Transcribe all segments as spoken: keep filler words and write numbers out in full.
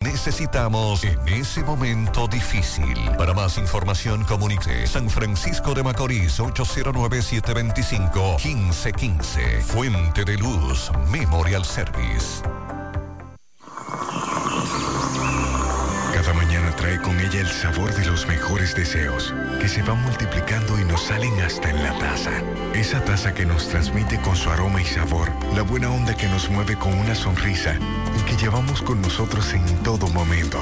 necesitamos en ese momento difícil. Para más información, comunique San Francisco de Macorís ocho cero nueve, siete dos cinco, uno cinco uno cinco. Fuente de Luz Memorial Service. Cada mañana trae con ella el sabor de los mejores deseos, que se van multiplicando y nos salen hasta en la taza. Esa taza que nos transmite con su aroma y sabor, la buena onda que nos mueve con una sonrisa y que llevamos con nosotros en todo momento.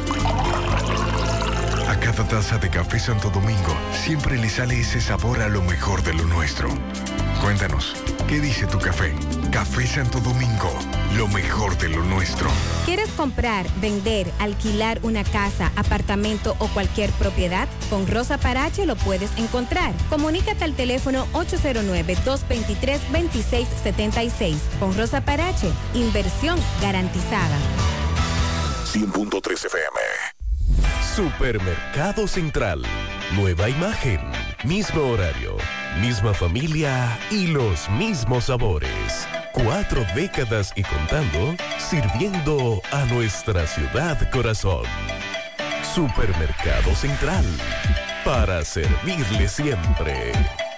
A cada taza de Café Santo Domingo siempre le sale ese sabor a lo mejor de lo nuestro. Cuéntanos, ¿qué dice tu café? Café Santo Domingo, lo mejor de lo nuestro. ¿Quieres comprar, vender, alquilar una casa, apartamento o cualquier propiedad? Con Rosa Parache lo puedes encontrar. Comunícate al teléfono ocho cero nueve, dos dos tres, dos seis siete seis. Con Rosa Parache, inversión garantizada. cien punto tres F M. Supermercado Central. Nueva imagen, mismo horario, misma familia y los mismos sabores. Cuatro décadas y contando, sirviendo a nuestra ciudad corazón. Supermercado Central, para servirle siempre.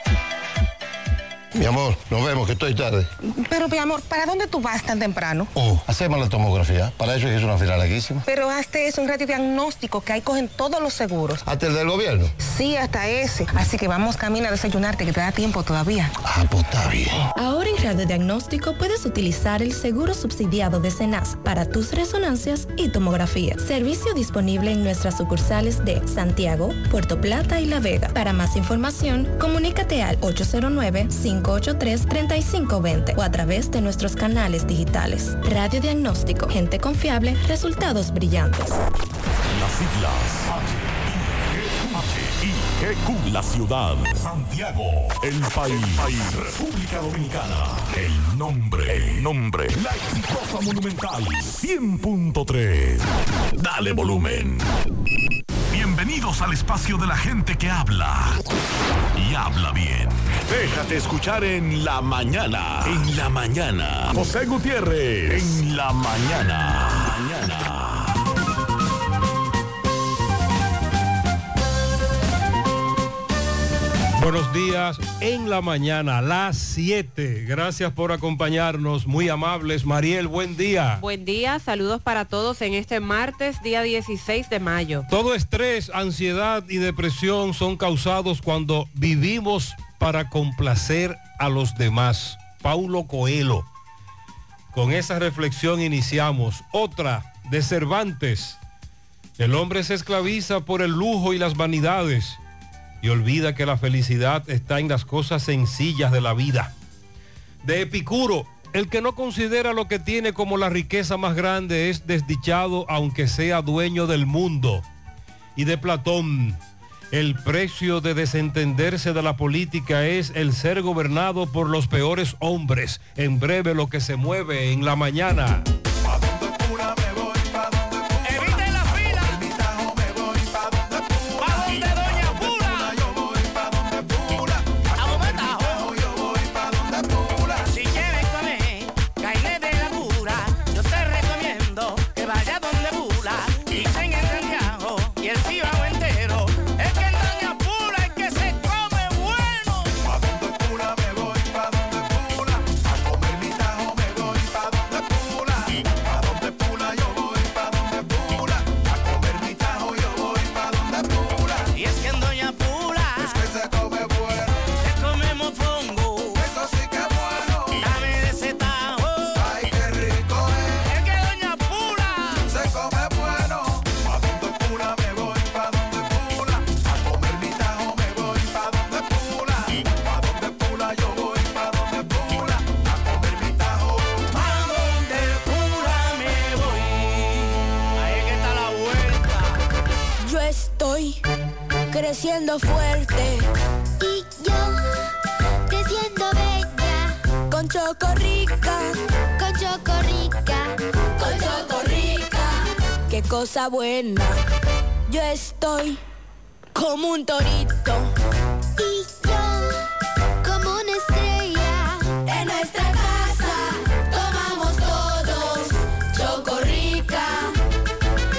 Mi amor, nos vemos, que estoy tarde. Pero, mi amor, ¿para dónde tú vas tan temprano? Oh, hacemos la tomografía. Para eso es una fila larguísima. Pero hazte es un radiodiagnóstico que ahí cogen todos los seguros. ¿Hasta el del gobierno? Sí, hasta ese. Así que vamos camino a desayunarte, que te da tiempo todavía. Ah, pues está bien. Ahora en radiodiagnóstico puedes utilizar el seguro subsidiado de Senasa para tus resonancias y tomografía. Servicio disponible en nuestras sucursales de Santiago, Puerto Plata y La Vega. Para más información, comunícate al ocho cero nueve, cinco ocho tres, tres cinco dos cero o a través de nuestros canales digitales. Radiodiagnóstico, gente confiable, resultados brillantes. Las siglas H I G Q, la ciudad, Santiago, el país, República Dominicana, el nombre, el nombre, la exitosa Monumental, cien punto tres. Dale volumen. Bienvenidos al espacio de la gente que habla y habla bien. Déjate escuchar en la mañana. En la mañana. José Gutiérrez. En la mañana. Mañana. Buenos días en la mañana, a las siete. Gracias por acompañarnos, muy amables. Mariel, buen día. Buen día, saludos para todos en este martes, día dieciséis de mayo. Todo estrés, ansiedad y depresión son causados cuando vivimos para complacer a los demás. Paulo Coelho. Con esa reflexión iniciamos. Otra de Cervantes. El hombre se esclaviza por el lujo y las vanidades y olvida que la felicidad está en las cosas sencillas de la vida. De Epicuro, el que no considera lo que tiene como la riqueza más grande es desdichado aunque sea dueño del mundo. Y de Platón, el precio de desentenderse de la política es el ser gobernado por los peores hombres. En breve lo que se mueve en la mañana. Creciendo fuerte y yo creciendo bella, con Chocorrica, con Chocorrica, con Chocorrica, qué cosa buena. Yo estoy como un torito y yo como una estrella. En nuestra casa tomamos todos Chocorrica,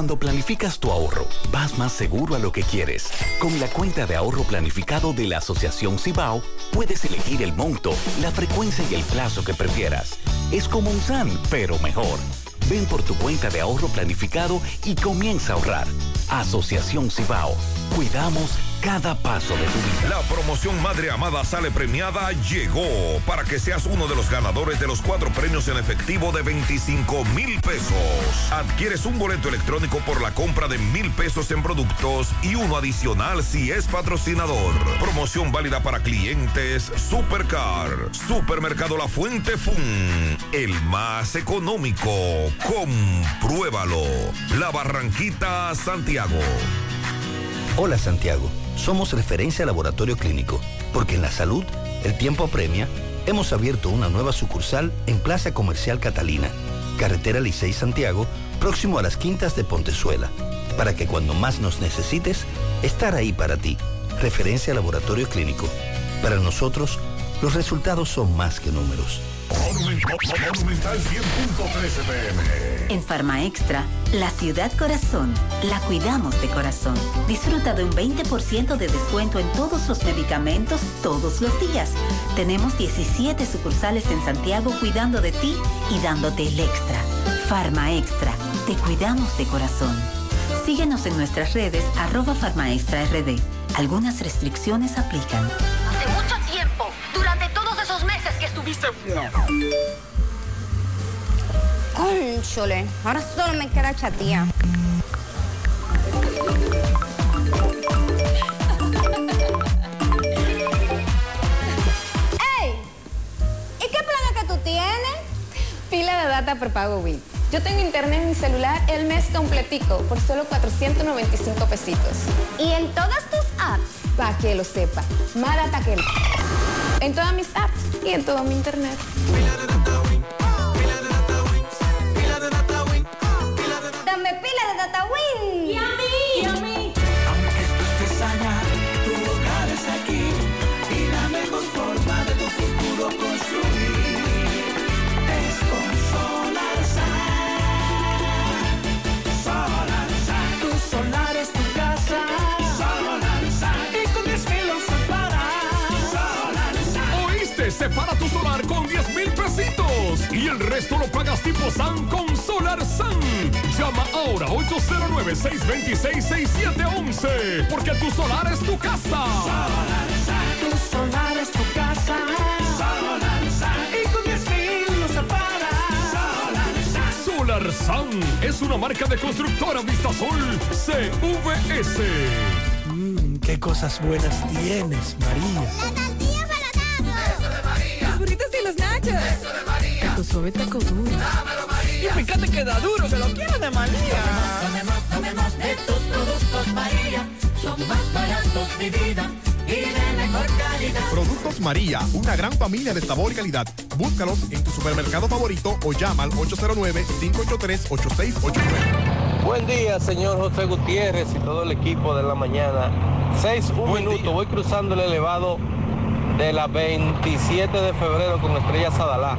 Cuando planificas tu ahorro, vas más seguro a lo que quieres. Con la cuenta de ahorro planificado de la Asociación Cibao, puedes elegir el monto, la frecuencia y el plazo que prefieras. Es como un S A N, pero mejor. Ven por tu cuenta de ahorro planificado y comienza a ahorrar. Asociación Cibao. Cuidamos cada paso de tu vida. La promoción Madre Amada Sale Premiada llegó para que seas uno de los ganadores de los cuatro premios en efectivo de veinticinco mil pesos. Adquieres un boleto electrónico por la compra de mil pesos en productos y uno adicional si es patrocinador. Promoción válida para clientes Supercar. Supermercado La Fuente Fun. El más económico. Compruébalo. La Barranquita, Santiago. Hola Santiago, somos referencia laboratorio clínico, porque en la salud el tiempo apremia. Hemos abierto una nueva sucursal en Plaza Comercial Catalina, Carretera Licey Santiago, próximo a las Quintas de Pontezuela, para que cuando más nos necesites, estar ahí para ti. Referencia laboratorio clínico. Para nosotros, los resultados son más que números. Monumental cien punto trece P M. En Farma Extra, la ciudad corazón, la cuidamos de corazón. Disfruta de un veinte por ciento de descuento en todos los medicamentos todos los días. Tenemos diecisiete sucursales en Santiago cuidando de ti y dándote el extra. Farma Extra, te cuidamos de corazón. Síguenos en nuestras redes arroba Farma Extra R D. Algunas restricciones aplican. Hace mucho tiempo, durante todos esos meses que estuviste... Cónchole, ahora solo me queda chatía. ¡Ey! ¿Y qué planes que tú tienes? Pila de data prepago Wii. Yo tengo internet en mi celular el mes completico por solo cuatrocientos noventa y cinco pesitos. ¿Y en todas tus apps? Para que lo sepa, más data que el... En todas mis apps y en todo mi internet. Dame pila de data Win. Y a mí, y a mí. Aunque tú estés allá, tu hogar es aquí. Y la mejor forma de tu futuro construir es con SolarSan. SolarSan. Tu solar es tu casa. SolarSan. Y con diez mil lo separas. SolarSan. ¿Oíste? Separa tu solar con diez mil pesitos. Y el resto lo pagas tipo S A N con SolarSan. Llama ahora ocho cero nueve, seis dos seis, seis siete uno uno. Porque tu solar es tu casa. SolarSan. Tu solar es tu casa. SolarSan. Y con diez mil lo separas. SolarSan. SolarSan es una marca de constructora Vistasol C V S. Mmm, qué cosas buenas tienes, María. La tortilla para Eso de María. Los burritos y los nachos. Eso de María. Taco suave, taco duro. Dámelo, María. Y fíjate que da duro, que lo quiero de María. Tomemos, tomemos de tus productos, María. Son más baratos de vida y de mejor calidad. Productos María, una gran familia de sabor y calidad. Búscalos en tu supermercado favorito o llama al ocho cero nueve, cinco ocho tres, ocho seis ocho nueve. Buen día, señor José Gutiérrez y todo el equipo de la mañana. Seis, un minuto, día. Voy cruzando el elevado de la veintisiete de febrero con Estrella Sadalá.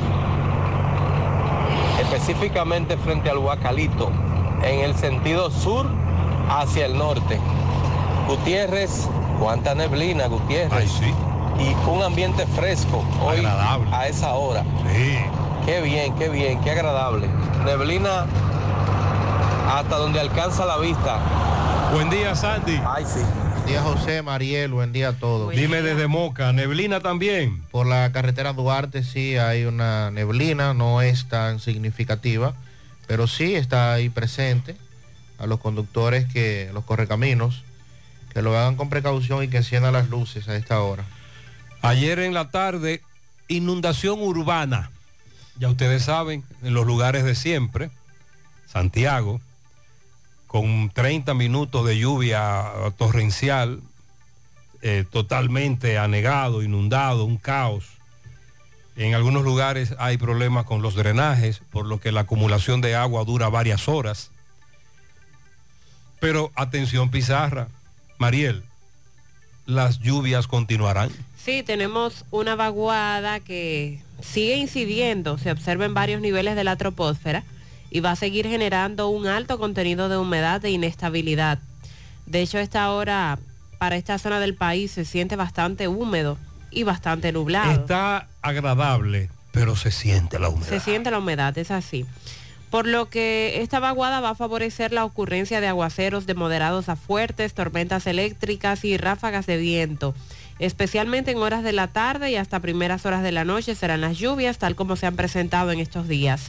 Específicamente frente al Huacalito, en el sentido sur hacia el norte. Gutiérrez, cuánta neblina, Gutiérrez. Ay, sí. Y un ambiente fresco hoy agradable a esa hora. Sí. Qué bien, qué bien, qué agradable. Neblina hasta donde alcanza la vista. Buen día, Sandy. Ay, sí. Buen día, José, Mariel, buen día a todos. Buen Dime día. Desde Moca, neblina también. Por la carretera Duarte sí hay una neblina, no es tan significativa, pero sí está ahí presente. A los conductores, que los correcaminos, que lo hagan con precaución y que enciendan las luces a esta hora. Ayer en la tarde, inundación urbana. Ya ustedes saben, en los lugares de siempre, Santiago, con treinta minutos de lluvia torrencial, eh, totalmente anegado, inundado, un caos. En algunos lugares hay problemas con los drenajes, por lo que la acumulación de agua dura varias horas. Pero atención, Pizarra, Mariel, las lluvias continuarán. Sí, tenemos una vaguada que sigue incidiendo, se observa en varios niveles de la troposfera y va a seguir generando un alto contenido de humedad e inestabilidad. De hecho, a esta hora, para esta zona del país, se siente bastante húmedo y bastante nublado. Está agradable, pero se siente la humedad. Se siente la humedad, es así. Por lo que esta vaguada va a favorecer la ocurrencia de aguaceros de moderados a fuertes, tormentas eléctricas y ráfagas de viento. Especialmente en horas de la tarde y hasta primeras horas de la noche serán las lluvias, tal como se han presentado en estos días.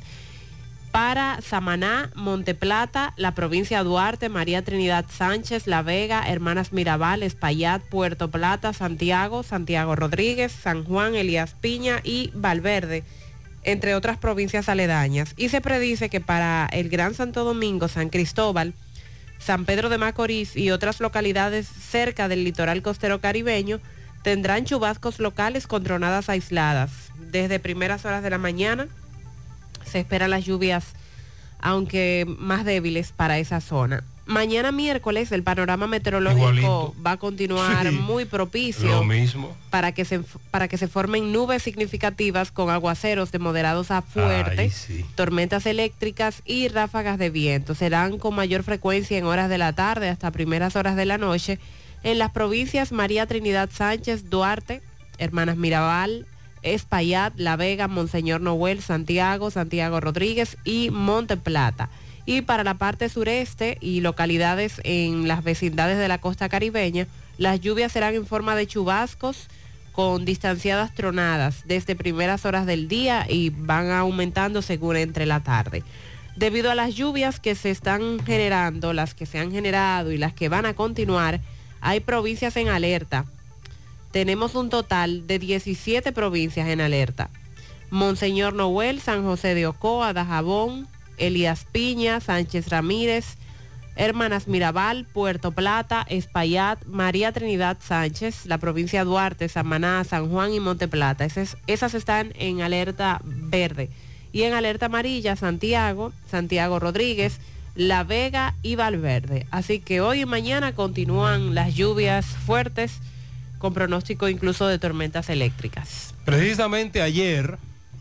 Para Samaná, Monteplata, la provincia de Duarte, María Trinidad Sánchez, La Vega, Hermanas Mirabal, Espaillat, Puerto Plata, Santiago, Santiago Rodríguez, San Juan, Elías Piña y Valverde, entre otras provincias aledañas. Y se predice que para el Gran Santo Domingo, San Cristóbal, San Pedro de Macorís y otras localidades cerca del litoral costero caribeño tendrán chubascos locales con tronadas aisladas. Desde primeras horas de la mañana se esperan las lluvias, aunque más débiles para esa zona. Mañana miércoles el panorama meteorológico Igualito. va a continuar sí, muy propicio lo mismo. Para que se para que se formen nubes significativas con aguaceros de moderados a fuertes, sí. tormentas eléctricas y ráfagas de viento. Serán con mayor frecuencia en horas de la tarde hasta primeras horas de la noche en las provincias María Trinidad Sánchez, Duarte, Hermanas Mirabal, Espaillat, La Vega, Monseñor Noel, Santiago, Santiago Rodríguez y Monteplata. Y para la parte sureste y localidades en las vecindades de la costa caribeña, las lluvias serán en forma de chubascos con distanciadas tronadas desde primeras horas del día y van aumentando según entre la tarde. Debido a las lluvias que se están generando, las que se han generado y las que van a continuar, hay provincias en alerta. Tenemos un total de diecisiete provincias en alerta. Monseñor Noel, San José de Ocoa, Dajabón, Elías Piña, Sánchez Ramírez, Hermanas Mirabal, Puerto Plata, Espaillat, María Trinidad Sánchez, la provincia de Duarte, Samaná, San Juan y Monteplata. Esas, esas están en alerta verde. Y en alerta amarilla, Santiago, Santiago Rodríguez, La Vega y Valverde. Así que hoy y mañana continúan las lluvias fuertes con pronóstico incluso de tormentas eléctricas. Precisamente ayer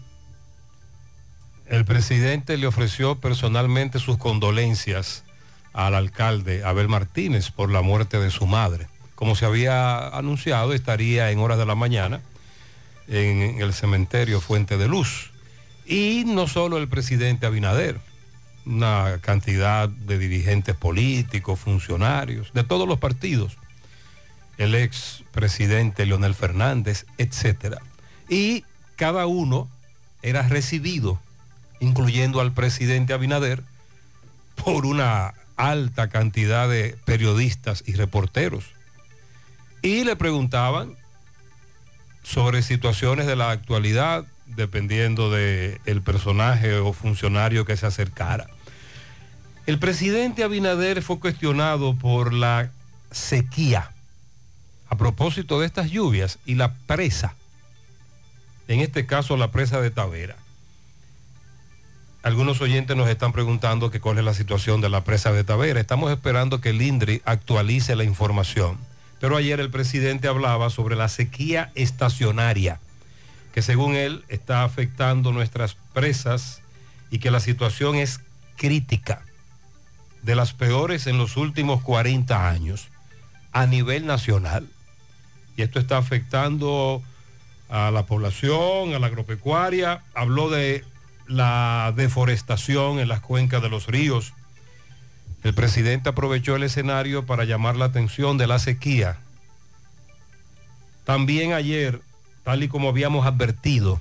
el presidente le ofreció personalmente sus condolencias al alcalde Abel Martínez por la muerte de su madre. Como se había anunciado, estaría en horas de la mañana en el cementerio Fuente de Luz. Y no solo el presidente Abinader, una cantidad de dirigentes políticos, funcionarios, de todos los partidos, el ex presidente Leonel Fernández, etcétera. Y cada uno era recibido, incluyendo al presidente Abinader, por una alta cantidad de periodistas y reporteros. Y le preguntaban sobre situaciones de la actualidad, dependiendo del personaje o funcionario que se acercara. El presidente Abinader fue cuestionado por la sequía, a propósito de estas lluvias, y la presa, en este caso la presa de Tavera. Algunos oyentes nos están preguntando que cuál es la situación de la presa de Tavera. Estamos esperando que el INDRI actualice la información. Pero ayer el presidente hablaba sobre la sequía estacionaria, que según él está afectando nuestras presas y que la situación es crítica, de las peores en los últimos cuarenta años a nivel nacional. Y esto está afectando a la población, a la agropecuaria. Habló de la deforestación en las cuencas de los ríos. El presidente aprovechó el escenario para llamar la atención de la sequía. También ayer, tal y como habíamos advertido,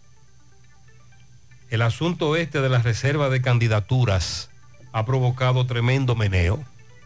el asunto este de las reservas de candidaturas ha provocado tremendo meneo.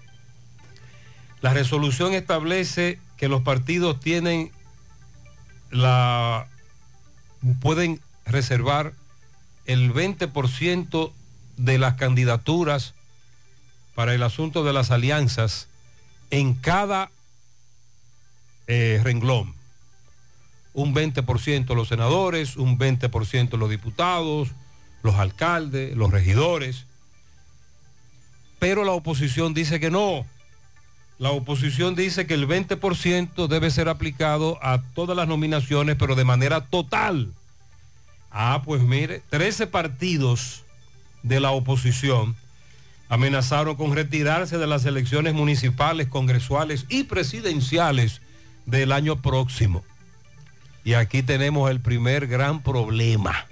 La resolución establece que los partidos tienen la pueden reservar el veinte por ciento de las candidaturas para el asunto de las alianzas en cada eh, renglón. Un veinte por ciento los senadores, un veinte por ciento los diputados, los alcaldes, los regidores. Pero la oposición dice que no. La oposición dice que el veinte por ciento debe ser aplicado a todas las nominaciones, pero de manera total. Ah, pues mire, trece partidos de la oposición amenazaron con retirarse de las elecciones municipales, congresuales y presidenciales del año próximo. Y aquí tenemos el primer gran problema.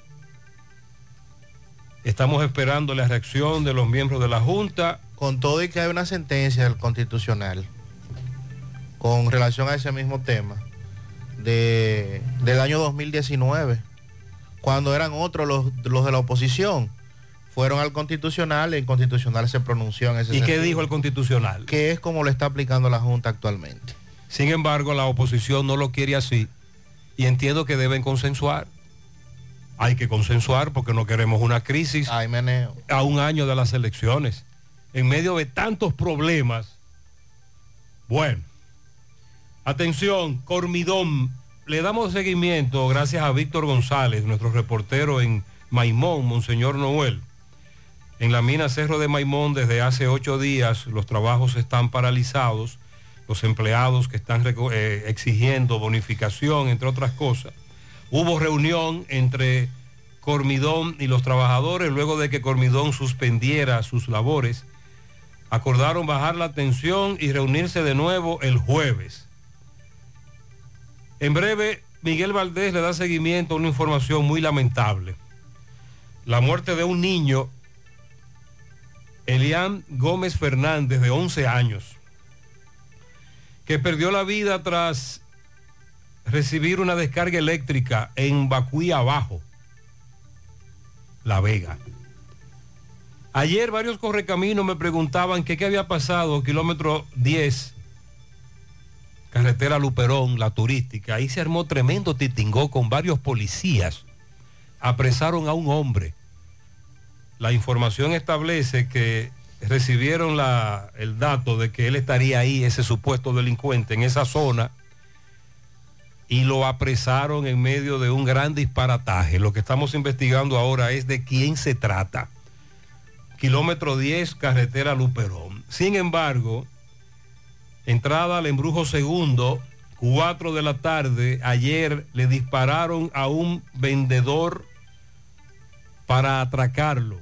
Estamos esperando la reacción de los miembros de la Junta. Con todo y que hay una sentencia del Constitucional con relación a ese mismo tema de, del año dos mil diecinueve, cuando eran otros los, los de la oposición, fueron al Constitucional y el Constitucional se pronunció en ese sentido. ¿Y sentido, qué dijo el Constitucional? Que es como lo está aplicando la Junta actualmente. Sin embargo, la oposición no lo quiere así y entiendo que deben consensuar. Hay que consensuar porque no queremos una crisis Ay, meneo. a un año de las elecciones. En medio de tantos problemas. Bueno, atención, Cormidón. Le damos seguimiento gracias a Víctor González, nuestro reportero en Maimón, Monseñor Noel. En la mina Cerro de Maimón desde hace ocho días los trabajos están paralizados. Los empleados que están eh, exigiendo bonificación, entre otras cosas. Hubo reunión entre Cormidón y los trabajadores luego de que Cormidón suspendiera sus labores. Acordaron bajar la tensión y reunirse de nuevo el jueves. En breve, Miguel Valdés le da seguimiento a una información muy lamentable. La muerte de un niño, Elian Gómez Fernández, de once años, que perdió la vida tras recibir una descarga eléctrica en Bacuí Abajo, La Vega. Ayer varios correcaminos me preguntaban que qué había pasado, kilómetro diez, carretera Luperón, la turística. Ahí se armó tremendo titingó con varios policías. Apresaron a un hombre. La información establece que recibieron la, el dato de que él estaría ahí, ese supuesto delincuente, en esa zona, y lo apresaron en medio de un gran disparataje. Lo que estamos investigando ahora es de quién se trata. Kilómetro diez, carretera Luperón. Sin embargo, entrada al Embrujo Segundo, cuatro de la tarde, ayer le dispararon a un vendedor para atracarlo.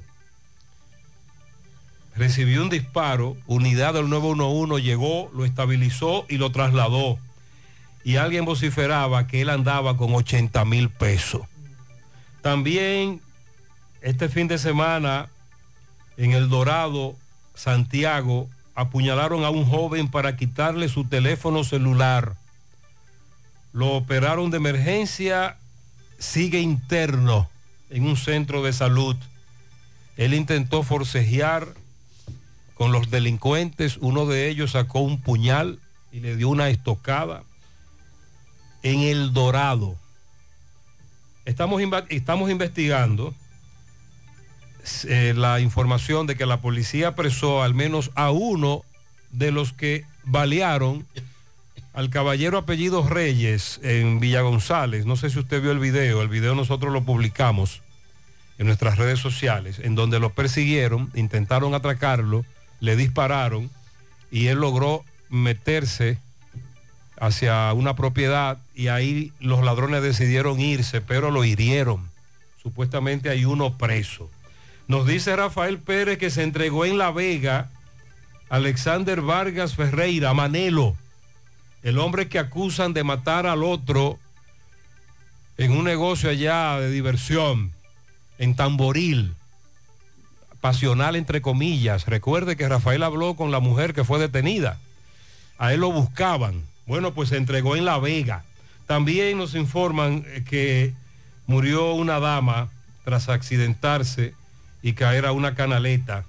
Recibió un disparo, unidad del nueve uno uno llegó, lo estabilizó y lo trasladó. Y alguien vociferaba que él andaba con ochenta mil pesos. También este fin de semana en El Dorado, Santiago, apuñalaron a un joven para quitarle su teléfono celular. Lo operaron de emergencia, sigue interno en un centro de salud. Él intentó forcejear con los delincuentes, uno de ellos sacó un puñal y le dio una estocada. En El Dorado. Estamos, estamos investigando eh, la información de que la policía apresó al menos a uno de los que balearon al caballero apellido Reyes en Villa González. No sé si usted vio el video. El video nosotros lo publicamos en nuestras redes sociales, en donde lo persiguieron, intentaron atracarlo, le dispararon y él logró meterse hacia una propiedad y ahí los ladrones decidieron irse, pero lo hirieron. Supuestamente hay uno preso. Nos dice Rafael Pérez que se entregó en La Vega Alexander Vargas Ferreira, Manelo, el hombre que acusan de matar al otro en un negocio allá de diversión, en Tamboril, pasional entre comillas. Recuerde que Rafael habló con la mujer que fue detenida. A él lo buscaban. Bueno, pues se entregó en La Vega. También nos informan que murió una dama tras accidentarse y caer a una canaleta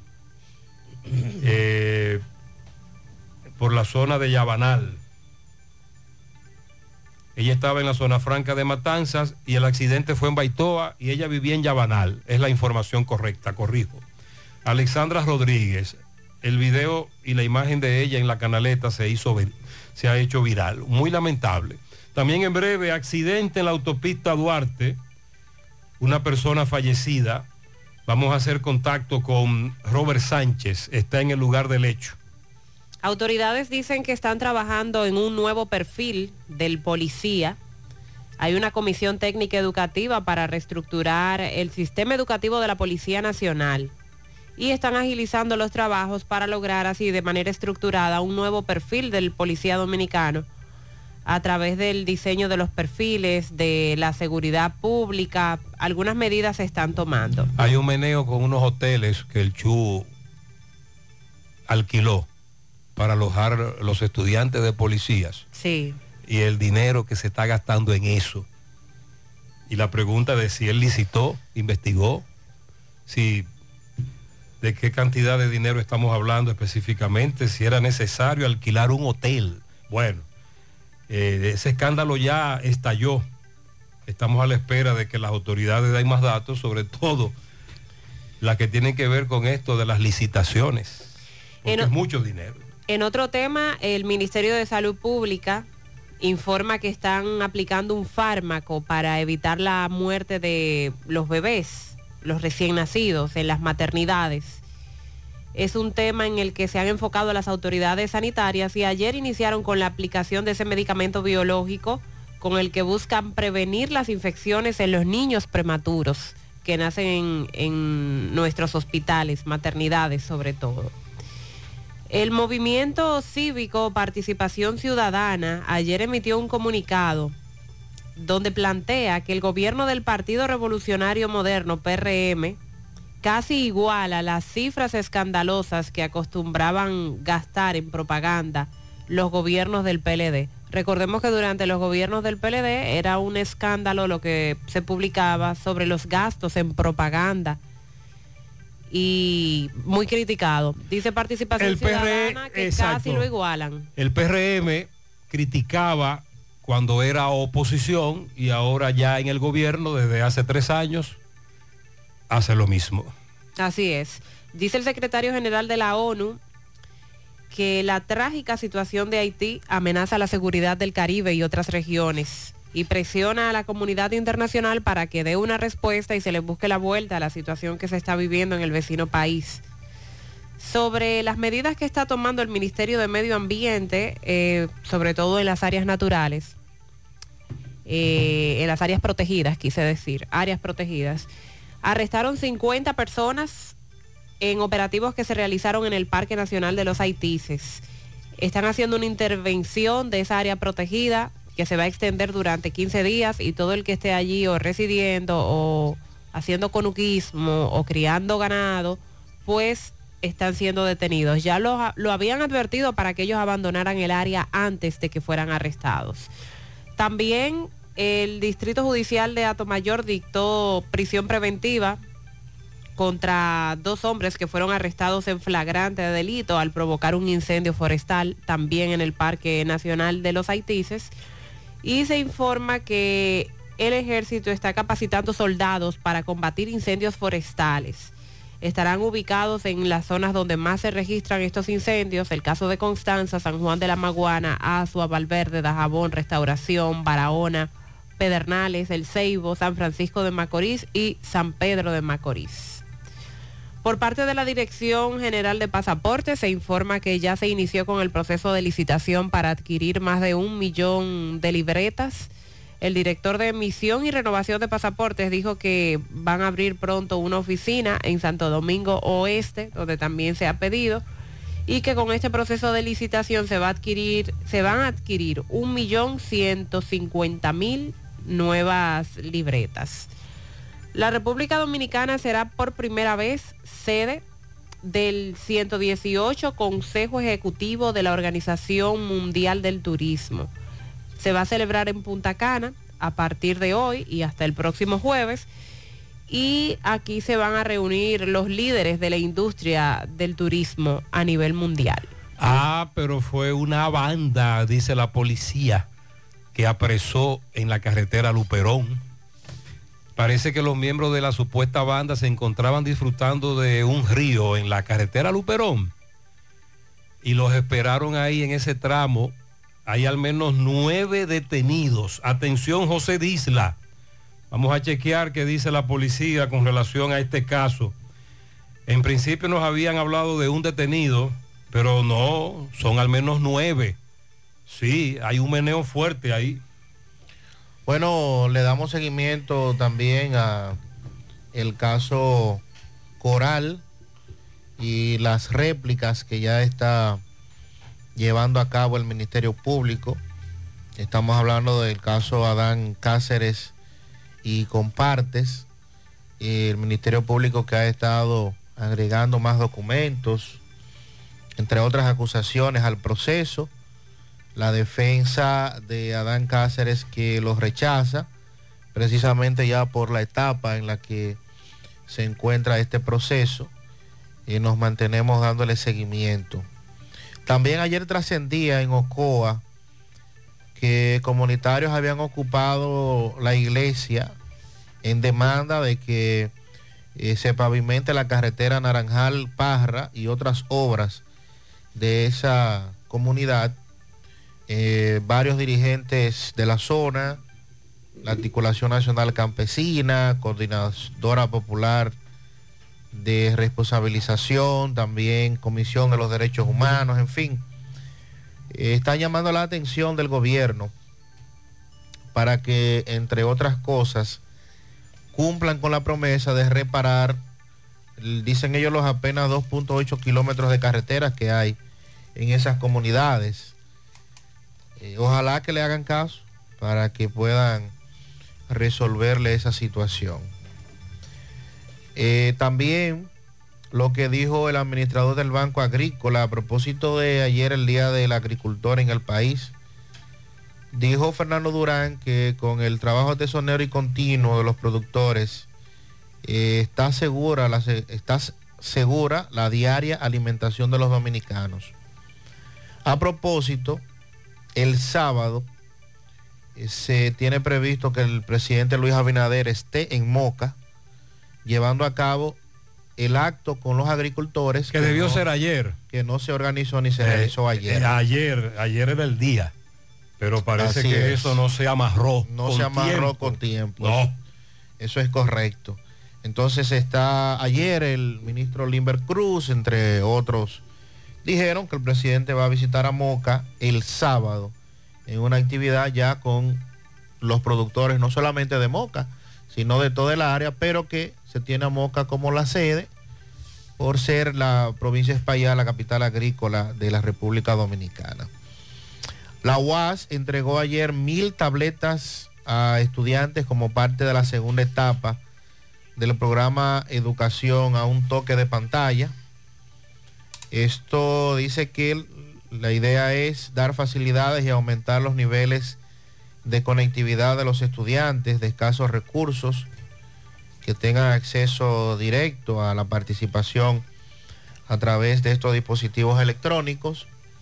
eh, por la zona de Yabanal. Ella estaba en la zona franca de Matanzas y el accidente fue en Baitoa y ella vivía en Yabanal. Es la información correcta, corrijo. Alexandra Rodríguez, el video y la imagen de ella en la canaleta se hizo ver. Se ha hecho viral, muy lamentable. También en breve, accidente en la autopista Duarte, una persona fallecida. Vamos a hacer contacto con Robert Sánchez, está en el lugar del hecho. Autoridades dicen que están trabajando en un nuevo perfil del policía. Hay una comisión técnica educativa para reestructurar el sistema educativo de la Policía Nacional. y están agilizando los trabajos para lograr así de manera estructurada un nuevo perfil del policía dominicano a través del diseño de los perfiles, de la seguridad pública. Algunas medidas se están tomando. Hay un meneo con unos hoteles que el C H U alquiló para alojar los estudiantes de policías. Sí. Y el dinero que se está gastando en eso. Y la pregunta de si él licitó, investigó, si de qué cantidad de dinero estamos hablando específicamente, si era necesario alquilar un hotel. Bueno, eh, ese escándalo ya estalló. Estamos a la espera de que las autoridades den más datos, sobre todo las que tienen que ver con esto de las licitaciones, porque en, es mucho dinero. En otro tema, el Ministerio de Salud Pública informa que están aplicando un fármaco para evitar la muerte de los bebés, los recién nacidos en las maternidades. Es un tema en el que se han enfocado las autoridades sanitarias y ayer iniciaron con la aplicación de ese medicamento biológico con el que buscan prevenir las infecciones en los niños prematuros que nacen en, en nuestros hospitales, maternidades sobre todo. El movimiento cívico Participación Ciudadana ayer emitió un comunicado donde plantea que el gobierno del Partido Revolucionario Moderno, P R M, casi iguala las cifras escandalosas que acostumbraban gastar en propaganda los gobiernos del P L D. Recordemos que durante los gobiernos del P L D era un escándalo lo que se publicaba sobre los gastos en propaganda y muy criticado. Dice Participación El P R M, Ciudadana que exacto, casi lo igualan. El P R M criticaba cuando era oposición y ahora ya en el gobierno desde hace tres años hace lo mismo. Así es. Dice el secretario general de la ONU que la trágica situación de Haití amenaza la seguridad del Caribe y otras regiones y presiona a la comunidad internacional para que dé una respuesta y se le busque la vuelta a la situación que se está viviendo en el vecino país. Sobre las medidas que está tomando el Ministerio de Medio Ambiente, eh, sobre todo en las áreas naturales, eh, en las áreas protegidas, quise decir, áreas protegidas, arrestaron cincuenta personas en operativos que se realizaron en el Parque Nacional de los Haitises. Están haciendo una intervención de esa área protegida que se va a extender durante quince días y todo el que esté allí o residiendo o haciendo conuquismo o criando ganado, pues están siendo detenidos. Ya lo, lo habían advertido para que ellos abandonaran el área antes de que fueran arrestados. También el Distrito Judicial de Atomayor dictó prisión preventiva contra dos hombres que fueron arrestados en flagrante delito al provocar un incendio forestal también en el Parque Nacional de los Haitises. Y se informa que el ejército está capacitando soldados para combatir incendios forestales. Estarán ubicados en las zonas donde más se registran estos incendios, el caso de Constanza, San Juan de la Maguana, Azua, Valverde, Dajabón, Restauración, Barahona, Pedernales, El Ceibo, San Francisco de Macorís y San Pedro de Macorís. Por parte de la Dirección General de Pasaportes se informa que ya se inició con el proceso de licitación para adquirir más de un millón de libretas. El director de emisión y renovación de pasaportes dijo que van a abrir pronto una oficina en Santo Domingo Oeste, donde también se ha pedido, y que con este proceso de licitación se va a adquirir, se van a adquirir un millón ciento cincuenta mil nuevas libretas. La República Dominicana será por primera vez sede del ciento dieciocho Consejo Ejecutivo de la Organización Mundial del Turismo. Se va a celebrar en Punta Cana a partir de hoy y hasta el próximo jueves. Y aquí se van a reunir los líderes de la industria del turismo a nivel mundial. Ah, pero fue una banda, dice la policía, que apresó en la carretera Luperón. Parece que los miembros de la supuesta banda se encontraban disfrutando de un río en la carretera Luperón y los esperaron ahí en ese tramo. Hay al menos nueve detenidos. Atención, José Disla. Vamos a chequear qué dice la policía con relación a este caso. En principio nos habían hablado de un detenido, pero no, son al menos nueve. Sí, hay un meneo fuerte ahí. Bueno, le damos seguimiento también a el caso Coral, y las réplicas que ya está llevando a cabo el Ministerio Público. Estamos hablando del caso Adán Cáceres y Compartes. El Ministerio Público que ha estado agregando más documentos, entre otras acusaciones al proceso. La defensa de Adán Cáceres que los rechaza, precisamente ya por la etapa en la que se encuentra este proceso, y nos mantenemos dándole seguimiento. También ayer trascendía en Ocoa que comunitarios habían ocupado la iglesia en demanda de que eh, se pavimente la carretera Naranjal-Parra y otras obras de esa comunidad. Eh, varios dirigentes de la zona, la Articulación Nacional Campesina, Coordinadora Popular de Responsabilización, también Comisión de los Derechos Humanos, en fin, eh, están llamando la atención del gobierno para que, entre otras cosas, cumplan con la promesa de reparar, dicen ellos, los apenas dos punto ocho kilómetros de carreteras que hay en esas comunidades. Eh, ojalá que le hagan caso para que puedan resolverle esa situación. Eh, también lo que dijo el administrador del Banco Agrícola a propósito de ayer, el Día del Agricultor en el país. Dijo Fernando Durán que con el trabajo tesonero y continuo de los productores eh, está segura la, está segura la diaria alimentación de los dominicanos. A propósito, el sábado eh, se tiene previsto que el presidente Luis Abinader esté en Moca llevando a cabo el acto con los agricultores. Que, que debió no, ser ayer. Que no se organizó ni se eh, realizó ayer. Eh, ayer, ayer era el día. Pero parece Así que es. eso no se amarró. No se amarró tiempo. con tiempo. No. Eso es correcto. Entonces está ayer el ministro Limber Cruz, entre otros, dijeron que el presidente va a visitar a Moca el sábado en una actividad ya con los productores, no solamente de Moca, sino de toda el área, pero que se tiene a Moca como la sede por ser la provincia de Espaillat, la capital agrícola de la República Dominicana. La U A S entregó ayer mil tabletas a estudiantes como parte de la segunda etapa del programa Educación a un toque de pantalla. Esto dice que la idea es dar facilidades y aumentar los niveles de conectividad de los estudiantes de escasos recursos que tengan acceso directo a la participación a través de estos dispositivos electrónicos.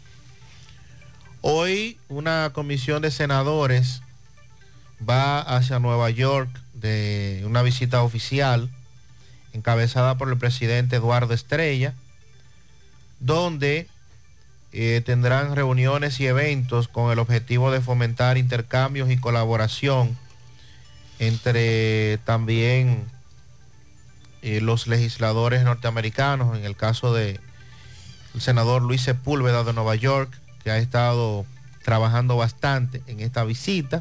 Hoy una comisión de senadores va hacia Nueva York de una visita oficial encabezada por el presidente Eduardo Estrella, donde eh, tendrán reuniones y eventos con el objetivo de fomentar intercambios y colaboración entre también eh, los legisladores norteamericanos, en el caso del senador Luis Sepúlveda de Nueva York, que ha estado trabajando bastante en esta visita.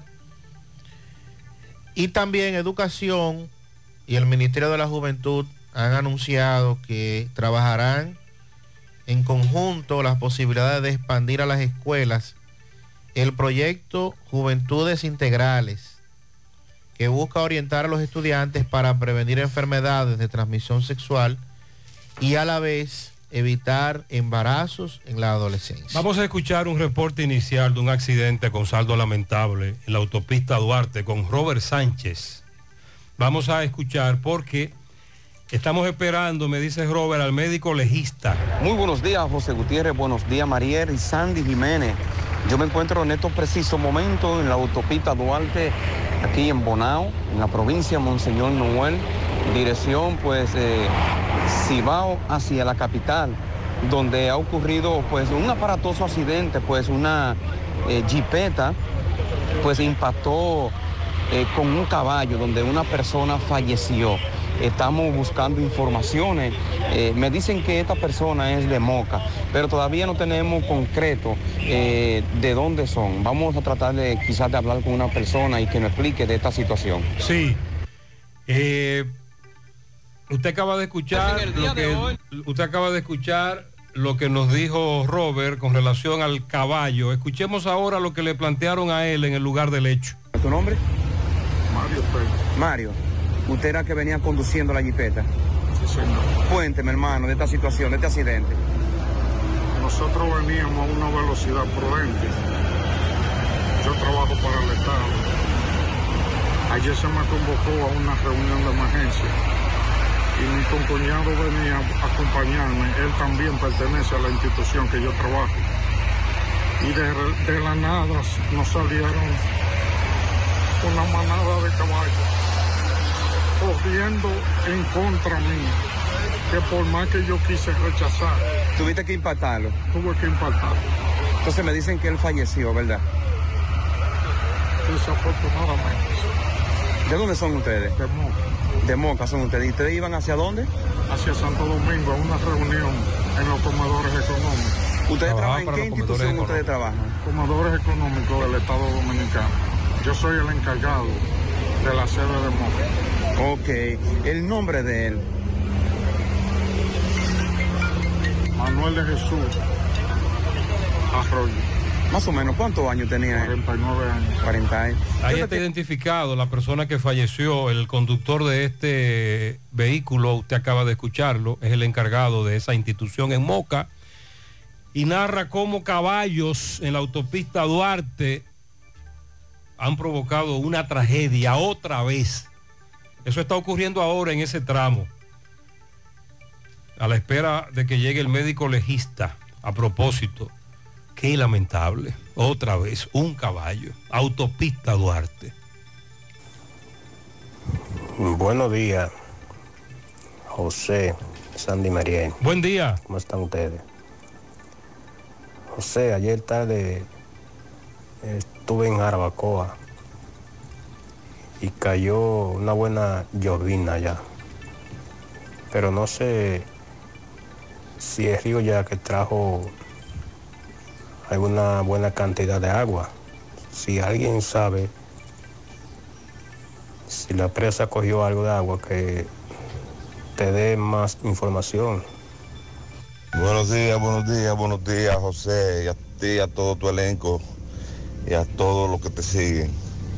Y también Educación y el Ministerio de la Juventud han anunciado que trabajarán en conjunto las posibilidades de expandir a las escuelas el proyecto Juventudes Integrales, que busca orientar a los estudiantes para prevenir enfermedades de transmisión sexual y a la vez evitar embarazos en la adolescencia. Vamos a escuchar un reporte inicial de un accidente con saldo lamentable en la autopista Duarte con Robert Sánchez. Vamos a escuchar porque estamos esperando, me dice Robert, al médico legista. Muy buenos días, José Gutiérrez, buenos días, Mariel y Sandy Jiménez. Yo me encuentro en estos precisos momentos en la autopista Duarte, aquí en Bonao, en la provincia de Monseñor Noel, dirección pues eh, Cibao hacia la capital, donde ha ocurrido pues un aparatoso accidente, pues una eh, jipeta pues impactó eh, con un caballo donde una persona falleció. Estamos buscando informaciones, eh, me dicen que esta persona es de Moca, pero todavía no tenemos concreto eh, de dónde son. Vamos a tratar de quizás de hablar con una persona y que nos explique de esta situación. Sí, eh, Usted acaba de escuchar En el día lo que, de hoy. usted acaba de escuchar lo que nos dijo Robert con relación al caballo. Escuchemos ahora lo que le plantearon a él en el lugar del hecho. ¿Tu nombre? Mario Pérez. Mario, usted era el que venía conduciendo la jipeta. Sí, señor. Cuénteme, hermano, de esta situación, de este accidente. Nosotros veníamos a una velocidad prudente. Yo trabajo para el Estado. Ayer se me convocó a una reunión de emergencia y mi concuñado venía a acompañarme. Él también pertenece a la institución que yo trabajo. Y de, de la nada nos salieron una manada de caballos corriendo en contra mí, que por más que yo quise rechazar. ¿Tuviste que impactarlo? Tuve que impactarlo. Entonces me dicen que él falleció, ¿verdad? Desafortunadamente. ¿De dónde son ustedes? De Moca. De Moca son ustedes. ¿Y ustedes iban hacia dónde? Hacia Santo Domingo, a una reunión en los comedores económicos. ¿Ustedes trabajan en qué institución ustedes trabajan? Comedores económicos del Estado Dominicano. Yo soy el encargado de la sede de Moca. Ok. ¿El nombre de él? Manuel de Jesús Arroyo. Más o menos, ¿cuántos años tenía él? cuarenta y nueve años. cuarenta años. Ahí está identificado la persona que falleció, el conductor de este vehículo, usted acaba de escucharlo, es el encargado de esa institución en Moca, y narra cómo caballos en la autopista Duarte han provocado una tragedia otra vez. Eso está ocurriendo ahora en ese tramo, a la espera de que llegue el médico legista. A propósito, qué lamentable, otra vez un caballo, autopista Duarte. Buenos días, José, Sandy Mariel. Buen día. ¿Cómo están ustedes? José, ayer tarde estuve en Jarabacoa y cayó una buena llovizna allá, pero no sé si es río ya que trajo alguna buena cantidad de agua. Si alguien sabe si la presa cogió algo de agua, que te dé más información. Buenos días, buenos días, buenos días, José, y a ti, a todo tu elenco y a todos los que te siguen.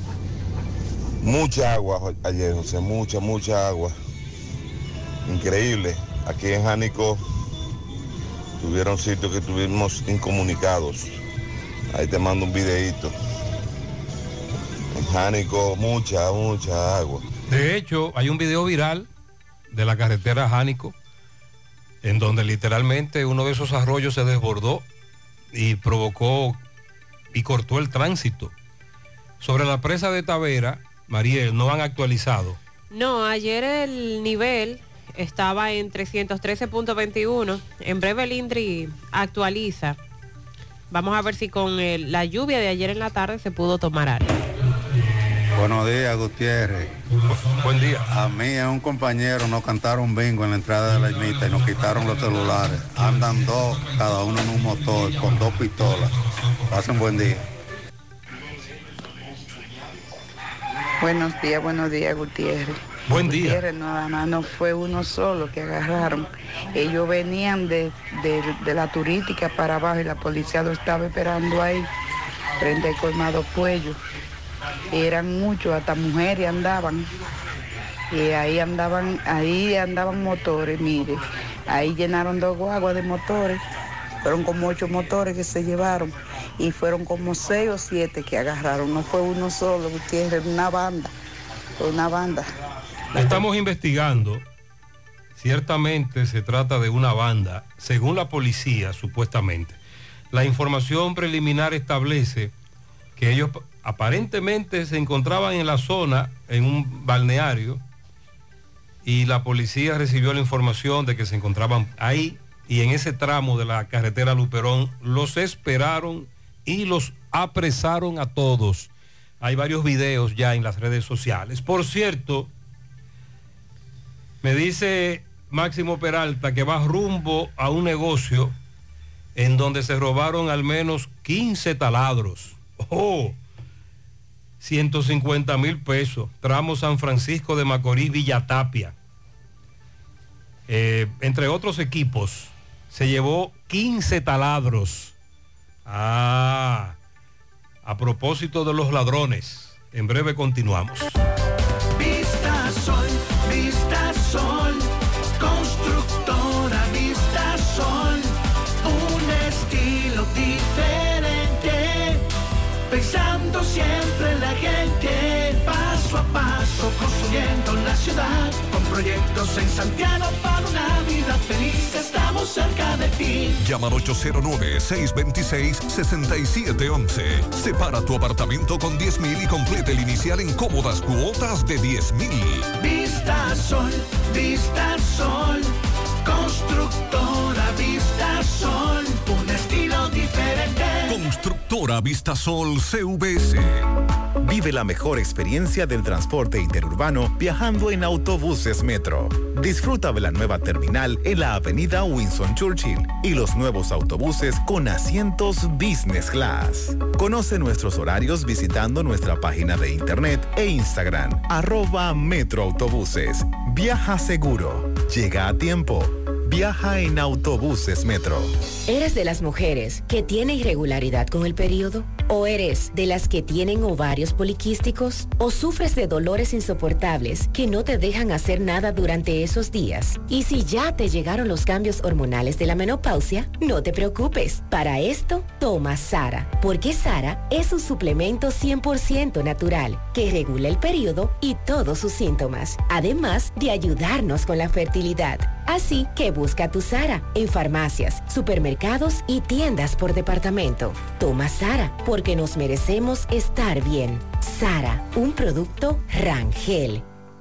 Mucha agua ayer, José, mucha, mucha agua. Increíble. Aquí en Jánico tuvieron sitios que estuvimos incomunicados. Ahí te mando un videíto. En Jánico, mucha, mucha agua. De hecho, hay un video viral de la carretera Jánico, en donde literalmente uno de esos arroyos se desbordó y provocó y cortó el tránsito. Sobre la presa de Tavera, Mariel, no han actualizado. No, ayer el nivel estaba en trescientos trece punto veintiuno. En breve el INDRI actualiza. Vamos a ver si con el, la lluvia de ayer en la tarde se pudo tomar algo. Buenos días, Gutiérrez. Buen día. A mí y a un compañero nos cantaron bingo en la entrada de la ermita y nos quitaron los celulares. Andan dos, cada uno en un motor, con dos pistolas. Pasen buen día. Buenos días, buenos días, Gutiérrez. Buen día. Gutiérrez, nada más no fue uno solo que agarraron. Ellos venían de, de, de la turística para abajo y la policía lo estaba esperando ahí, frente al colmado Puello. Eran muchos, hasta mujeres andaban. Y ahí andaban, ahí andaban motores, mire. Ahí llenaron dos guaguas de motores. Fueron como ocho motores que se llevaron. Y fueron como seis o siete que agarraron. No fue uno solo, Gutiérrez, una banda. Una banda. Estamos investigando. Ciertamente se trata de una banda, según la policía, supuestamente. La información preliminar establece que ellos aparentemente se encontraban en la zona, en un balneario, y la policía recibió la información de que se encontraban ahí, y en ese tramo de la carretera Luperón los esperaron y los apresaron a todos. Hay varios videos ya en las redes sociales. Por cierto, me dice Máximo Peralta que va rumbo a un negocio en donde se robaron al menos quince taladros. ¡Oh! ciento cincuenta mil pesos. Tramo San Francisco de Macorís, Villatapia. eh, entre otros equipos, se llevó quince taladros. Ah, a propósito de los ladrones, en breve continuamos. Vista Sol, Vista Sol, constructora Vista Sol, un estilo diferente, pensando siempre en la gente, paso a paso construyendo la ciudad, con proyectos en Santiago para una vida feliz, estamos cerca de ti. Llama al ocho cero nueve, seis dos seis, seis siete uno uno. Separa tu apartamento con diez mil y complete el inicial en cómodas cuotas de diez mil. Vista Sol, Vista Sol, constructora Vista Sol, un estilo diferente. Constructora Vista Sol C V S. Vive la mejor experiencia del transporte interurbano viajando en autobuses Metro. Disfruta de la nueva terminal en la avenida Winston Churchill y los nuevos autobuses con asientos Business Class. Conoce nuestros horarios visitando nuestra página de internet e Instagram, arroba Metroautobuses. Viaja seguro. Llega a tiempo. Viaja en autobuses Metro. ¿Eres de las mujeres que tiene irregularidad con el periodo? ¿O eres de las que tienen ovarios poliquísticos? ¿O sufres de dolores insoportables que no te dejan hacer nada durante esos días? Y si ya te llegaron los cambios hormonales de la menopausia, no te preocupes. Para esto, toma Sara, porque Sara es un suplemento cien por ciento natural que regula el periodo y todos sus síntomas, además de ayudarnos con la fertilidad. Así que busca tu Sara en farmacias, supermercados y tiendas por departamento. Toma Sara porque nos merecemos estar bien. Sara, un producto Rangel.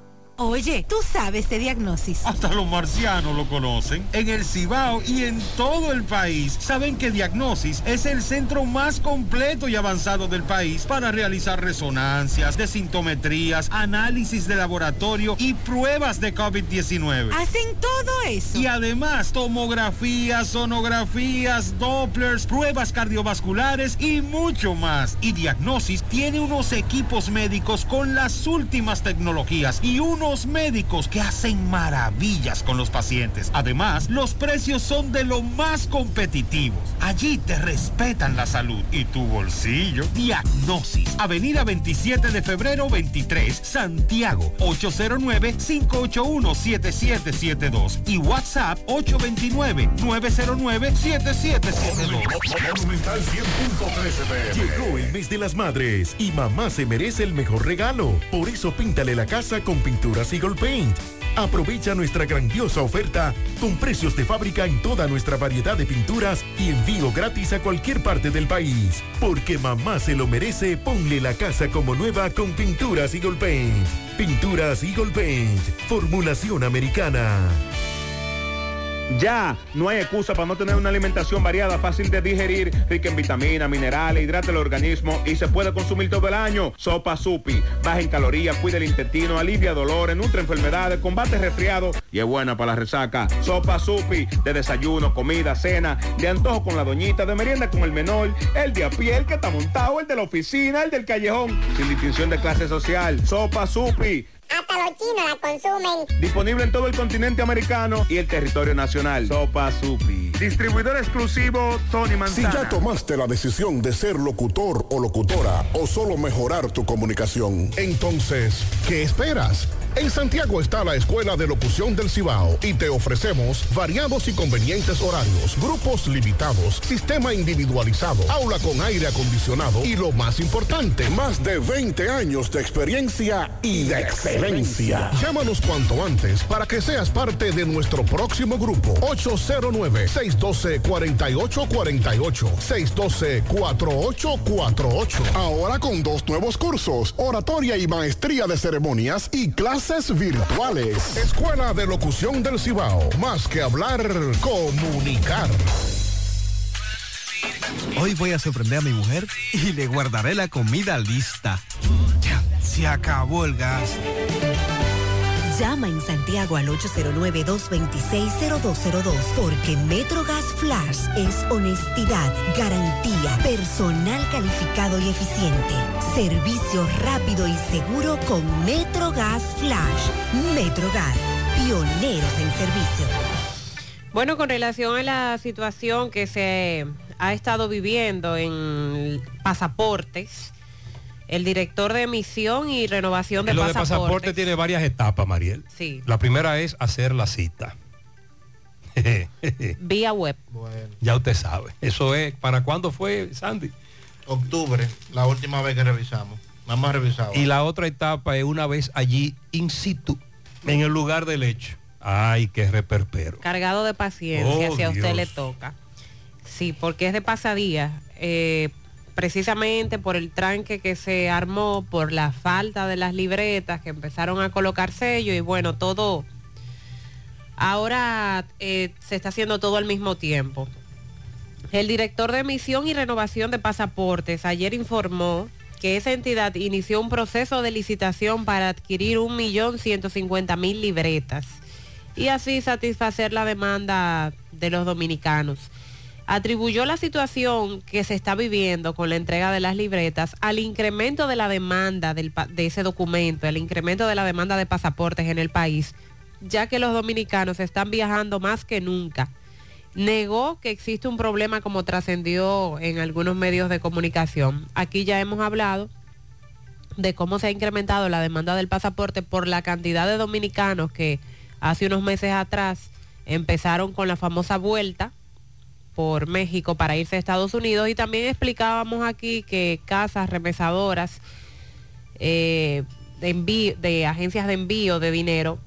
Oye, ¿tú sabes de Diagnosis? Hasta los marcianos lo conocen. En el Cibao y en todo el país saben que Diagnosis es el centro más completo y avanzado del país para realizar resonancias, desintometrías, análisis de laboratorio y pruebas de COVID diecinueve. ¿Hacen todo eso? Y además, tomografías, sonografías, Dopplers, pruebas cardiovasculares y mucho más. Y Diagnosis tiene unos equipos médicos con las últimas tecnologías y unos médicos que hacen maravillas con los pacientes. Además, los precios son de lo más competitivos. Allí te respetan la salud y tu bolsillo. Diagnosis, Avenida veintisiete de febrero veintitrés, Santiago, ocho cero nueve, cinco ocho uno, siete siete siete dos y WhatsApp ocho dos nueve, nueve cero nueve, siete siete siete dos. Monumental cien punto tres F M. Llegó el mes de las madres y mamá se merece el mejor regalo. Por eso píntale la casa con pintura Eagle Paint. Aprovecha nuestra grandiosa oferta con precios de fábrica en toda nuestra variedad de pinturas y envío gratis a cualquier parte del país. Porque mamá se lo merece, ponle la casa como nueva con Pinturas Eagle Paint. Pinturas Eagle Paint, formulación americana. Ya, no hay excusa para no tener una alimentación variada, fácil de digerir, rica en vitaminas, minerales, hidrata el organismo y se puede consumir todo el año. Sopa Supi, baja en calorías, cuida el intestino, alivia dolores, nutre enfermedades, combate resfriado y es buena para la resaca. Sopa Supi, de desayuno, comida, cena, de antojo con la doñita, de merienda con el menor, el de a pie, el que está montado, el de la oficina, el del callejón, sin distinción de clase social. Sopa Supi. Hasta los chinos la consumen. Disponible en todo el continente americano y el territorio nacional. Sopa Supi. Distribuidor exclusivo Tony Manzana. Si ya tomaste la decisión de ser locutor o locutora o solo mejorar tu comunicación, entonces, ¿qué esperas? En Santiago está la Escuela de Locución del Cibao y te ofrecemos variados y convenientes horarios, grupos limitados, sistema individualizado, aula con aire acondicionado y lo más importante, más de veinte años de experiencia y de excelencia. Llámanos cuanto antes para que seas parte de nuestro próximo grupo. ocho cero nueve, seis uno dos, cuatro ocho cuatro ocho, seis uno dos, cuatro ocho cuatro ocho. Ahora con dos nuevos cursos, oratoria y maestría de ceremonias y clases virtuales. Escuela de Locución del Cibao. Más que hablar, comunicar. Hoy voy a sorprender a mi mujer y le guardaré la comida lista. Ya, se acabó el gas. Llama en Santiago al ocho cero nueve, dos dos seis, cero dos cero dos porque Metrogas Flash es honestidad, garantía, personal calificado y eficiente, servicio rápido y seguro con Metrogas Flash. Metrogas, pioneros en servicio. Bueno, con relación a la situación que se ha estado viviendo en pasaportes, el director de emisión y renovación de lo pasaportes. de pasaporte tiene varias etapas, Mariel. Sí. La primera es hacer la cita. Vía web. Bueno. Ya usted sabe. Eso es, ¿para cuándo fue, Sandy? Octubre, la última vez que revisamos. Vamos a revisar ahora. Y la otra etapa es una vez allí in situ, en el lugar del hecho. Ay, qué reperpero. Cargado de paciencia, Oh, si a usted Dios. le toca. Sí, porque es de pasadía. Eh, precisamente por el tranque que se armó, por la falta de las libretas que empezaron a colocar sello y bueno, todo. Ahora eh, se está haciendo todo al mismo tiempo. El director de emisión y renovación de pasaportes ayer informó que esa entidad inició un proceso de licitación para adquirir un millón ciento cincuenta mil libretas y así satisfacer la demanda de los dominicanos. Atribuyó la situación que se está viviendo con la entrega de las libretas al incremento de la demanda del, de ese documento, el incremento de la demanda de pasaportes en el país, ya que los dominicanos están viajando más que nunca. Negó que existe un problema como trascendió en algunos medios de comunicación. Aquí ya hemos hablado de cómo se ha incrementado la demanda del pasaporte por la cantidad de dominicanos que hace unos meses atrás empezaron con la famosa vuelta por México para irse a Estados Unidos, y también explicábamos aquí que casas remesadoras eh, de, envío, de agencias de envío de dinero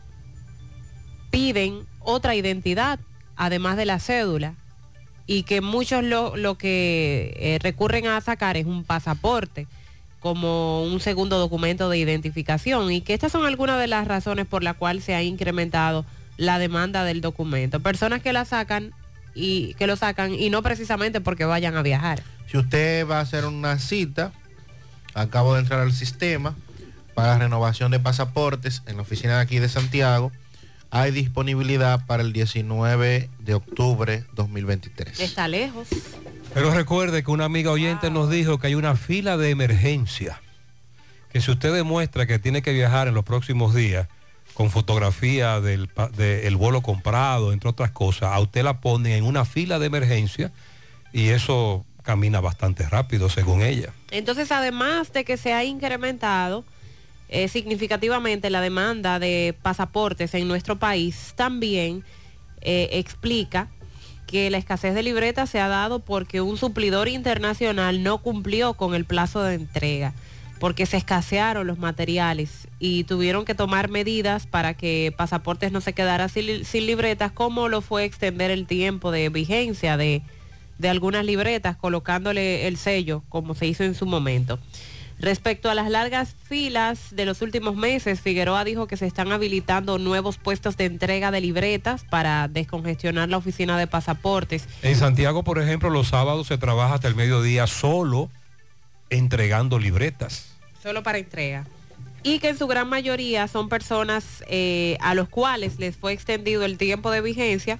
piden otra identidad además de la cédula, y que muchos lo, lo que eh, recurren a sacar es un pasaporte como un segundo documento de identificación, y que estas son algunas de las razones por las cuales se ha incrementado la demanda del documento. Personas que la sacan y que lo sacan y no precisamente porque vayan a viajar. Si usted va a hacer una cita, acabo de entrar al sistema para renovación de pasaportes en la oficina de aquí de Santiago, hay disponibilidad para el diecinueve de octubre dos mil veintitrés. Está lejos. Pero recuerde que una amiga oyente wow. nos dijo que hay una fila de emergencia, que si usted demuestra que tiene que viajar en los próximos días con fotografía del de el vuelo comprado, entre otras cosas, a usted la ponen en una fila de emergencia y eso camina bastante rápido, según ella. Entonces, además de que se ha incrementado eh, significativamente la demanda de pasaportes en nuestro país, también eh, explica que la escasez de libretas se ha dado porque un suplidor internacional no cumplió con el plazo de entrega, porque se escasearon los materiales y tuvieron que tomar medidas para que pasaportes no se quedaran sin, sin libretas, como lo fue extender el tiempo de vigencia de, de algunas libretas, colocándole el sello, como se hizo en su momento. Respecto a las largas filas de los últimos meses, Figueroa dijo que se están habilitando nuevos puestos de entrega de libretas para descongestionar la oficina de pasaportes. En Santiago, por ejemplo, los sábados se trabaja hasta el mediodía solo entregando libretas. Solo para entrega. Y que en su gran mayoría son personas eh, a los cuales les fue extendido el tiempo de vigencia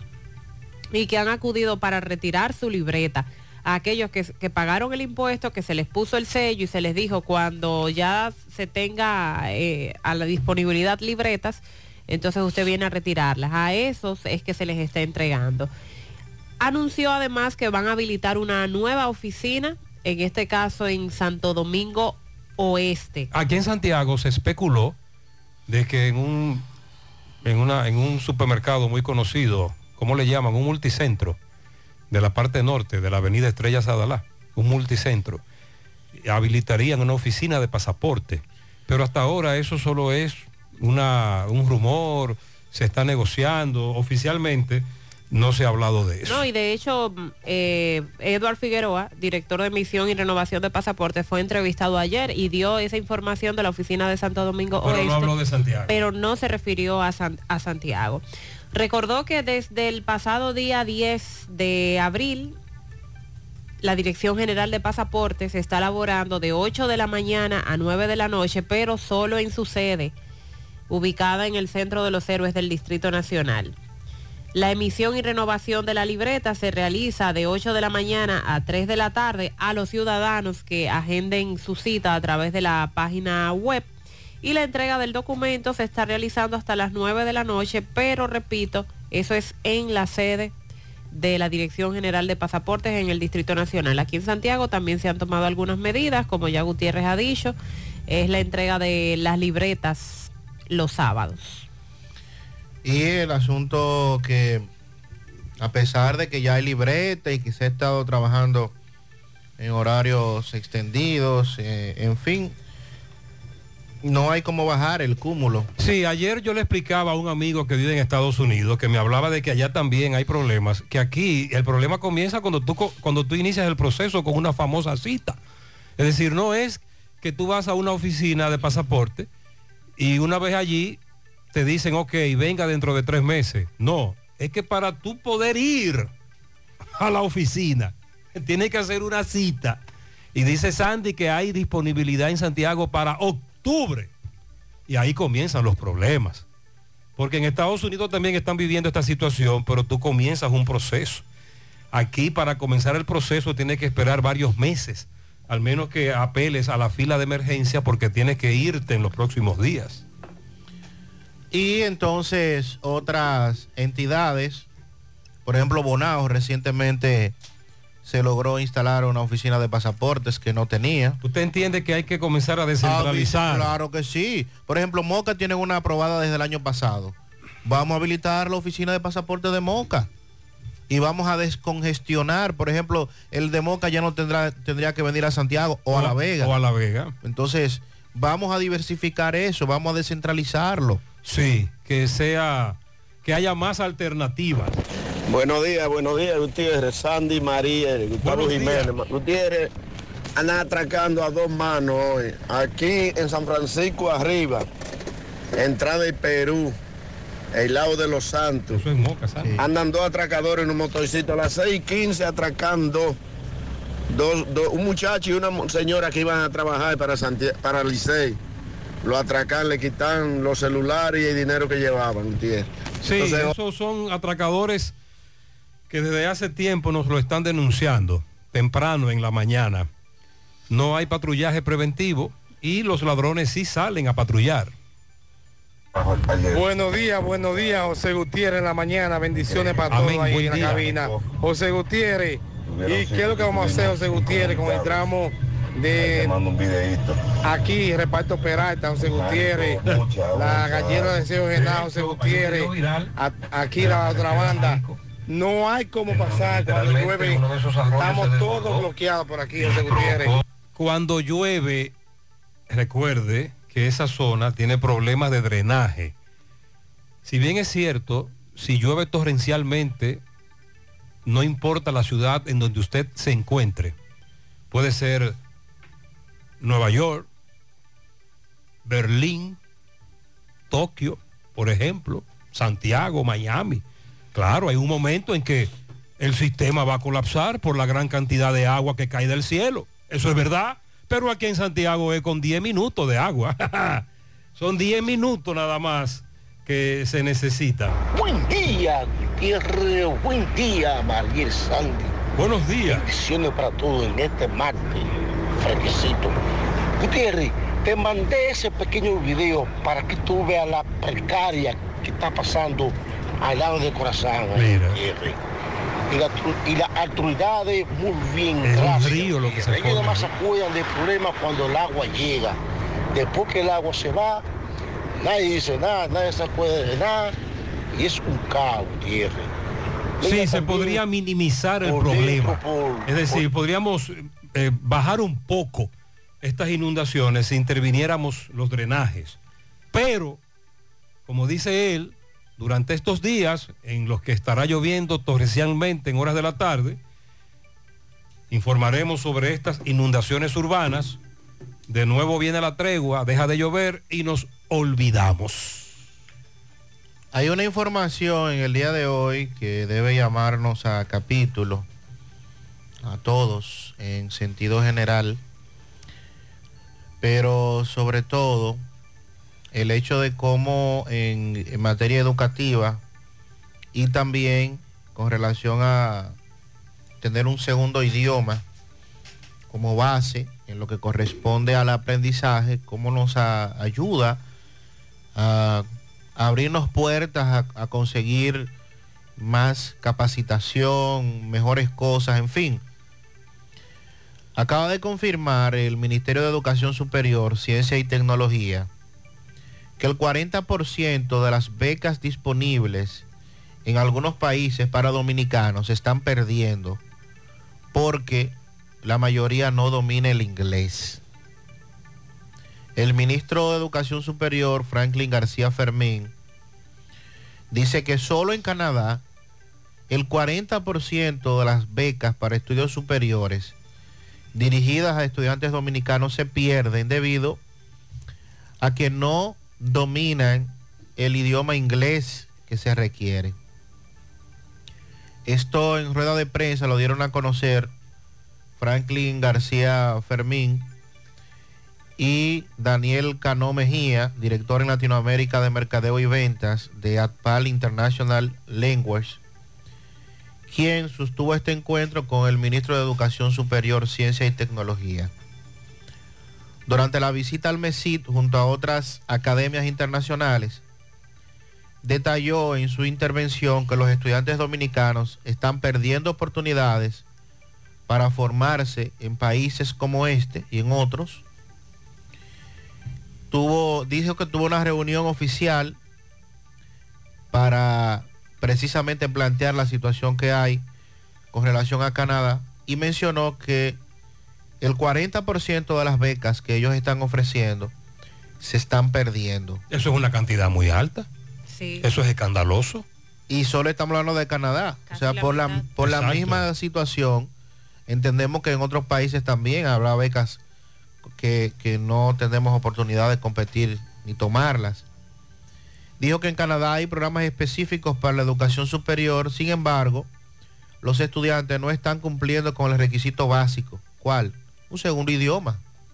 y que han acudido para retirar su libreta. A aquellos que, que pagaron el impuesto, que se les puso el sello y se les dijo cuando ya se tenga eh, a la disponibilidad libretas, entonces usted viene a retirarlas. A esos es que se les está entregando. Anunció además que van a habilitar una nueva oficina, en este caso en Santo Domingo Oeste. Aquí en Santiago se especuló de que en un, en una, en un supermercado muy conocido, ¿cómo le llaman? Un multicentro de la parte norte de la avenida Estrella Sadalá, un multicentro, habilitarían una oficina de pasaporte, pero hasta ahora eso solo es una, un rumor, se está negociando, oficialmente no se ha hablado de eso. No, y de hecho, eh, Eduard Figueroa, director de emisión y renovación de pasaportes, fue entrevistado ayer y dio esa información de la oficina de Santo Domingo pero Oeste. No habló de Santiago. Pero no se refirió a, San, a Santiago. Recordó que desde el pasado día diez de abril, la Dirección General de Pasaportes está laborando de ocho de la mañana a nueve de la noche, pero solo en su sede, ubicada en el Centro de los Héroes del Distrito Nacional. La emisión y renovación de la libreta se realiza de ocho de la mañana a tres de la tarde a los ciudadanos que agenden su cita a través de la página web, y la entrega del documento se está realizando hasta las nueve de la noche, pero repito, eso es en la sede de la Dirección General de Pasaportes en el Distrito Nacional. Aquí en Santiago también se han tomado algunas medidas, como ya Gutiérrez ha dicho, es la entrega de las libretas los sábados. Y el asunto que, a pesar de que ya hay libreta y que se ha estado trabajando en horarios extendidos, eh, en fin, no hay cómo bajar el cúmulo. Sí, ayer yo le explicaba a un amigo que vive en Estados Unidos, que me hablaba de que allá también hay problemas, que aquí el problema comienza cuando tú, cuando tú inicias el proceso con una famosa cita. Es decir, no es que tú vas a una oficina de pasaporte y una vez allí te dicen, ok, venga dentro de tres meses. No, es que para tú poder ir a la oficina, tienes que hacer una cita. Y dice Sandy que hay disponibilidad en Santiago para octubre. Y ahí comienzan los problemas. Porque en Estados Unidos también están viviendo esta situación, pero tú comienzas un proceso. Aquí para comenzar el proceso tienes que esperar varios meses, al menos que apeles a la fila de emergencia porque tienes que irte en los próximos días. Y entonces otras entidades, por ejemplo Bonao recientemente se logró instalar una oficina de pasaportes que no tenía. ¿Usted entiende que hay que comenzar a descentralizar? Ah, claro que sí. Por ejemplo, Moca tiene una aprobada desde el año pasado. Vamos a habilitar la oficina de pasaportes de Moca y vamos a descongestionar. Por ejemplo, el de Moca ya no tendrá tendría que venir a Santiago o, o a La Vega. O a La Vega. Entonces, vamos a diversificar eso, vamos a descentralizarlo. Sí, que sea, que haya más alternativas. Buenos días, buenos días, Gutiérrez, Sandy, María, Gustavo Jiménez. Gutiérrez anda atracando a dos manos hoy. Aquí en San Francisco arriba, entrada de Perú, el lado de Los Santos. Eso es Moca, ¿sabes? Andan dos atracadores en un motorcito a las seis y quince atracando dos, dos, un muchacho y una señora que iban a trabajar para, Santiago, para Licey. Lo atracan, le quitan los celulares y el dinero que llevaban, Gutiérrez. Sí, entonces, esos son atracadores que desde hace tiempo nos lo están denunciando, temprano en la mañana. No hay patrullaje preventivo y los ladrones sí salen a patrullar. Buenos días, buenos días, José Gutiérrez en la mañana, bendiciones para Amén, todos ahí buen en día. la cabina. José Gutiérrez, ¿y qué es lo que vamos a hacer, José Gutiérrez, con el tramo de aquí, reparto Peralta, José Gutiérrez, la gallera de Seo Genao, José Gutiérrez, a, aquí la otra banda? No hay cómo pasar cuando llueve, estamos todos bloqueados por aquí, José Gutiérrez. Cuando llueve, recuerde que esa zona tiene problemas de drenaje. Si bien es cierto, si llueve torrencialmente, no importa la ciudad en donde usted se encuentre. Puede ser Nueva York, Berlín, Tokio, por ejemplo, Santiago, Miami. Claro, hay un momento en que el sistema va a colapsar por la gran cantidad de agua que cae del cielo. Eso es verdad, pero aquí en Santiago es con diez minutos de agua. Son diez minutos nada más que se necesita. Buen día, Gutiérrez. Buen día, María Sandy. Buenos días. Bendiciones para todos en este martes fresquecito. Gutiérrez, te mandé ese pequeño video para que tú veas la precaria que está pasando al lado de Corazán. Mira. Gutiérrez. Y, la, y las autoridades muy bien, es gracias. Un río lo que se Ellos forma. además se acuerdan del problema cuando el agua llega. Después que el agua se va, nadie dice nada, nadie se acuerda de nada. Y es un caos, Gutiérrez. Sí, se podría minimizar el problema. Es decir, podríamos eh, bajar un poco estas inundaciones si interviniéramos los drenajes. Pero, como dice él, durante estos días en los que estará lloviendo torrencialmente en horas de la tarde, informaremos sobre estas inundaciones urbanas. De nuevo viene la tregua, deja de llover y nos olvidamos. Hay una información en el día de hoy que debe llamarnos a capítulo, a todos en sentido general, pero sobre todo el hecho de cómo en, en materia educativa y también con relación a tener un segundo idioma, como base en lo que corresponde al aprendizaje, cómo nos a, ayuda a, a abrirnos puertas, a, a conseguir más capacitación, mejores cosas, en fin. Acaba de confirmar el Ministerio de Educación Superior, Ciencia y Tecnología que el cuarenta por ciento de las becas disponibles en algunos países para dominicanos se están perdiendo porque la mayoría no domina el inglés. El ministro de Educación Superior, Franklin García Fermín, dice que solo en Canadá el cuarenta por ciento de las becas para estudios superiores dirigidas a estudiantes dominicanos se pierden debido a que no dominan el idioma inglés que se requiere. Esto en rueda de prensa lo dieron a conocer Franklin García Fermín y Daniel Cano Mejía, director en Latinoamérica de Mercadeo y Ventas de A T P A L International Language, quien sostuvo este encuentro con el ministro de Educación Superior, Ciencia y Tecnología. Durante la visita al MESIT junto a otras academias internacionales, detalló en su intervención que los estudiantes dominicanos están perdiendo oportunidades para formarse en países como este y en otros. Tuvo, dijo que tuvo una reunión oficial para precisamente plantear la situación que hay con relación a Canadá y mencionó que el cuarenta por ciento de las becas que ellos están ofreciendo se están perdiendo. Eso es una cantidad muy alta. Sí. Eso es escandaloso. Y solo estamos hablando de Canadá. Casi o sea, la por, la, por la misma situación, entendemos que en otros países también habrá becas que, que no tenemos oportunidad de competir ni tomarlas. Dijo que en Canadá hay programas específicos para la educación superior, sin embargo, los estudiantes no están cumpliendo con el requisito básico. ¿Cuál? Un segundo idioma.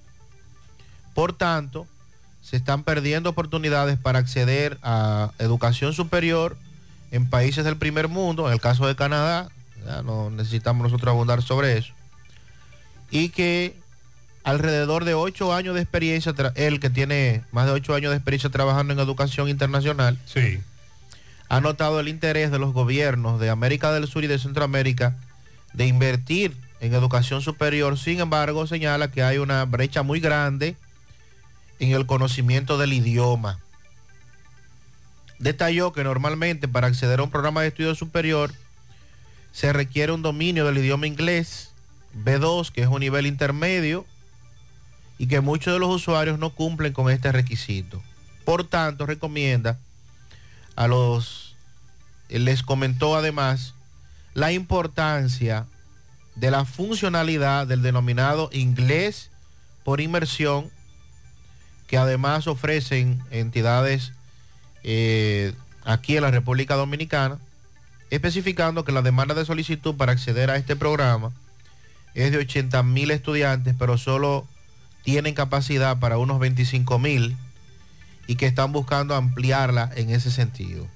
Por tanto, se están perdiendo oportunidades para acceder a educación superior en países del primer mundo, en el caso de Canadá, ya no necesitamos nosotros abundar sobre eso, y que alrededor de ocho años de experiencia, él que tiene más de ocho años de experiencia trabajando en educación internacional, sí, ha notado el interés de los gobiernos de América del Sur y de Centroamérica de invertir en educación superior. Sin embargo, señala que hay una brecha muy grande en el conocimiento del idioma. Detalló que normalmente para acceder a un programa de estudio superior se requiere un dominio del idioma inglés B dos, que es un nivel intermedio, y que muchos de los usuarios no cumplen con este requisito. Por tanto, recomienda a los, les comentó además la importancia de la funcionalidad del denominado inglés por inmersión, que además ofrecen entidades eh, aquí en la República Dominicana, especificando que la demanda de solicitud para acceder a este programa es de ochenta mil estudiantes, pero solo tienen capacidad para unos veinticinco mil y que están buscando ampliarla en ese sentido.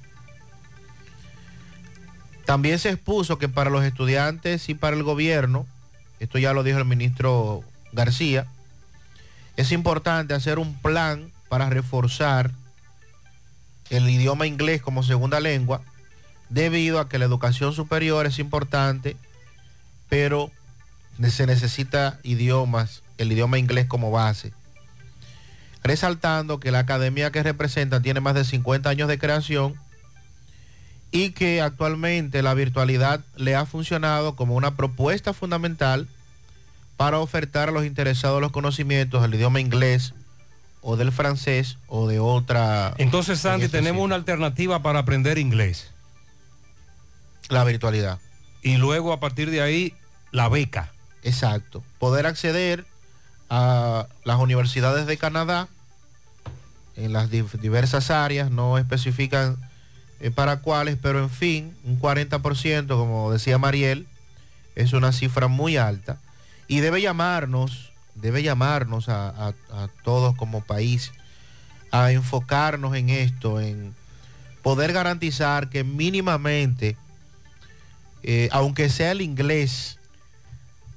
También se expuso que para los estudiantes y para el gobierno, esto ya lo dijo el ministro García, es importante hacer un plan para reforzar el idioma inglés como segunda lengua, debido a que la educación superior es importante, pero se necesita idiomas, el idioma inglés como base. Resaltando que la academia que representa tiene más de cincuenta años de creación y que actualmente la virtualidad le ha funcionado como una propuesta fundamental para ofertar a los interesados los conocimientos del idioma inglés o del francés o de otra... Entonces, Sandy, este tenemos sitio. Una alternativa para aprender inglés. La virtualidad. Y luego, a partir de ahí, la beca. Exacto. Poder acceder a las universidades de Canadá en las diversas áreas, no especifican eh, para cuáles, pero en fin, un cuarenta por ciento, como decía Mariel, es una cifra muy alta y debe llamarnos, debe llamarnos a, a, a todos como país a enfocarnos en esto, en poder garantizar que mínimamente, eh, aunque sea el inglés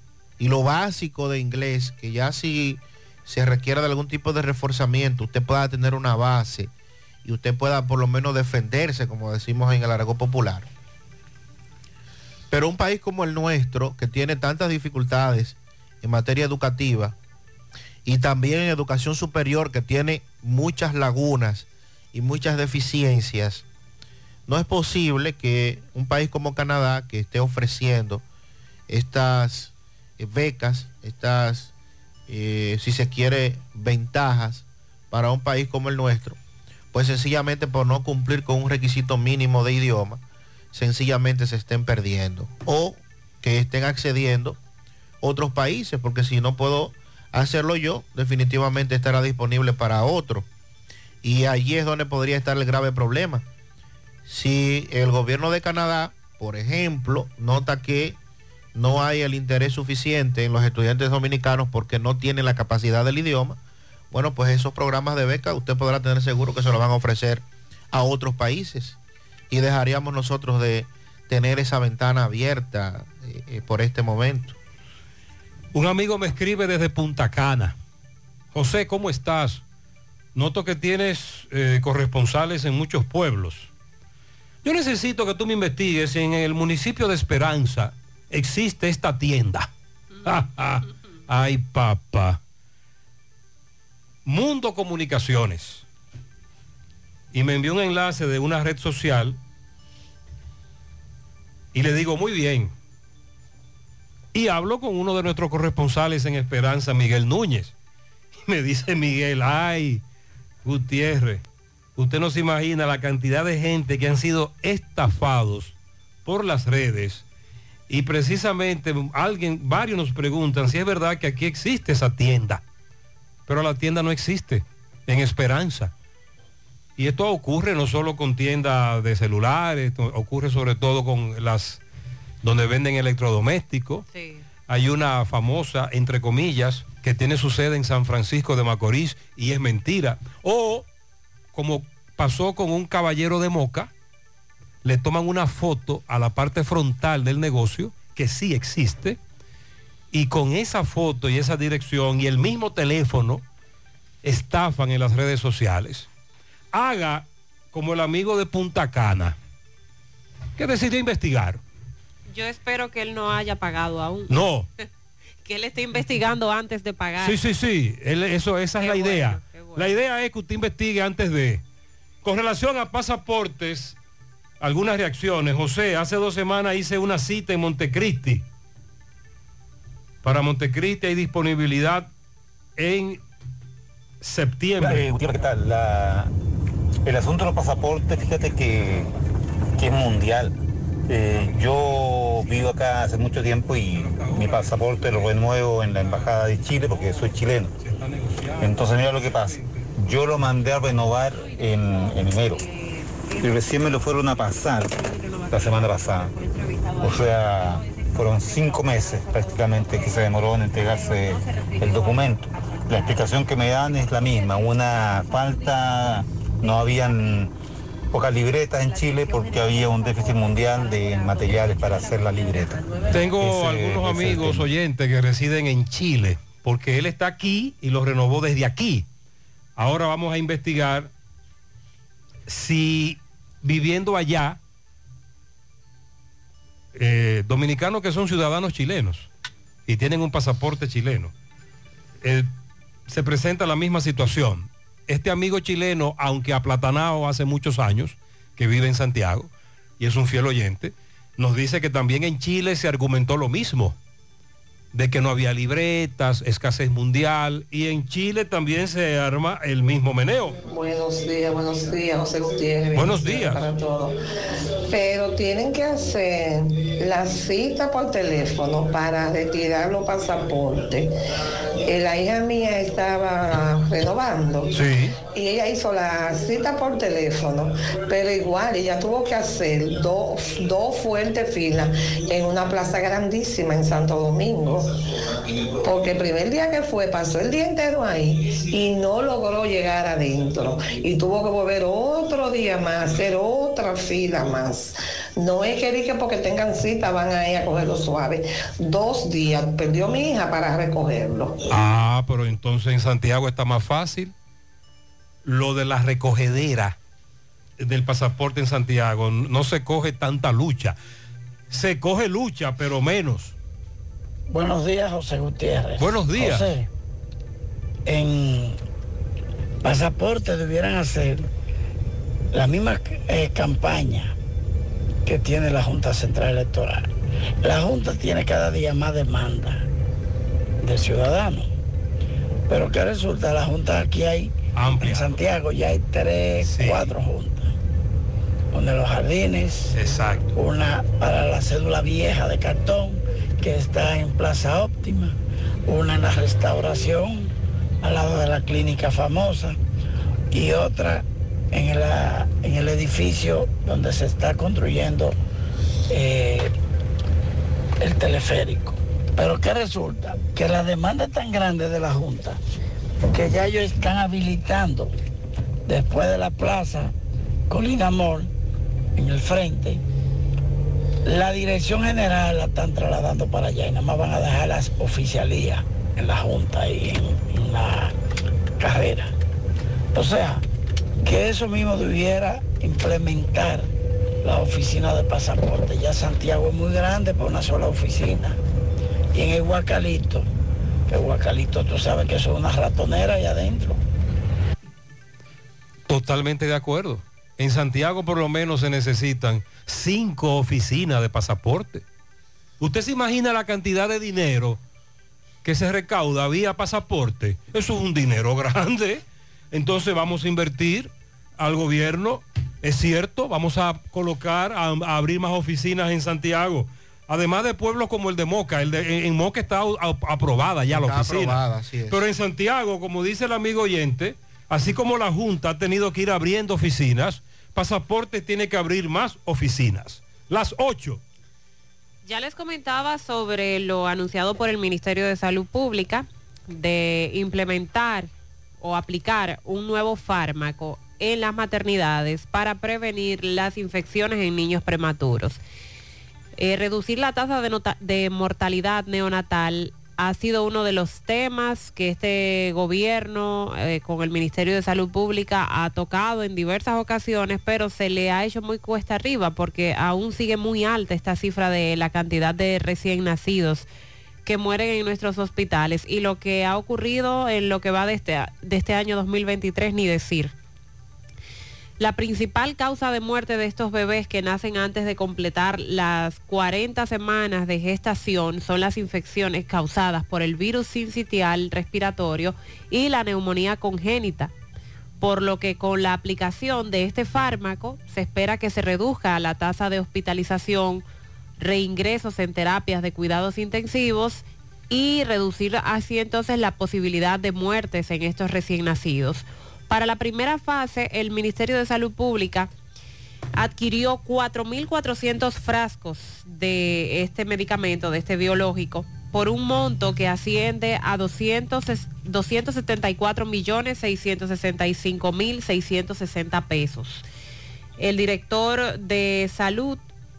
y lo básico de inglés, que ya si se requiere de algún tipo de reforzamiento, usted pueda tener una base y usted pueda por lo menos defenderse, como decimos en el argot popular. Pero un país como el nuestro, que tiene tantas dificultades en materia educativa y también en educación superior, que tiene muchas lagunas y muchas deficiencias, no es posible que un país como Canadá, que esté ofreciendo estas eh, becas, estas, eh, si se quiere, ventajas para un país como el nuestro, pues sencillamente por no cumplir con un requisito mínimo de idioma, sencillamente se estén perdiendo, o que estén accediendo otros países, porque si no puedo hacerlo yo, definitivamente estará disponible para otro. Y allí es donde podría estar el grave problema. Si el gobierno de Canadá, por ejemplo, nota que no hay el interés suficiente en los estudiantes dominicanos porque no tienen la capacidad del idioma, bueno, pues esos programas de beca usted podrá tener seguro que se los van a ofrecer a otros países y dejaríamos nosotros de tener esa ventana abierta eh, eh, por este momento. Un amigo me escribe desde Punta Cana. José, ¿cómo estás? Noto que tienes eh, corresponsales en muchos pueblos. Yo necesito que tú me investigues si en el municipio de Esperanza existe esta tienda. Ay, papá. Mundo Comunicaciones. Y me envió un enlace de una red social y le digo, muy bien. Y hablo con uno de nuestros corresponsales en Esperanza, Miguel Núñez. Y me dice Miguel, ay, Gutiérrez, usted no se imagina la cantidad de gente que han sido estafados por las redes. Y precisamente alguien, varios nos preguntan si es verdad que aquí existe esa tienda. Pero la tienda no existe en Esperanza. Y esto ocurre no solo con tiendas de celulares, ocurre sobre todo con las donde venden electrodomésticos. Sí. Hay una famosa, entre comillas, que tiene su sede en San Francisco de Macorís y es mentira. O, como pasó con un caballero de Moca, le toman una foto a la parte frontal del negocio, que sí existe, y con esa foto y esa dirección y el mismo teléfono, estafan en las redes sociales. Haga como el amigo de Punta Cana, que decidió investigar. Yo espero que él no haya pagado aún. No. Que él esté investigando antes de pagar. Sí, sí, sí. Él, eso, esa qué es la bueno, idea. Bueno. La idea es que usted investigue antes de. Con relación a pasaportes, algunas reacciones. José, hace dos semanas hice una cita en Montecristi. Para Montecristi hay disponibilidad en septiembre. Eh, ¿Qué tal? La, el asunto de los pasaportes, fíjate que, que es mundial. Eh, yo vivo acá hace mucho tiempo y mi pasaporte lo renuevo en la embajada de Chile porque soy chileno. Entonces mira lo que pasa. Yo lo mandé a renovar en, en enero y recién me lo fueron a pasar la semana pasada. O sea, fueron cinco meses prácticamente que se demoró en entregarse el documento. La explicación que me dan es la misma, una falta, no habían pocas libretas en Chile porque había un déficit mundial de materiales para hacer la libreta. Tengo ese, algunos amigos oyentes que residen en Chile, porque él está aquí y lo renovó desde aquí. Ahora vamos a investigar si viviendo allá, eh, dominicanos que son ciudadanos chilenos y tienen un pasaporte chileno, eh, se presenta la misma situación. Este amigo chileno, aunque aplatanado hace muchos años, que vive en Santiago y es un fiel oyente, nos dice que también en Chile se argumentó lo mismo, de que no había libretas, escasez mundial, y en Chile también se arma el mismo meneo. Buenos días, buenos días, José Gutiérrez. Buenos días. Para todos. Pero tienen que hacer la cita por teléfono para retirar los pasaportes. Eh, la hija mía estaba renovando. Sí. Y ella hizo la cita por teléfono, pero igual ella tuvo que hacer dos, dos fuertes filas en una plaza grandísima en Santo Domingo. Porque el primer día que fue pasó el día entero ahí y no logró llegar adentro y tuvo que volver otro día más, hacer otra fila más No es que diga porque tengan cita van a ir a cogerlo suave. Dos días perdió mi hija para recogerlo. Ah, pero entonces en Santiago está más fácil. Lo de la recogedera del pasaporte en Santiago, no se coge tanta lucha. Se coge lucha, pero menos. Buenos días, José Gutiérrez. Buenos días. José, en pasaporte debieran hacer la misma eh, campaña que tiene la Junta Central Electoral. La Junta tiene cada día más demanda de ciudadanos. Pero ¿qué resulta? La Junta aquí hay, amplia. En Santiago ya hay tres, sí. cuatro juntas. Una en los jardines, exacto. Una para la cédula vieja de cartón, que está en Plaza Óptima, una en la Restauración, al lado de la clínica famosa, y otra en el, en el edificio donde se está construyendo eh, el teleférico. Pero ¿qué resulta? Que la demanda es tan grande de la Junta, que ya ellos están habilitando, después de la plaza Colina Mall, en el frente, la dirección general la están trasladando para allá y nada más van a dejar las oficialías en la Junta y en, en la carrera. O sea, que eso mismo debiera implementar la oficina de pasaporte. Ya Santiago es muy grande para una sola oficina. Y en el Guacalito, el Guacalito tú sabes que eso es una ratonera ahí adentro. Totalmente de acuerdo. En Santiago por lo menos se necesitan cinco oficinas de pasaporte. ¿Usted se imagina la cantidad de dinero que se recauda vía pasaporte? Eso es un dinero grande. Entonces vamos a invertir al gobierno. Es cierto, vamos a colocar, a, a abrir más oficinas en Santiago. Además de pueblos como el de Moca. El de, en Moca está a, a, aprobada ya está la oficina. Aprobada, así es. Pero en Santiago, como dice el amigo oyente, así como la Junta ha tenido que ir abriendo oficinas, Pasaporte tiene que abrir más oficinas. Las ocho. Ya les comentaba sobre lo anunciado por el Ministerio de Salud Pública de implementar o aplicar un nuevo fármaco en las maternidades para prevenir las infecciones en niños prematuros. Eh, reducir la tasa de, nota- de mortalidad neonatal ha sido uno de los temas que este gobierno eh, con el Ministerio de Salud Pública ha tocado en diversas ocasiones, pero se le ha hecho muy cuesta arriba porque aún sigue muy alta esta cifra de la cantidad de recién nacidos que mueren en nuestros hospitales, y lo que ha ocurrido en lo que va de este, de este año dos mil veintitrés ni decir. La principal causa de muerte de estos bebés que nacen antes de completar las cuarenta semanas de gestación son las infecciones causadas por el virus sincitial respiratorio y la neumonía congénita, por lo que con la aplicación de este fármaco se espera que se reduzca la tasa de hospitalización, reingresos en terapias de cuidados intensivos y reducir así entonces la posibilidad de muertes en estos recién nacidos. Para la primera fase, el Ministerio de Salud Pública adquirió cuatro mil cuatrocientos frascos de este medicamento, de este biológico, por un monto que asciende a doscientos setenta y cuatro millones seiscientos sesenta y cinco mil seiscientos sesenta pesos. El director de Salud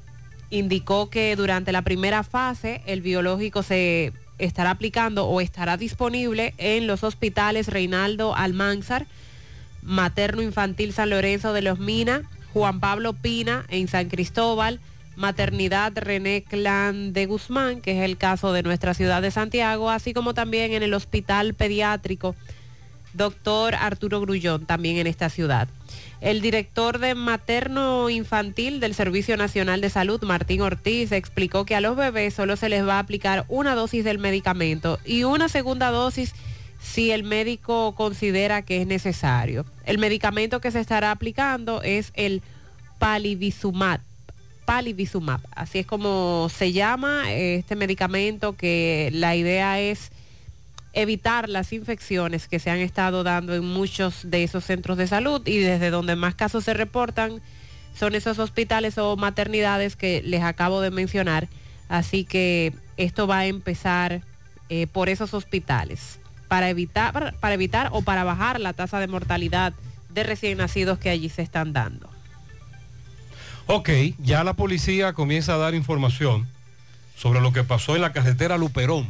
indicó que durante la primera fase el biológico se estará aplicando o estará disponible en los hospitales Reinaldo Almanzar, Materno Infantil San Lorenzo de los Minas, Juan Pablo Pina en San Cristóbal, Maternidad René Clan de Guzmán, que es el caso de nuestra ciudad de Santiago, así como también en el Hospital Pediátrico Doctor Arturo Grullón, también en esta ciudad. El director de Materno Infantil del Servicio Nacional de Salud, Martín Ortiz, explicó que a los bebés solo se les va a aplicar una dosis del medicamento y una segunda dosis si el médico considera que es necesario. El medicamento que se estará aplicando es el Palivizumab. Palivizumab, así es como se llama este medicamento, que la idea es evitar las infecciones que se han estado dando en muchos de esos centros de salud, y desde donde más casos se reportan son esos hospitales o maternidades que les acabo de mencionar. Así que esto va a empezar eh, por esos hospitales para evitar, para evitar o para bajar la tasa de mortalidad de recién nacidos que allí se están dando. Ok, ya la policía comienza a dar información sobre lo que pasó en la carretera Luperón.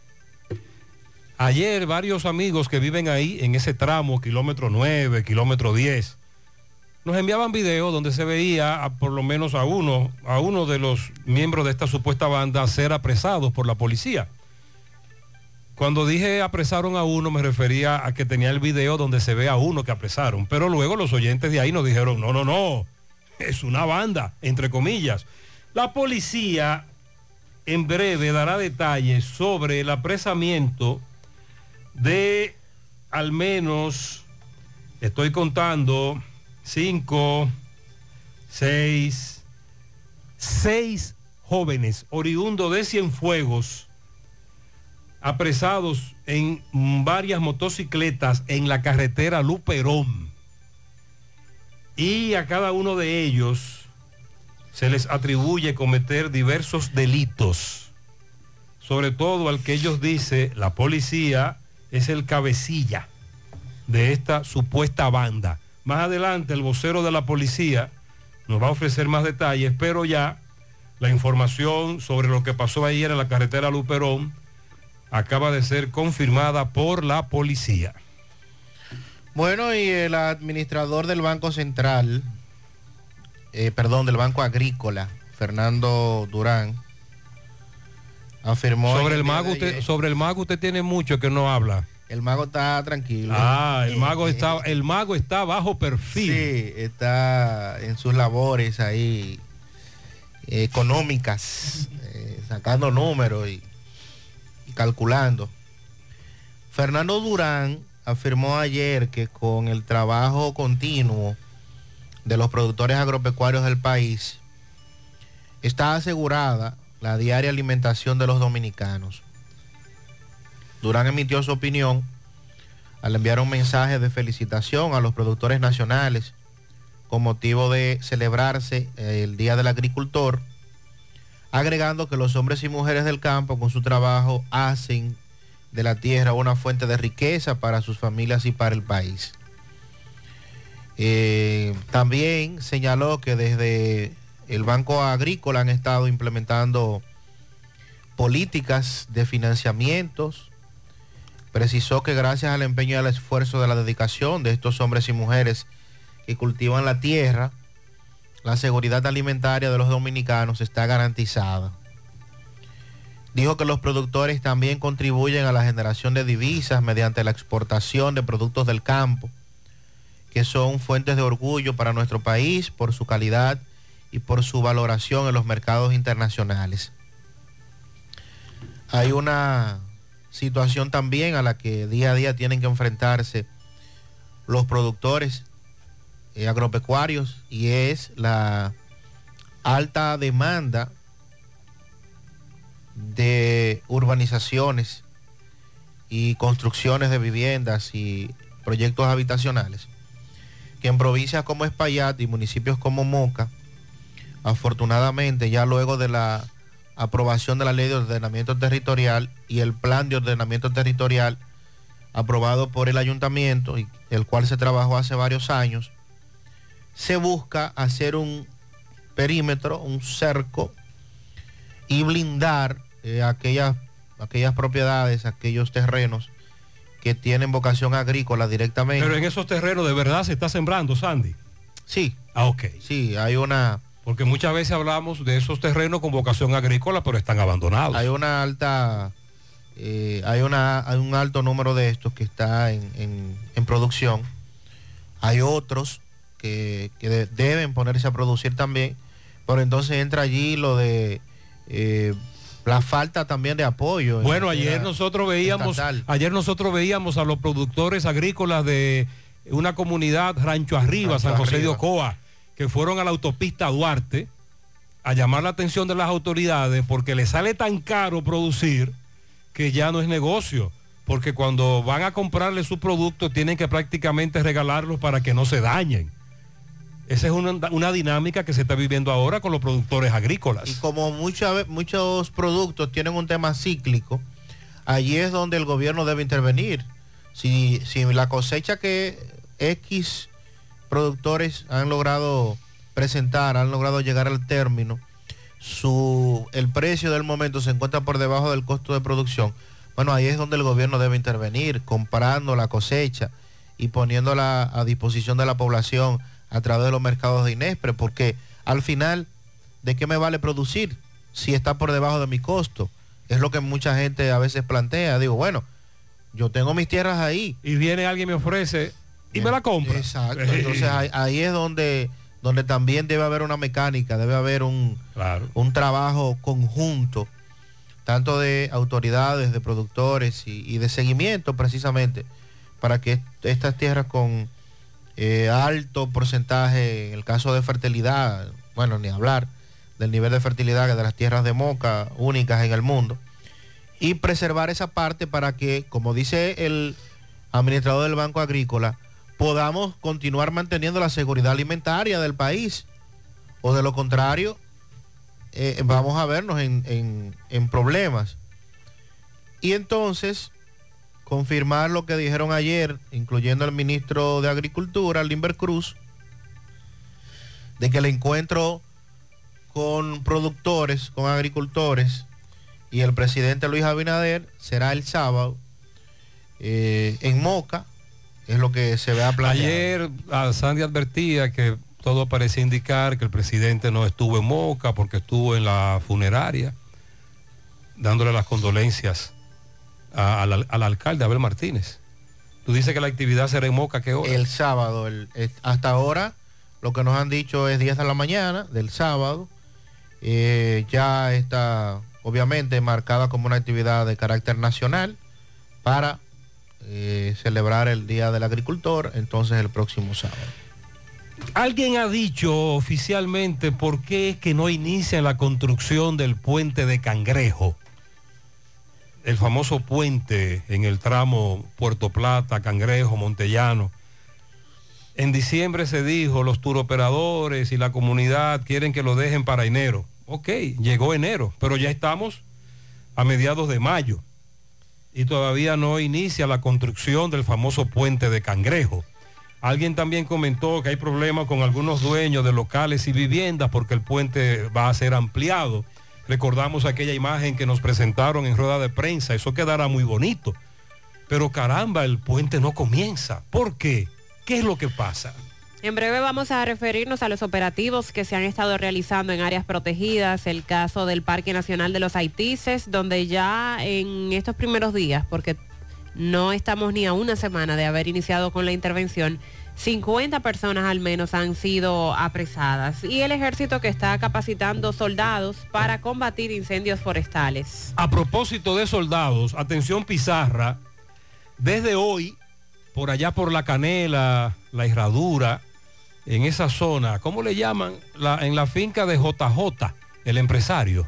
Ayer varios amigos que viven ahí en ese tramo, kilómetro nueve, kilómetro diez, nos enviaban videos donde se veía a, por lo menos a uno, a uno de los miembros de esta supuesta banda ser apresados por la policía. Cuando dije apresaron a uno me refería a que tenía el video donde se ve a uno que apresaron, pero luego los oyentes de ahí nos dijeron, no, no, no, es una banda, entre comillas. La policía en breve dará detalles sobre el apresamiento de al menos, estoy contando, cinco, seis, seis jóvenes oriundos de Cienfuegos, apresados en varias motocicletas en la carretera Luperón. Y a cada uno de ellos se les atribuye cometer diversos delitos. Sobre todo al que ellos dicen, la policía es el cabecilla de esta supuesta banda. Más adelante el vocero de la policía nos va a ofrecer más detalles, pero ya la información sobre lo que pasó ayer en la carretera Luperón acaba de ser confirmada por la policía. Bueno, y el administrador del Banco Central, eh, perdón, del Banco Agrícola, Fernando Durán, afirmó... Sobre el mago usted, sobre el mago usted tiene mucho que no habla. El mago está tranquilo. Ah, el mago está, el mago está bajo perfil. Sí, está en sus labores ahí eh, económicas, eh, sacando números y, y calculando. Fernando Durán afirmó ayer que con el trabajo continuo de los productores agropecuarios del país está asegurada la diaria alimentación de los dominicanos. Durán emitió su opinión al enviar un mensaje de felicitación a los productores nacionales con motivo de celebrarse el Día del Agricultor, agregando que los hombres y mujeres del campo con su trabajo hacen de la tierra una fuente de riqueza para sus familias y para el país. Eh, también señaló que desde el Banco Agrícola han estado implementando políticas de financiamientos. Precisó que gracias al empeño y al esfuerzo de la dedicación de estos hombres y mujeres que cultivan la tierra, la seguridad alimentaria de los dominicanos está garantizada. Dijo que los productores también contribuyen a la generación de divisas mediante la exportación de productos del campo, que son fuentes de orgullo para nuestro país por su calidad y por su valoración en los mercados internacionales. Hay una situación también a la que día a día tienen que enfrentarse los productores eh, agropecuarios, y es la alta demanda de urbanizaciones y construcciones de viviendas y proyectos habitacionales, que en provincias como Espaillat y municipios como Moca, afortunadamente ya luego de la aprobación de la ley de ordenamiento territorial y el plan de ordenamiento territorial aprobado por el ayuntamiento, y el cual se trabajó hace varios años, se busca hacer un perímetro, un cerco y blindar eh, aquellas, aquellas propiedades, aquellos terrenos que tienen vocación agrícola directamente. Pero en esos terrenos de verdad se está sembrando, Sandy. Sí. Ah, ok. Sí, hay una... Porque muchas veces hablamos de esos terrenos con vocación agrícola, pero están abandonados. Hay una alta, eh, hay, una, hay un alto número de estos que está en, en, en producción. Hay otros que, que de, deben ponerse a producir también, pero entonces entra allí lo de eh, la falta también de apoyo. Bueno, ayer nosotros veíamos, estatal. ayer nosotros veíamos a los productores agrícolas de una comunidad Rancho Arriba, Rancho San José Arriba. de Ocoa, que fueron a la autopista Duarte a llamar la atención de las autoridades porque les sale tan caro producir que ya no es negocio, porque cuando van a comprarle sus productos tienen que prácticamente regalarlos para que no se dañen. Esa es una, una dinámica que se está viviendo ahora con los productores agrícolas. Y como mucha, muchos productos tienen un tema cíclico, allí es donde el gobierno debe intervenir. Si, si la cosecha que X productores han logrado presentar, han logrado llegar al término, su, el precio del momento se encuentra por debajo del costo de producción, bueno, ahí es donde el gobierno debe intervenir, comprando la cosecha y poniéndola a disposición de la población a través de los mercados de Inespre, porque al final, ¿de qué me vale producir si está por debajo de mi costo? Es lo que mucha gente a veces plantea. Digo, bueno, yo tengo mis tierras ahí. Y viene alguien me ofrece y me la compra. Exacto. Entonces ahí, ahí es donde, donde también debe haber una mecánica, debe haber un, claro. un trabajo conjunto, tanto de autoridades, de productores y, y de seguimiento precisamente, para que estas tierras con eh, alto porcentaje, en el caso de fertilidad, bueno, ni hablar del nivel de fertilidad de las tierras de Moca, únicas en el mundo, y preservar esa parte para que, como dice el administrador del Banco Agrícola, podamos continuar manteniendo la seguridad alimentaria del país, o de lo contrario, eh, vamos a vernos en, en, en problemas. Y entonces, confirmar lo que dijeron ayer, incluyendo el ministro de Agricultura, Limber Cruz, de que el encuentro con productores, con agricultores y el presidente Luis Abinader será el sábado eh, en Moca, es lo que se ve a planear. Ayer a Sandy advertía que todo parecía indicar que el presidente no estuvo en Moca porque estuvo en la funeraria dándole las condolencias a, a la, al alcalde Abel Martínez. Tú dices que la actividad será en Moca, ¿qué hora? El sábado, el, el, hasta ahora lo que nos han dicho es diez de la mañana del sábado. Eh, ya está obviamente marcada como una actividad de carácter nacional para eh, celebrar el Día del Agricultor, entonces el próximo sábado. ¿Alguien ha dicho oficialmente por qué es que no inicia la construcción del puente de Cangrejo? El famoso puente en el tramo Puerto Plata, Cangrejo, Montellano. En diciembre se dijo, los turoperadores y la comunidad quieren que lo dejen para enero. Ok, llegó enero, pero ya estamos a mediados de mayo y todavía no inicia la construcción del famoso puente de Cangrejo. Alguien también comentó que hay problemas con algunos dueños de locales y viviendas porque el puente va a ser ampliado. Recordamos aquella imagen que nos presentaron en rueda de prensa, eso quedará muy bonito. Pero caramba, el puente no comienza. ¿Por qué? ¿Qué es lo que pasa? En breve vamos a referirnos a los operativos que se han estado realizando en áreas protegidas, el caso del Parque Nacional de los Haitises, donde ya en estos primeros días, porque no estamos ni a una semana de haber iniciado con la intervención, cincuenta personas al menos han sido apresadas. Y el ejército que está capacitando soldados para combatir incendios forestales. A propósito de soldados, atención Pizarra, desde hoy, por allá por La Canela, La Herradura, en esa zona, ¿cómo le llaman? La, en la finca de J J, el empresario,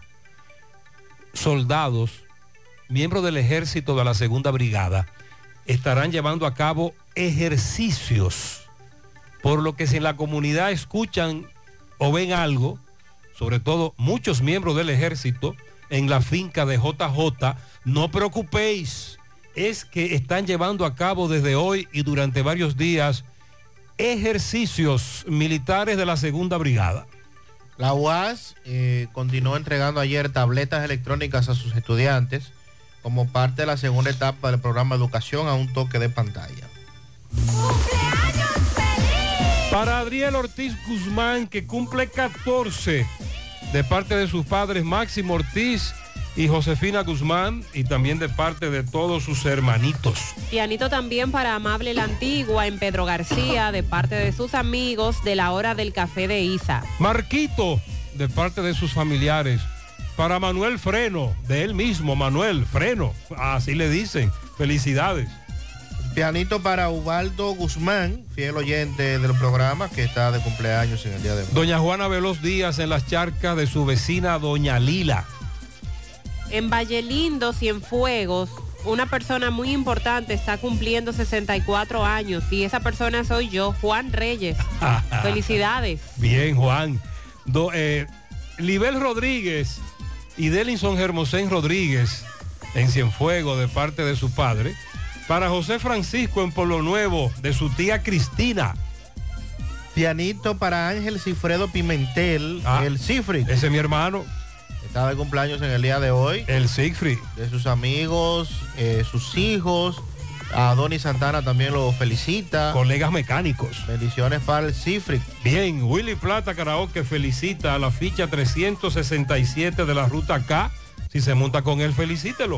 soldados, miembros del ejército de la segunda brigada, estarán llevando a cabo ejercicios, por lo que si en la comunidad escuchan o ven algo, sobre todo muchos miembros del ejército, en la finca de J J, no preocupéis, es que están llevando a cabo desde hoy y durante varios días ejercicios militares de la segunda brigada. La U A S eh, continuó entregando ayer tabletas electrónicas a sus estudiantes como parte de la segunda etapa del programa Educación a un toque de pantalla. ¡Cumpleaños feliz! Para Adriel Ortiz Guzmán, que cumple catorce, de parte de sus padres Máximo Ortiz y Josefina Guzmán, y también de parte de todos sus hermanitos. Pianito también para Amable la Antigua en Pedro García, de parte de sus amigos de la hora del café de Isa. Marquito, de parte de sus familiares. Para Manuel Freno, de él mismo, Manuel Freno, así le dicen. Felicidades. Pianito para Ubaldo Guzmán, fiel oyente del programa, que está de cumpleaños en el día de hoy. Doña Juana Veloz Díaz en las charcas de su vecina Doña Lila. En Valle Lindo, Cienfuegos, una persona muy importante está cumpliendo sesenta y cuatro años y esa persona soy yo, Juan Reyes. Felicidades. Bien, Juan. Do, eh, Libel Rodríguez y Delinson Hermosén Rodríguez en Cienfuegos de parte de su padre. Para José Francisco en Polo Nuevo de su tía Cristina. Pianito para Ángel Cifredo Pimentel, Ah, el Cifri. Ese es mi hermano. Está de cumpleaños en el día de hoy. El Siegfried. De sus amigos, eh, sus hijos. A Donny Santana también lo felicita. Colegas mecánicos. Bendiciones para el Cifri. Bien, Willy Plata Karaoke felicita a la ficha trescientos sesenta y siete de la ruta K. Si se monta con él, felicítelo.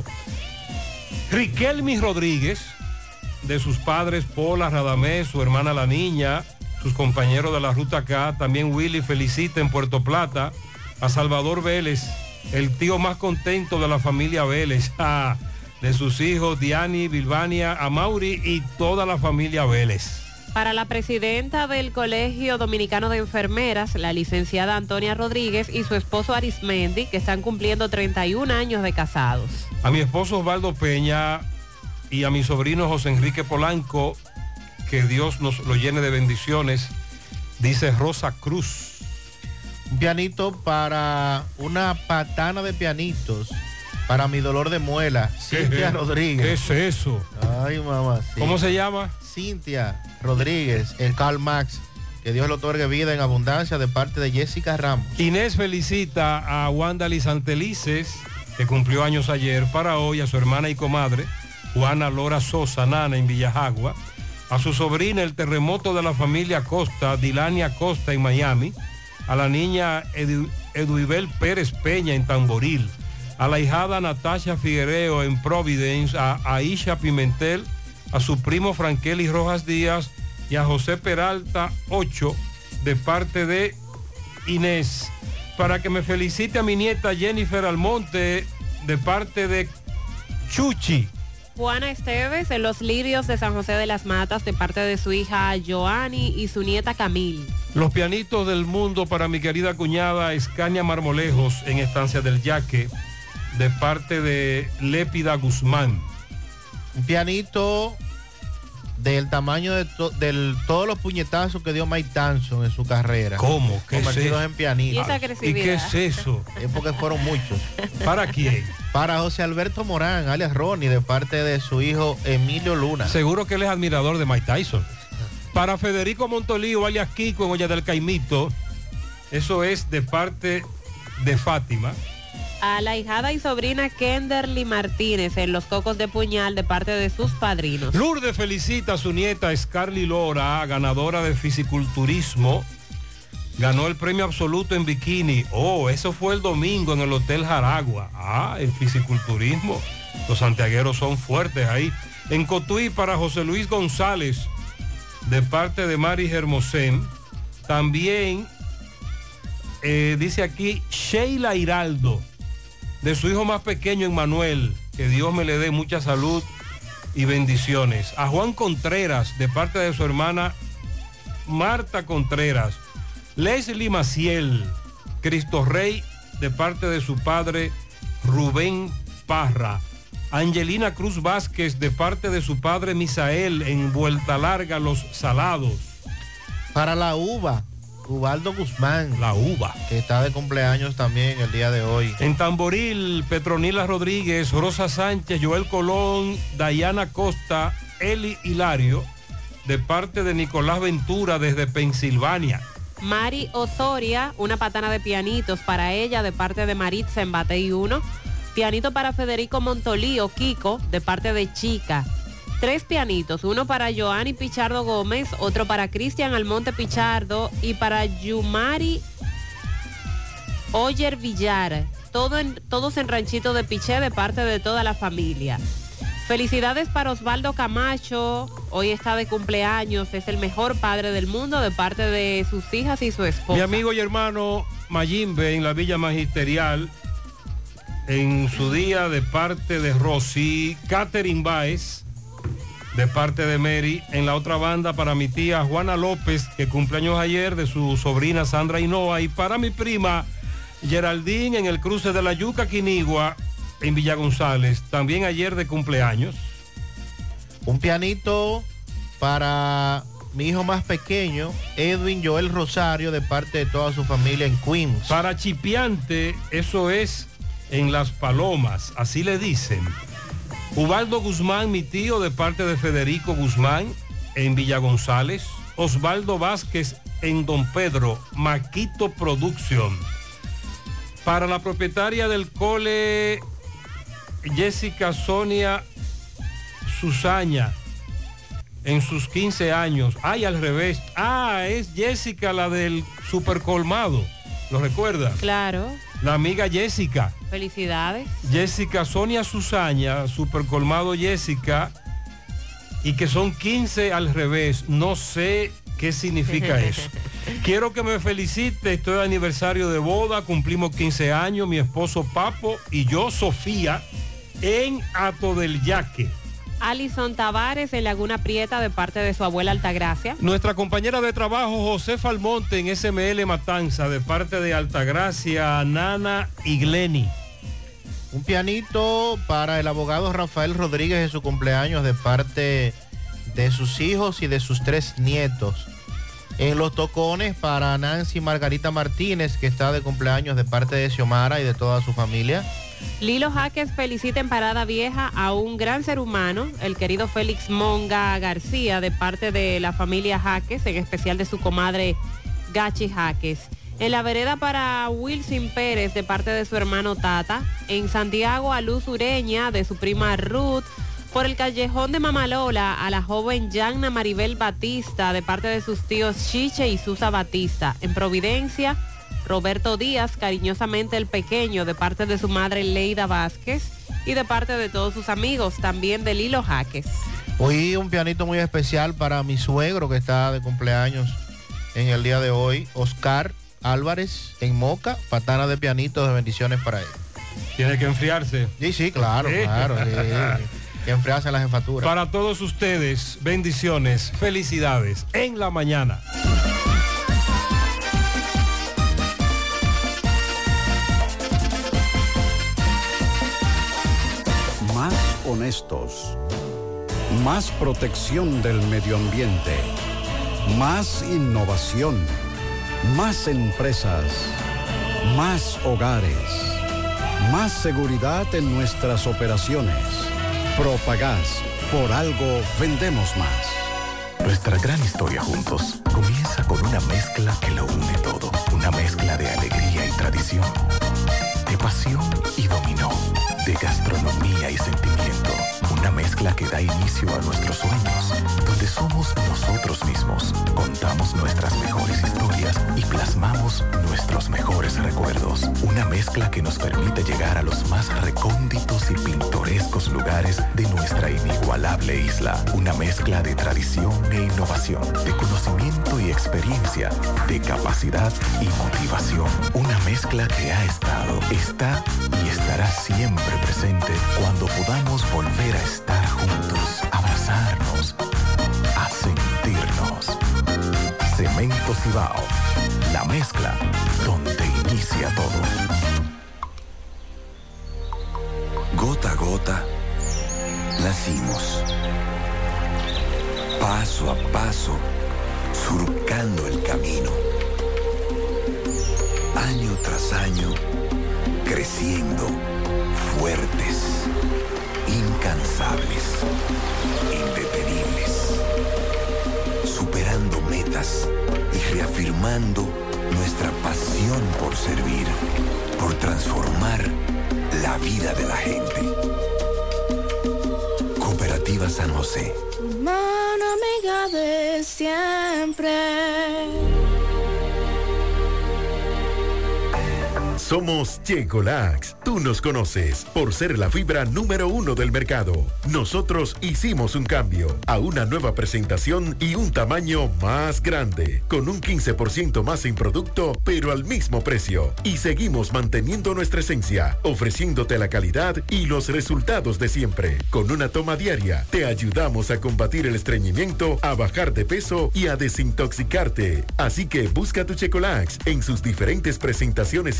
Riquelme Rodríguez, de sus padres Pola, Radamés, su hermana La Niña, sus compañeros de la ruta K. También Willy felicita en Puerto Plata a Salvador Vélez, el tío más contento de la familia Vélez. Ah, de sus hijos Diani, Bilvania, Amauri y toda la familia Vélez. Para la presidenta del Colegio Dominicano de Enfermeras, la licenciada Antonia Rodríguez y su esposo Arismendi, que están cumpliendo treinta y un años de casados. A mi esposo Osvaldo Peña y a mi sobrino José Enrique Polanco, que Dios nos lo llene de bendiciones, dice Rosa Cruz. Un pianito para una patana de pianitos. Para mi dolor de muela, Cintia Rodríguez. ¿Qué es eso? Ay, mamá. Sí. ¿Cómo se llama? Cintia Rodríguez, en Karl Marx. Que Dios le otorgue vida en abundancia de parte de Jessica Ramos. Inés felicita a Wanda Lizantelices, que cumplió años ayer, para hoy, a su hermana y comadre, Juana Lora Sosa, Nana, en Villajagua, a su sobrina, el terremoto de la familia Costa, Dilania Costa, en Miami, a la niña Edu, Eduibel Pérez Peña, en Tamboril, a la hijada Natasha Figuereo en Providence, a Aisha Pimentel, a su primo Frankeli Rojas Díaz y a José Peralta ocho de parte de Inés. Para que me felicite a mi nieta Jennifer Almonte de parte de Chuchi. Juana Esteves en Los Lirios de San José de las Matas de parte de su hija Joanny y su nieta Camil. Los pianitos del mundo para mi querida cuñada Escaña Marmolejos en Estancia del Yaque de parte de Lépida Guzmán. Un pianito del tamaño de to, del, todos los puñetazos que dio Mike Tyson en su carrera. ¿Cómo? ¿Qué convertidos es en pianitos. ¿Y esa agresividad? ¿Y qué es eso? Es porque fueron muchos. ¿Para quién? Para José Alberto Morán, alias Ronnie, de parte de su hijo Emilio Luna. Seguro que él es admirador de Mike Tyson. Para Federico Montolío, alias Kiko, en Olla del Caimito, eso es de parte de Fátima. A la hijada y sobrina Kenderly Martínez en Los Cocos de Puñal de parte de sus padrinos. Lourdes felicita a su nieta Scarly Lora, ganadora de fisiculturismo. Ganó el premio absoluto en bikini. Oh, eso fue el domingo en el Hotel Jaragua. Ah, el fisiculturismo. Los santiagueros son fuertes ahí. En Cotuí para José Luis González de parte de Mari Hermosén. También eh, dice aquí Sheila Hiraldo, de su hijo más pequeño, Emmanuel, que Dios me le dé mucha salud y bendiciones. A Juan Contreras, de parte de su hermana Marta Contreras. Leslie Maciel, Cristo Rey, de parte de su padre Rubén Parra. Angelina Cruz Vázquez, de parte de su padre Misael, en Vuelta Larga, Los Salados. Para la uva, Ubaldo Guzmán. La uva. Que está de cumpleaños también el día de hoy. En Tamboril, Petronila Rodríguez, Rosa Sánchez, Joel Colón, Dayana Costa, Eli Hilario, de parte de Nicolás Ventura desde Pensilvania. Mari Osoria, una patana de pianitos para ella de parte de Maritza en Batey uno. Pianito para Federico Montolío, Kiko, de parte de Chica. Tres pianitos, uno para Joanny Pichardo Gómez, otro para Cristian Almonte Pichardo y para Yumari Oyer Villar. Todo en, todos en Ranchito de Piché de parte de toda la familia. Felicidades para Osvaldo Camacho, hoy está de cumpleaños, es el mejor padre del mundo de parte de sus hijas y su esposa. Mi amigo y hermano Mayimbe en la Villa Magisterial, en su día de parte de Rosy, Catherine Baez, de parte de Mary, en la otra banda para mi tía Juana López, que cumpleaños ayer, de su sobrina Sandra Hinoa, y para mi prima Geraldine en el cruce de la Yuca Quinigua, en Villa González, también ayer de cumpleaños. Un pianito para mi hijo más pequeño, Edwin Joel Rosario, de parte de toda su familia en Queens. Para Chipiante, eso es en Las Palomas, así le dicen. Ubaldo Guzmán, mi tío, de parte de Federico Guzmán, en Villa González. Osvaldo Vázquez en Don Pedro, Maquito Production. Para la propietaria del cole, Jessica Sonia Susaña, en sus quince años. Ay, al revés. Ah, es Jessica, la del super colmado. ¿Lo recuerda? Claro. La amiga Jessica. Felicidades. Jessica Sonia Susaña, super colmado Jessica, y que son quince al revés. No sé qué significa eso. Quiero que me felicite, estoy de aniversario de boda, cumplimos quince años, mi esposo Papo y yo, Sofía, en Ato del Yaque. Alison Tavares en Laguna Prieta de parte de su abuela Altagracia. Nuestra compañera de trabajo José Almonte en S M L Matanza de parte de Altagracia, Nana y Glenny. Un pianito para el abogado Rafael Rodríguez en su cumpleaños de parte de sus hijos y de sus tres nietos. En los tocones para Nancy Margarita Martínez, que está de cumpleaños de parte de Xiomara y de toda su familia. Lilo Jaques felicita en Parada Vieja a un gran ser humano, el querido Félix Monga García, de parte de la familia Jaques, en especial de su comadre Gachi Jaques. En la vereda para Wilson Pérez, de parte de su hermano Tata. En Santiago a Luz Ureña, de su prima Ruth. Por el callejón de Mamalola a la joven Yanna Maribel Batista, de parte de sus tíos Chiche y Susa Batista. En Providencia, Roberto Díaz, cariñosamente el pequeño, de parte de su madre Leida Vázquez y de parte de todos sus amigos, también de Lilo Jaques. Hoy un pianito muy especial para mi suegro que está de cumpleaños en el día de hoy, Oscar Álvarez en Moca, patana de pianitos, de bendiciones para él. Tiene que enfriarse. Sí, sí, claro, ¿Sí? claro. Sí, sí. Que enfriarse la jefatura. Para todos ustedes, bendiciones, felicidades en la mañana. Más honestos, más protección del medio ambiente, más innovación, más empresas, más hogares, más seguridad en nuestras operaciones. Propagás, por algo vendemos más. Nuestra gran historia juntos comienza con una mezcla que lo une todo. Una mezcla de alegría y tradición, de pasión y dominó, de gastronomía y sentimiento. Una mezcla que da inicio a nuestros sueños, donde somos nosotros mismos, contamos nuestras mejores historias y plasmamos nuestros mejores recuerdos. Una mezcla que nos permite llegar a los más recónditos y pintorescos lugares de nuestra inigualable isla. Una mezcla de tradición e innovación, de conocimiento y experiencia, de capacidad y motivación. Una mezcla que ha estado, está y estará siempre presente cuando podamos volver a estar juntos, abrazarnos, a sentirnos. Cemento Cibao, la mezcla donde inicia todo. Gota a gota, nacimos. Paso a paso, surcando el camino. Año tras año, creciendo, fuertes, incansables, indetenibles, superando metas y reafirmando nuestra pasión por servir, por transformar la vida de la gente. Cooperativa San José. Mano amiga de siempre. Somos Checolax. Tú nos conoces por ser la fibra número uno del mercado. Nosotros hicimos un cambio a una nueva presentación y un tamaño más grande, con un quince por ciento más en producto, pero al mismo precio. Y seguimos manteniendo nuestra esencia, ofreciéndote la calidad y los resultados de siempre. Con una toma diaria, te ayudamos a combatir el estreñimiento, a bajar de peso y a desintoxicarte. Así que busca tu Checolax en sus diferentes presentaciones y sabores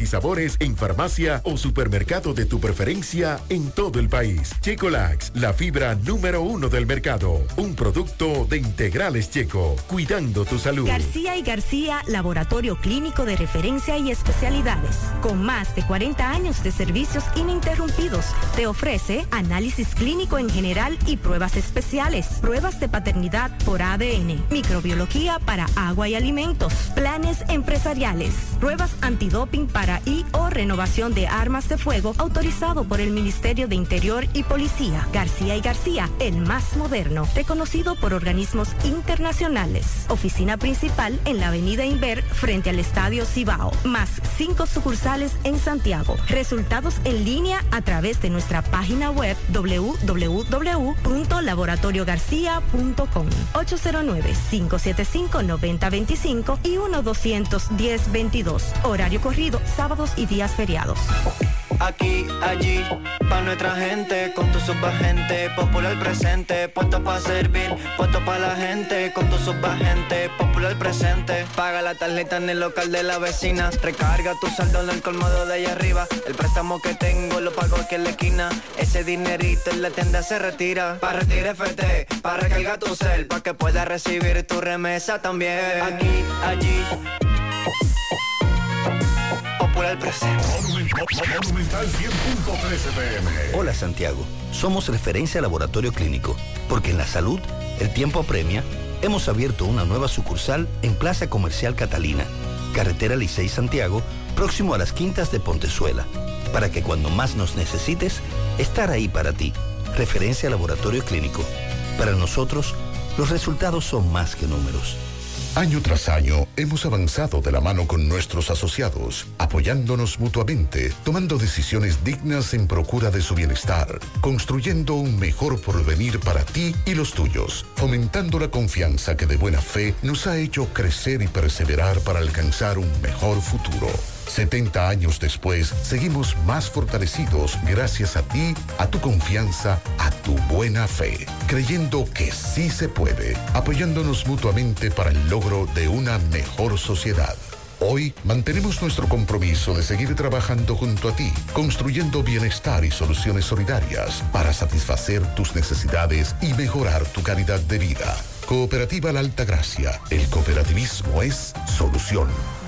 presentaciones en farmacia o supermercado de tu preferencia en todo el país. Checolax, la fibra número uno del mercado. Un producto de Integrales Checo, cuidando tu salud. García y García, laboratorio clínico de referencia y especialidades. Con más de cuarenta años de servicios ininterrumpidos, te ofrece análisis clínico en general y pruebas especiales, pruebas de paternidad por A D N, microbiología para agua y alimentos, planes empresariales, pruebas antidoping para y o renovación de armas de fuego autorizado por el Ministerio de Interior y Policía. García y García, el más moderno, reconocido por organismos internacionales. Oficina principal en la avenida Inver frente al Estadio Cibao, más cinco sucursales en Santiago. Resultados en línea a través de nuestra página web doble u doble u doble u punto laboratorio garcía punto com, ocho cero nueve, cinco siete cinco, nueve cero dos cinco y uno doscientos diez veintidós. Horario corrido, sábados y días feriados. Aquí, allí, pa' nuestra gente, con tu subagente, popular presente, puesto pa' servir, puesto pa' la gente, con tu subagente, popular presente. Paga la tarjeta en el local de la vecina, recarga tu saldo en el colmado de allá arriba, el préstamo que tengo lo pago aquí en la esquina, ese dinerito en la tienda se retira, pa' retirar F T, pa' recargar tu cel, pa' que puedas recibir tu remesa también. Aquí, allí, popular presente. Monumental cien punto tres F M. Hola Santiago, somos referencia laboratorio clínico, porque en la salud el tiempo apremia. Hemos abierto una nueva sucursal en Plaza Comercial Catalina, carretera Licey Santiago, próximo a las Quintas de Pontezuela, para que cuando más nos necesites, estar ahí para ti. Referencia laboratorio clínico. Para nosotros, los resultados son más que números. Año tras año hemos avanzado de la mano con nuestros asociados, apoyándonos mutuamente, tomando decisiones dignas en procura de su bienestar, construyendo un mejor porvenir para ti y los tuyos, fomentando la confianza que de buena fe nos ha hecho crecer y perseverar para alcanzar un mejor futuro. setenta años después, seguimos más fortalecidos gracias a ti, a tu confianza, a tu buena fe, creyendo que sí se puede, apoyándonos mutuamente para el logro de una mejor sociedad. Hoy mantenemos nuestro compromiso de seguir trabajando junto a ti, construyendo bienestar y soluciones solidarias para satisfacer tus necesidades y mejorar tu calidad de vida. Cooperativa La Altagracia. El cooperativismo es solución.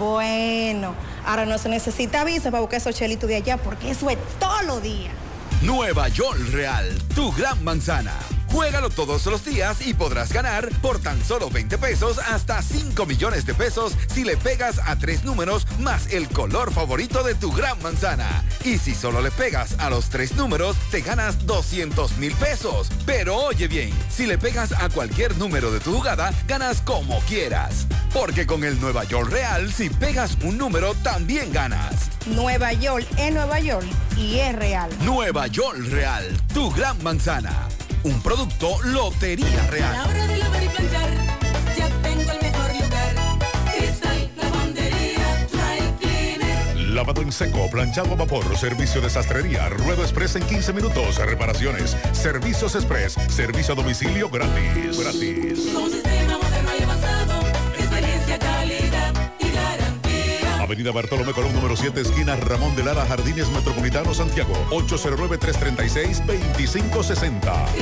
Bueno, ahora no se necesita visa para buscar esos chelitos de allá, porque eso es todo lo día. Nueva York Real, tu gran manzana. Juégalo todos los días y podrás ganar por tan solo veinte pesos hasta cinco millones de pesos si le pegas a tres números más el color favorito de tu gran manzana. Y si solo le pegas a los tres números, te ganas doscientos mil pesos. Pero oye bien, si le pegas a cualquier número de tu jugada, ganas como quieras. Porque con el Nueva York Real, si pegas un número, también ganas. Nueva York es Nueva York y es real. Nueva York Real, tu gran manzana. Un producto Lotería Real. A la hora de lavar y planchar, ya tengo el mejor lugar. Cristal Lavandería Dry Cleaner. Lavado en seco, planchado a vapor, servicio de sastrería, ruedo express en quince minutos, reparaciones, servicios express, servicio a domicilio gratis. Gratis. Un sistema moderno y avanzado, experiencia, calidad y garantía. Avenida Bartolomé Colón, número siete, esquina Ramón de Lara, Jardines Metropolitano, Santiago. ocho cero nueve, tres tres seis, dos cinco seis cero.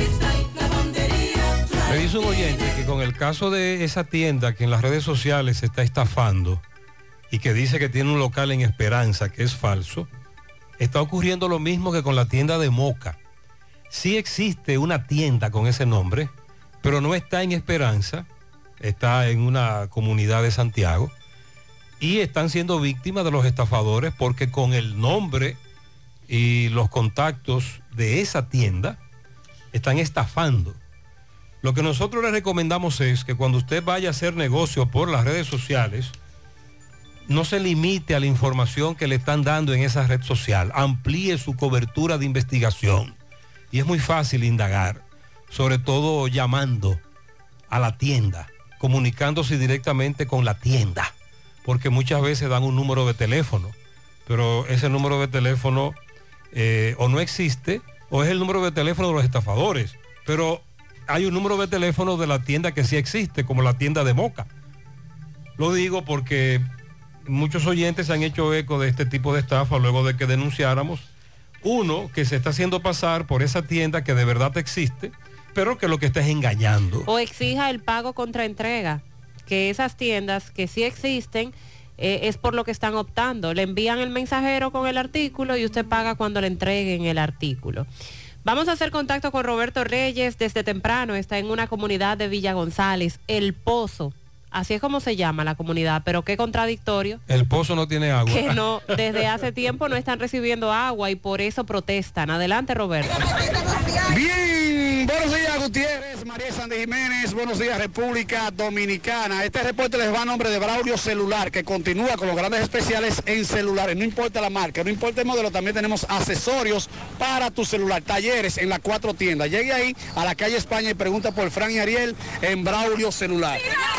Me dice un oyente que con el caso de esa tienda que en las redes sociales se está estafando y que dice que tiene un local en Esperanza, que es falso, está ocurriendo lo mismo que con la tienda de Moca. Sí existe una tienda con ese nombre, pero no está en Esperanza, está en una comunidad de Santiago, y están siendo víctimas de los estafadores porque con el nombre y los contactos de esa tienda están estafando. Lo que nosotros les recomendamos es que cuando usted vaya a hacer negocio por las redes sociales, no se limite a la información que le están dando en esa red social, amplíe su cobertura de investigación. Y es muy fácil indagar, sobre todo llamando a la tienda, comunicándose directamente con la tienda, porque muchas veces dan un número de teléfono, pero ese número de teléfono eh, o no existe, o es el número de teléfono de los estafadores, pero hay un número de teléfono de la tienda que sí existe, como la tienda de Moca. Lo digo porque muchos oyentes han hecho eco de este tipo de estafa luego de que denunciáramos uno que se está haciendo pasar por esa tienda que de verdad existe, pero que lo que está es engañando. O exija el pago contra entrega, que esas tiendas que sí existen eh, es por lo que están optando. Le envían el mensajero con el artículo y usted paga cuando le entreguen el artículo. Vamos a hacer contacto con Roberto Reyes desde temprano, está en una comunidad de Villa González, El Pozo. Así es como se llama la comunidad, pero qué contradictorio. El Pozo no tiene agua. Que no, desde hace tiempo no están recibiendo agua y por eso protestan. Adelante, Roberto. Bien, buenos días, Gutiérrez, María Sandy Jiménez, buenos días, República Dominicana. Este reporte les va a nombre de Braulio Celular, que continúa con los grandes especiales en celulares. No importa la marca, no importa el modelo, también tenemos accesorios para tu celular. Talleres en las cuatro tiendas. Llegue ahí a la calle España y pregunta por Fran y Ariel en Braulio Celular.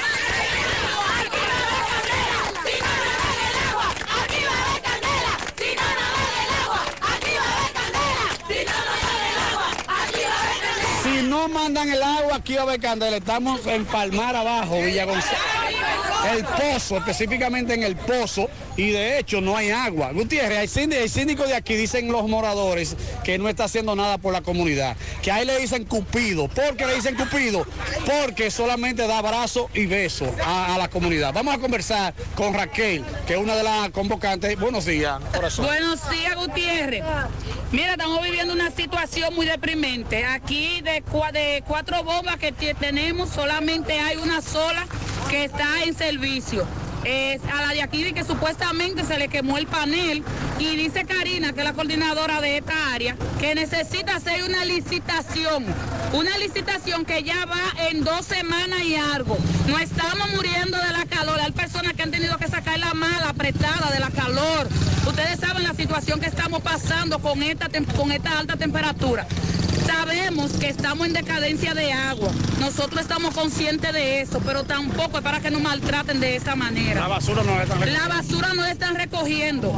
Si no mandan el agua, aquí va a haber candela. Estamos en Palmar abajo, Villa González. El Pozo, específicamente en El Pozo, y de hecho no hay agua. Gutiérrez, hay síndico, hay síndico de aquí, dicen los moradores, que no está haciendo nada por la comunidad. Que ahí le dicen Cupido. ¿Por qué le dicen Cupido? Porque solamente da abrazo y beso a, a la comunidad. Vamos a conversar con Raquel, que es una de las convocantes. Buenos días, corazón. Buenos días, Gutiérrez. Mira, estamos viviendo una situación muy deprimente. Aquí de, cua, de cuatro bombas que tenemos, solamente hay una sola que está en servicio. Es a la de aquí que supuestamente se le quemó el panel y dice Karina, que es la coordinadora de esta área, que necesita hacer una licitación, una licitación que ya va en dos semanas y algo. No estamos muriendo de la calor, hay personas que han tenido que sacar la mala apretada de la calor. Ustedes saben la situación que estamos pasando con esta, con esta alta temperatura. Sabemos que estamos en decadencia de agua, nosotros estamos conscientes de eso, pero tampoco es para que nos maltraten de esa manera. La basura no la están recogiendo. La basura no la están recogiendo.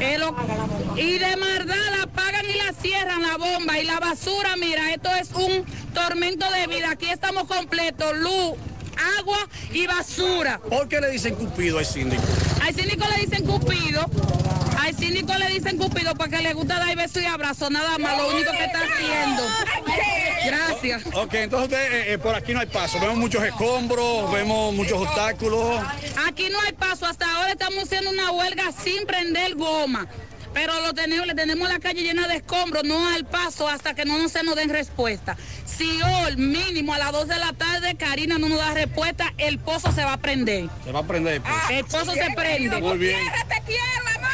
Y de maldad la apagan y la cierran la bomba. Y la basura, mira, esto es un tormento de vida. Aquí estamos completos, luz, agua y basura. ¿Por qué le dicen Cupido al síndico? Al síndico le dicen Cupido. Al síndico le dicen Cupido porque le gusta dar beso y abrazo, nada más, lo único que está haciendo. Gracias. Ok, entonces eh, eh, por aquí no hay paso, vemos muchos escombros, vemos muchos obstáculos. Aquí no hay paso, hasta ahora estamos haciendo una huelga sin prender goma. Pero lo tenemos, le tenemos la calle llena de escombros, no al paso hasta que no nos, se nos den respuesta. Si hoy mínimo a las dos de la tarde Karina no nos da respuesta, el pozo se va a prender. Se va a prender el pozo. Ah, el pozo se prende. Muy bien. Te quiero, mamá.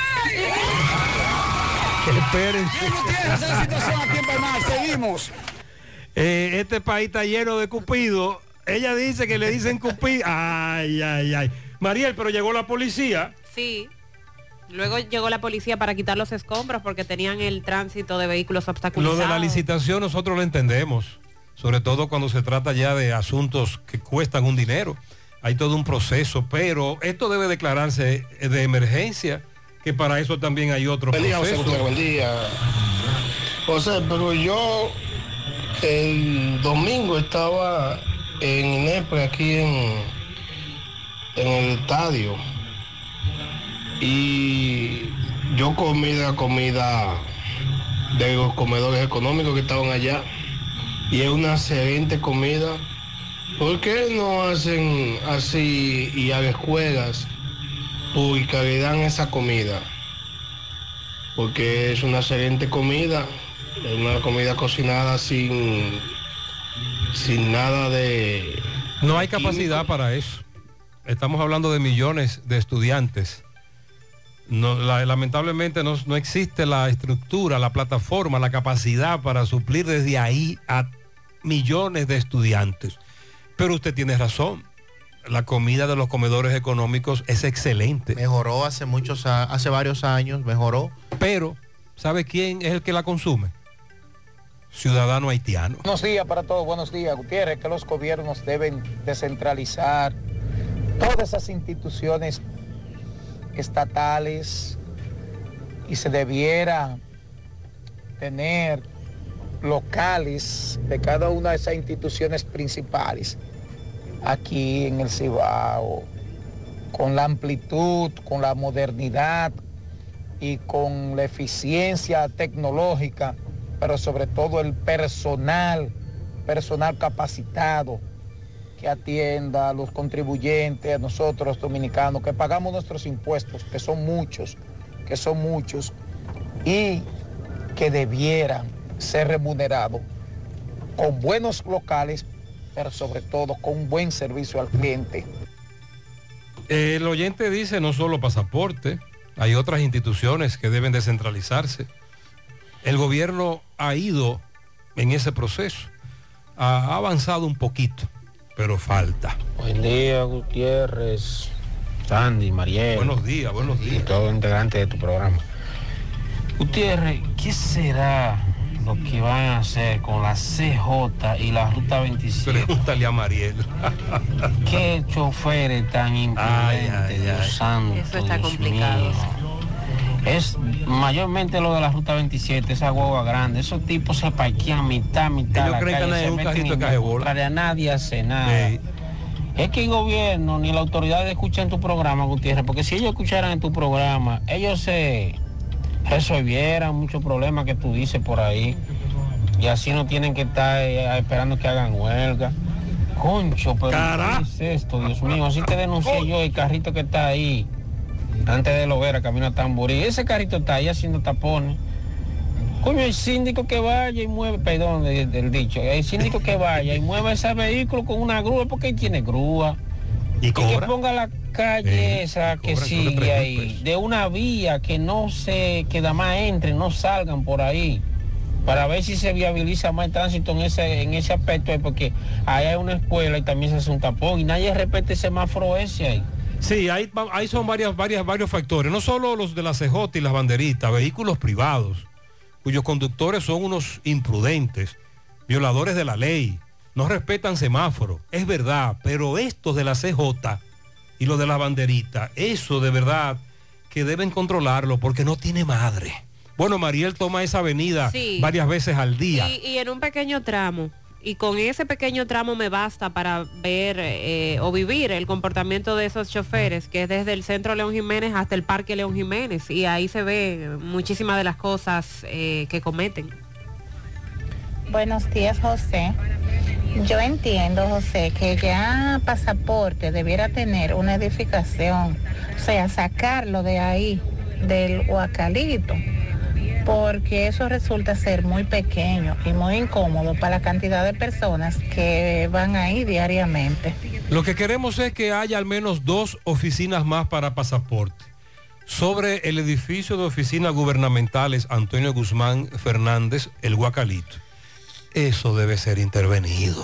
Espérense. Esa es la situación aquí en Palmar, seguimos. Eh, este país está lleno de Cupido. Ella dice que le dicen Cupido. Ay, ay, ay. Mariel, pero llegó la policía. Sí. Luego llegó la policía para quitar los escombros porque tenían el tránsito de vehículos obstaculizados. Lo de la licitación nosotros lo entendemos, sobre todo cuando se trata ya de asuntos que cuestan un dinero. Hay todo un proceso, pero esto debe declararse de emergencia, que para eso también hay otro buen día, proceso. José, buen día. José, pero yo el domingo estaba en Inepre, aquí en, en el estadio. Y yo comí la comida de los comedores económicos que estaban allá. Y es una excelente comida. ¿Por qué no hacen así y a las escuelas públicas le dan esa comida? Porque es una excelente comida. Es una comida cocinada sin, sin nada de... No hay capacidad para eso. Estamos hablando de millones de estudiantes. No, la, lamentablemente no, no existe la estructura, la plataforma, la capacidad para suplir desde ahí a millones de estudiantes. Pero usted tiene razón, la comida de los comedores económicos es excelente. Mejoró hace muchos, hace varios años, mejoró. Pero, ¿sabe quién es el que la consume? Ciudadano haitiano. Buenos días para todos, buenos días, Gutiérrez, que los gobiernos deben descentralizar todas esas instituciones estatales y se debiera tener locales de cada una de esas instituciones principales aquí en el Cibao, con la amplitud, con la modernidad y con la eficiencia tecnológica, pero sobre todo el personal, personal capacitado que atienda a los contribuyentes, a nosotros los dominicanos, que pagamos nuestros impuestos, que son muchos, que son muchos, y que debieran ser remunerados con buenos locales, pero sobre todo con un buen servicio al cliente. El oyente dice no solo pasaporte, hay otras instituciones que deben descentralizarse. El gobierno ha ido en ese proceso, ha avanzado un poquito, pero falta. Buen día, Gutiérrez, Sandy, Mariel. Buenos días, buenos días. Y todo integrante de tu programa. Gutiérrez, ¿qué será lo que van a hacer con la C J y la Ruta veintisiete? Pregúntale a Mariel. ¿Qué choferes tan imprudentes, usando? Eso está Dios complicado. Mío. Es mayormente lo de la Ruta veintisiete, esa guagua grande. Esos tipos se parquean mitad, mitad. Ellos creen que andan en un carrito de cajebola. A nadie hace nada. Sí. Es que el gobierno ni la autoridad escuchan tu programa, Gutiérrez, porque si ellos escucharan en tu programa, ellos se resolvieran muchos problemas que tú dices por ahí. Y así no tienen que estar eh, esperando que hagan huelga. Concho, pero ¿qué es esto, Dios mío? Así te denuncié yo el carrito que está ahí, antes de Lovera, camino a Tamborí. Ese carrito está ahí haciendo tapones. Coño, el síndico que vaya y mueve, perdón del, del dicho, el síndico que vaya y mueva ese vehículo con una grúa, porque él tiene grúa. Y, y que ponga la calle eh, esa que cobra, sigue ahí, de una vía que no se, que nada más entren, no salgan por ahí, para ver si se viabiliza más el tránsito en ese, en ese aspecto, porque ahí hay una escuela y también se hace un tapón y nadie respeta ese semáforo ese ahí. Sí, ahí, ahí son varias, varias, varios factores, no solo los de la C J y las banderitas, vehículos privados, cuyos conductores son unos imprudentes, violadores de la ley, no respetan semáforos, es verdad, pero estos de la C J y los de la banderita, eso de verdad que deben controlarlo porque no tiene madre. Bueno, Mariel toma esa avenida sí. varias veces al día. Y, y en un pequeño tramo. Y con ese pequeño tramo me basta para ver eh, o vivir el comportamiento de esos choferes, que es desde el centro León Jiménez hasta el Parque León Jiménez. Y ahí se ve muchísimas de las cosas eh, que cometen. Buenos días, José. Yo entiendo, José, que ya pasaporte debiera tener una edificación, o sea, sacarlo de ahí, del Huacalito, porque eso resulta ser muy pequeño y muy incómodo para la cantidad de personas que van ahí diariamente. Lo que queremos es que haya al menos dos oficinas más para pasaporte. Sobre el edificio de oficinas gubernamentales Antonio Guzmán Fernández, el Huacalito. Eso debe ser intervenido.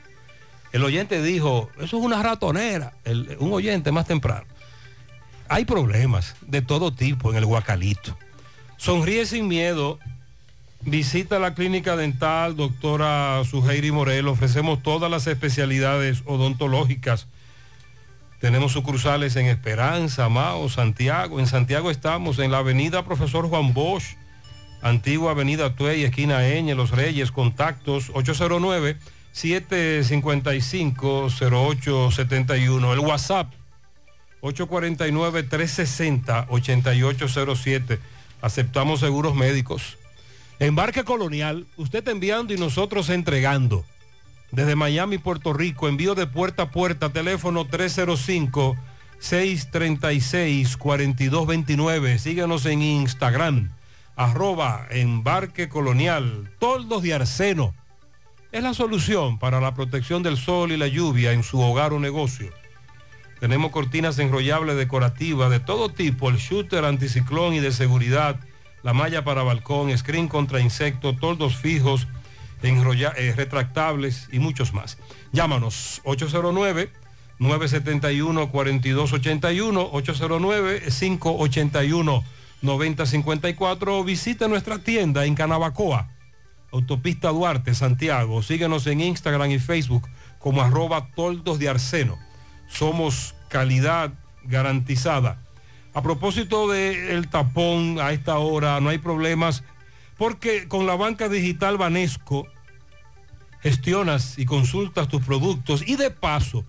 El oyente dijo, eso es una ratonera, el, un oyente más temprano. Hay problemas de todo tipo en el Huacalito. Sonríe sin miedo, visita la clínica dental doctora Suheiri Morel, ofrecemos todas las especialidades odontológicas. Tenemos sucursales en Esperanza, Mao, Santiago. En Santiago estamos en la avenida Profesor Juan Bosch, antigua avenida Tuey, esquina Eñe, Los Reyes. Contactos ocho cero nueve, siete cinco cinco, cero ocho siete uno. El WhatsApp ocho cuatro nueve, tres seis cero, ocho ocho cero siete. Aceptamos seguros médicos. Embarque Colonial, usted enviando y nosotros entregando. Desde Miami, Puerto Rico, envío de puerta a puerta, teléfono tres cero cinco, seis tres seis, cuatro dos dos nueve. Síguenos en Instagram, arroba Embarque Colonial. Toldos de Arseno es la solución para la protección del sol y la lluvia en su hogar o negocio. Tenemos cortinas enrollables decorativas de todo tipo, el shooter anticiclón y de seguridad, la malla para balcón, screen contra insectos, toldos fijos, enrolla, eh, retractables y muchos más. Llámanos ocho cero nueve, nueve siete uno, cuatro dos ocho uno, ocho cero nueve, cinco ocho uno, nueve cero cinco cuatro o visite nuestra tienda en Canabacoa, Autopista Duarte, Santiago. Síguenos en Instagram y Facebook como arroba Toldos de Arseno. Somos calidad garantizada. A propósito del tapón, a esta hora no hay problemas porque con la banca digital Banesco gestionas y consultas tus productos y de paso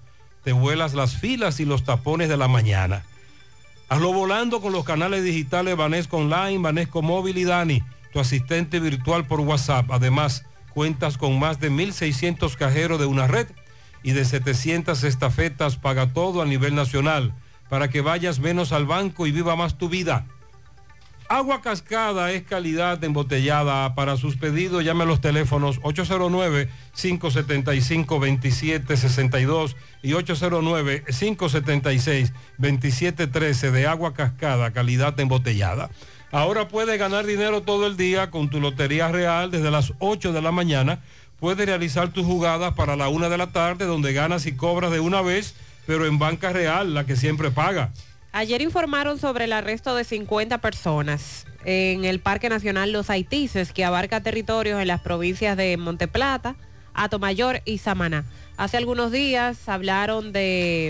te vuelas las filas y los tapones de la mañana. Hazlo volando con los canales digitales Banesco Online, Banesco Móvil y Dani, tu asistente virtual por WhatsApp. Además, cuentas con más de mil seiscientos cajeros de una red y de setecientas estafetas paga todo a nivel nacional para que vayas menos al banco y viva más tu vida. Agua Cascada es calidad embotellada. Para sus pedidos llame a los teléfonos ocho cero nueve, cinco siete cinco, dos siete seis dos y ocho cero nueve, cinco siete seis, dos siete uno tres de Agua Cascada, calidad embotellada. Ahora puedes ganar dinero todo el día con tu Lotería Real desde las ocho de la mañana. Puedes realizar tus jugadas para la una de la tarde, donde ganas y cobras de una vez, pero en Banca Real, la que siempre paga. Ayer informaron sobre el arresto de cincuenta personas en el Parque Nacional Los Haitises, que abarca territorios en las provincias de Monteplata, Atomayor y Samaná. Hace algunos días hablaron de,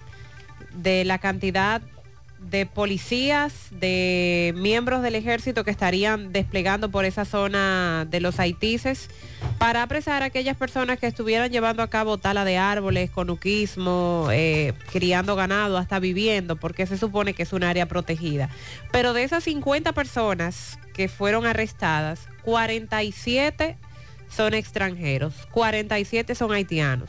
de la cantidad de policías, de miembros del ejército que estarían desplegando por esa zona de Los Haitises para apresar a aquellas personas que estuvieran llevando a cabo tala de árboles, conuquismo, eh, criando ganado, hasta viviendo, porque se supone que es un área protegida. Pero de esas cincuenta personas que fueron arrestadas, cuarenta y siete son extranjeros, cuarenta y siete son haitianos,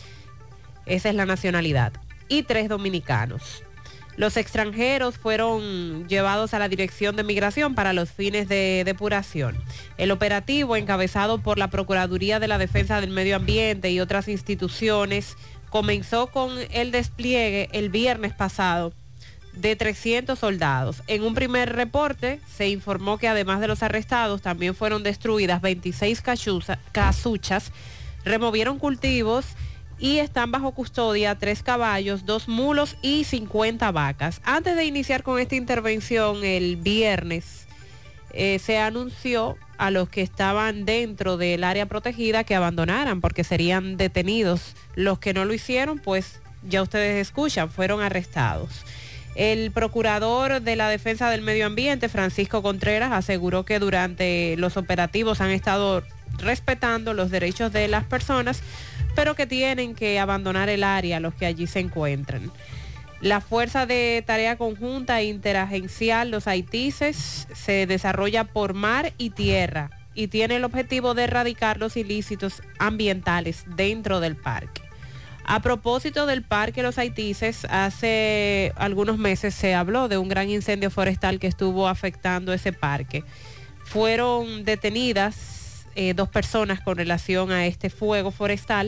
esa es la nacionalidad, y tres dominicanos. Los extranjeros fueron llevados a la Dirección de Migración para los fines de depuración. El operativo, encabezado por la Procuraduría de la Defensa del Medio Ambiente y otras instituciones, comenzó con el despliegue el viernes pasado de trescientos soldados. En un primer reporte se informó que además de los arrestados también fueron destruidas veintiséis cachuza, casuchas, removieron cultivos y están bajo custodia tres caballos, dos mulos y cincuenta vacas. Antes de iniciar con esta intervención el viernes, eh, se anunció a los que estaban dentro del área protegida que abandonaran, porque serían detenidos. Los que no lo hicieron, pues ya ustedes escuchan, fueron arrestados. El procurador de la Defensa del Medio Ambiente, Francisco Contreras, aseguró que durante los operativos han estado respetando los derechos de las personas, pero que tienen que abandonar el área los que allí se encuentran. La Fuerza de Tarea Conjunta e Interagencial Los Haitises se desarrolla por mar y tierra y tiene el objetivo de erradicar los ilícitos ambientales dentro del parque. A propósito del Parque Los Haitises, hace algunos meses se habló de un gran incendio forestal que estuvo afectando ese parque. Fueron detenidas eh, dos personas con relación a este fuego forestal.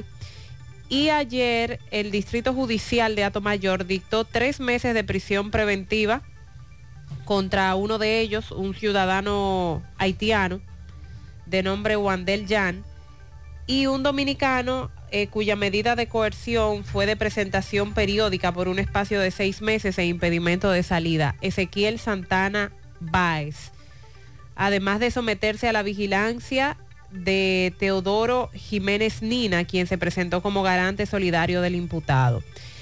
Y ayer el Distrito Judicial de Atomayor dictó tres meses de prisión preventiva contra uno de ellos, un ciudadano haitiano de nombre Wandel Jan, y un dominicano eh, cuya medida de coerción fue de presentación periódica por un espacio de seis meses e impedimento de salida, Ezequiel Santana Báez, además de someterse a la vigilancia de Teodoro Jiménez Nina, quien se presentó como garante solidario del imputado.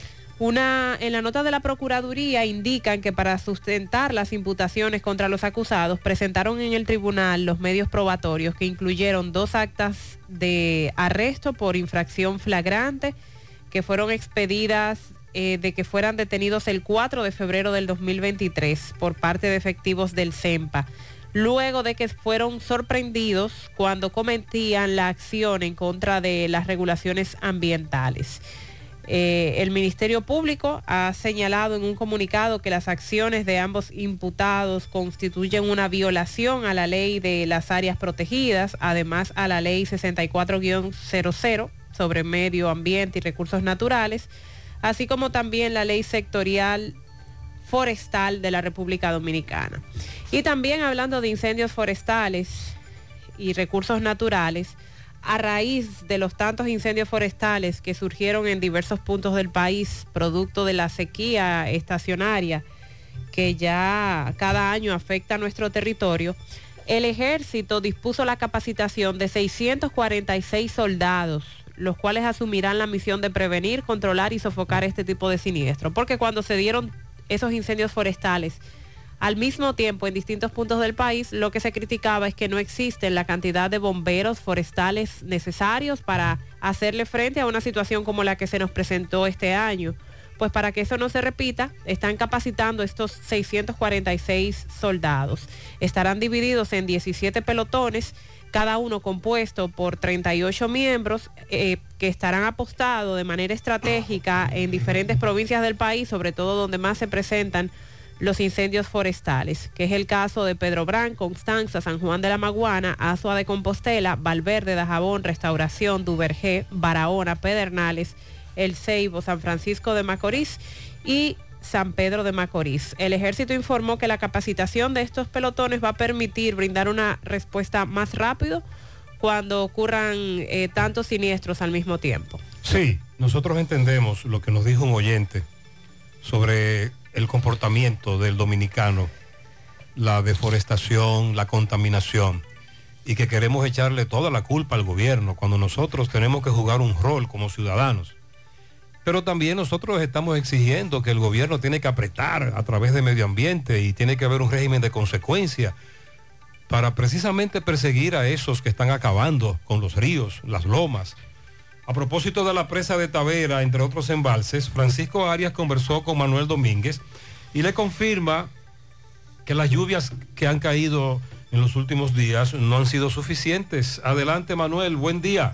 Una, en la nota de la Procuraduría indican que para sustentar las imputaciones contra los acusados presentaron en el tribunal los medios probatorios que incluyeron dos actas de arresto por infracción flagrante que fueron expedidas eh, de que fueran detenidos el cuatro de febrero del dos mil veintitrés por parte de efectivos del CEMPA, luego de que fueron sorprendidos cuando cometían la acción en contra de las regulaciones ambientales. Eh, el Ministerio Público ha señalado en un comunicado que las acciones de ambos imputados constituyen una violación a la ley de las áreas protegidas, además a la ley sesenta y cuatro guión cero cero sobre medio ambiente y recursos naturales, así como también la ley sectorial forestal de la República Dominicana. Y también hablando de incendios forestales y recursos naturales, a raíz de los tantos incendios forestales que surgieron en diversos puntos del país, producto de la sequía estacionaria que ya cada año afecta a nuestro territorio, el Ejército dispuso la capacitación de seiscientos cuarenta y seis soldados, los cuales asumirán la misión de prevenir, controlar y sofocar este tipo de siniestros. Porque cuando se dieron esos incendios forestales Al mismo tiempo, en distintos puntos del país, lo que se criticaba es que no existen la cantidad de bomberos forestales necesarios para hacerle frente a una situación como la que se nos presentó este año. Pues para que eso no se repita, están capacitando estos seiscientos cuarenta y seis soldados. Estarán divididos en diecisiete pelotones, cada uno compuesto por treinta y ocho miembros eh, que estarán apostados de manera estratégica en diferentes provincias del país, sobre todo donde más se presentan los incendios forestales, que es el caso de Pedro Brán, Constanza, San Juan de la Maguana, Azua de Compostela, Valverde, Dajabón, Restauración, Duvergé, Barahona, Pedernales, El Ceibo, San Francisco de Macorís y San Pedro de Macorís. El ejército informó que la capacitación de estos pelotones va a permitir brindar una respuesta más rápido cuando ocurran eh, tantos siniestros al mismo tiempo. Sí, nosotros entendemos lo que nos dijo un oyente sobre el comportamiento del dominicano, la deforestación, la contaminación, y que queremos echarle toda la culpa al gobierno cuando nosotros tenemos que jugar un rol como ciudadanos. Pero también nosotros estamos exigiendo que el gobierno tiene que apretar a través de medio ambiente y tiene que haber un régimen de consecuencia para precisamente perseguir a esos que están acabando con los ríos, las lomas. A propósito de la presa de Tavera, entre otros embalses, Francisco Arias conversó con Manuel Domínguez y le confirma que las lluvias que han caído en los últimos días no han sido suficientes. Adelante, Manuel, buen día.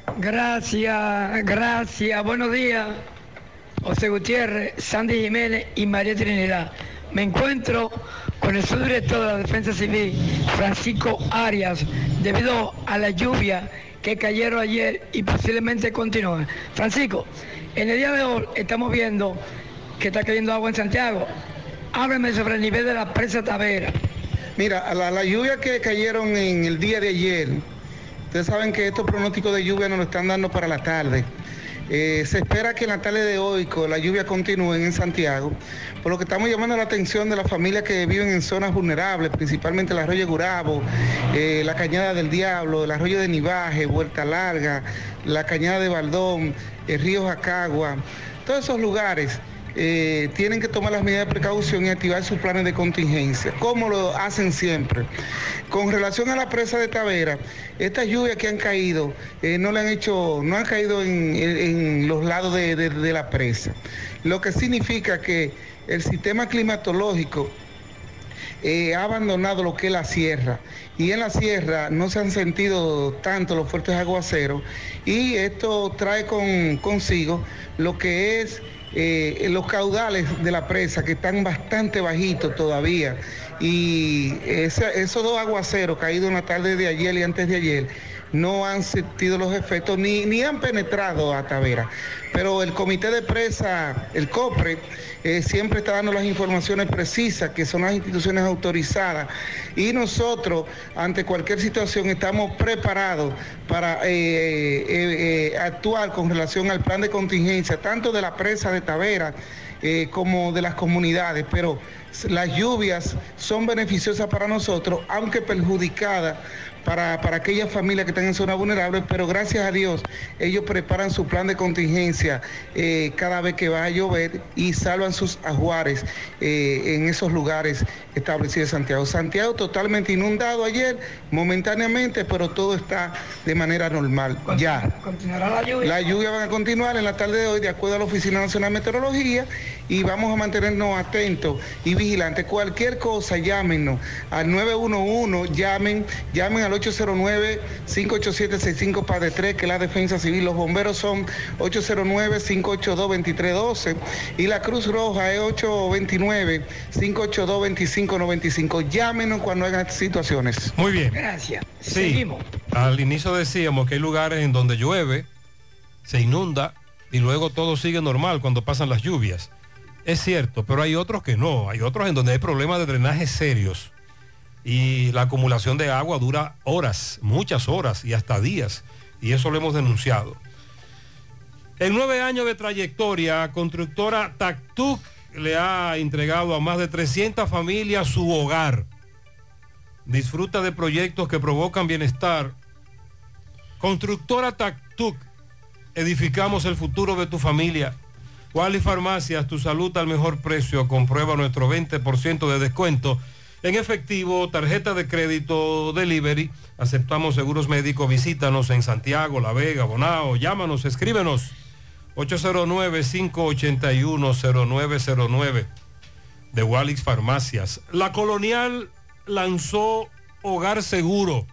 Gracias, gracias, buenos días, José Gutiérrez, Sandy Jiménez y María Trinidad. Me encuentro con el subdirector de la Defensa Civil, Francisco Arias, debido a la lluvia que cayeron ayer y posiblemente continúen. Francisco, en el día de hoy estamos viendo que está cayendo agua en Santiago. Háblame sobre el nivel de la presa Tavera. Mira, la, la lluvia que cayeron en el día de ayer, ustedes saben que estos pronósticos de lluvia nos lo están dando para la tarde. Eh, se espera que en la tarde de hoy con la lluvia continúe en Santiago, por lo que estamos llamando la atención de las familias que viven en zonas vulnerables, principalmente el arroyo de Gurabo, eh, la Cañada del Diablo, el arroyo de Nivaje, Vuelta Larga, la Cañada de Baldón, el río Jacagua, todos esos lugares. Eh, tienen que tomar las medidas de precaución y activar sus planes de contingencia, como lo hacen siempre. Con relación a la presa de Tavera, estas lluvias que han caído, eh, no le han hecho, no han caído en, en, en los lados de, de, de la presa, lo que significa que el sistema climatológico eh, ha abandonado lo que es la sierra, y en la sierra no se han sentido tanto los fuertes aguaceros, y esto trae con, consigo lo que es Eh, los caudales de la presa, que están bastante bajitos todavía, y ese, esos dos aguaceros caídos en la tarde de ayer y antes de ayer no han sentido los efectos ni, ni han penetrado a Tavera. Pero el comité de presa, el COPRE, eh, siempre está dando las informaciones precisas, que son las instituciones autorizadas, y nosotros ante cualquier situación estamos preparados para eh, eh, eh, actuar con relación al plan de contingencia, tanto de la presa de Tavera eh, como de las comunidades. Pero las lluvias son beneficiosas para nosotros, aunque perjudicadas para, para aquellas familias que están en zonas vulnerables, pero gracias a Dios ellos preparan su plan de contingencia eh, cada vez que va a llover y salvan sus ajuares eh, en esos lugares establecidos de Santiago. Santiago totalmente inundado ayer, momentáneamente, pero todo está de manera normal. Ya. ¿Continuará la lluvia? La lluvia va a continuar en la tarde de hoy, de acuerdo a la Oficina Nacional de Meteorología, y vamos a mantenernos atentos y vigilantes. Cualquier cosa, llámenos al nueve uno uno, llamen, llamen al ocho cero nueve, cinco ocho siete, seis cinco P A D E tres, que es la Defensa Civil. Los bomberos son ocho cero nueve, cinco ocho dos, dos tres uno dos, y la Cruz Roja es ocho dos nueve, cinco ocho dos, dos cinco nueve cinco. Llámenos cuando hagan situaciones. Muy bien. Gracias. Sí, Seguimos. al inicio decíamos que hay lugares en donde llueve, se inunda y luego todo sigue normal cuando pasan las lluvias. Es cierto, pero hay otros que no. Hay otros en donde hay problemas de drenaje serios y la acumulación de agua dura horas, muchas horas y hasta días, y eso lo hemos denunciado. En nueve años de trayectoria, constructora Tactuc le ha entregado a más de trescientas familias su hogar. Disfruta de proyectos que provocan bienestar. Constructora Tactuc, edificamos el futuro de tu familia. Wally Farmacias, tu salud al mejor precio. Comprueba nuestro veinte por ciento de descuento en efectivo, tarjeta de crédito, delivery. Aceptamos seguros médicos. Visítanos en Santiago, La Vega, Bonao. Llámanos, escríbenos. ocho cero nueve, cinco ocho uno, cero nueve cero nueve de Walix Farmacias. La Colonial lanzó Hogar Seguro.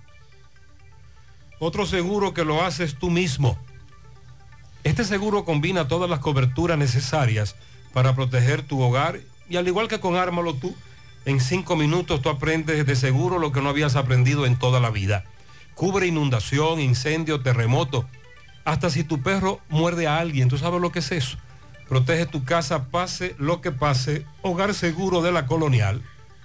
Otro seguro que lo haces tú mismo. Este seguro combina todas las coberturas necesarias para proteger tu hogar y al igual que con Ármalo Tú, en cinco minutos tú aprendes de seguro lo que no habías aprendido en toda la vida. Cubre inundación, incendio, terremoto. Hasta si tu perro muerde a alguien, ¿tú sabes lo que es eso? Protege tu casa, pase lo que pase. Hogar Seguro de La Colonial.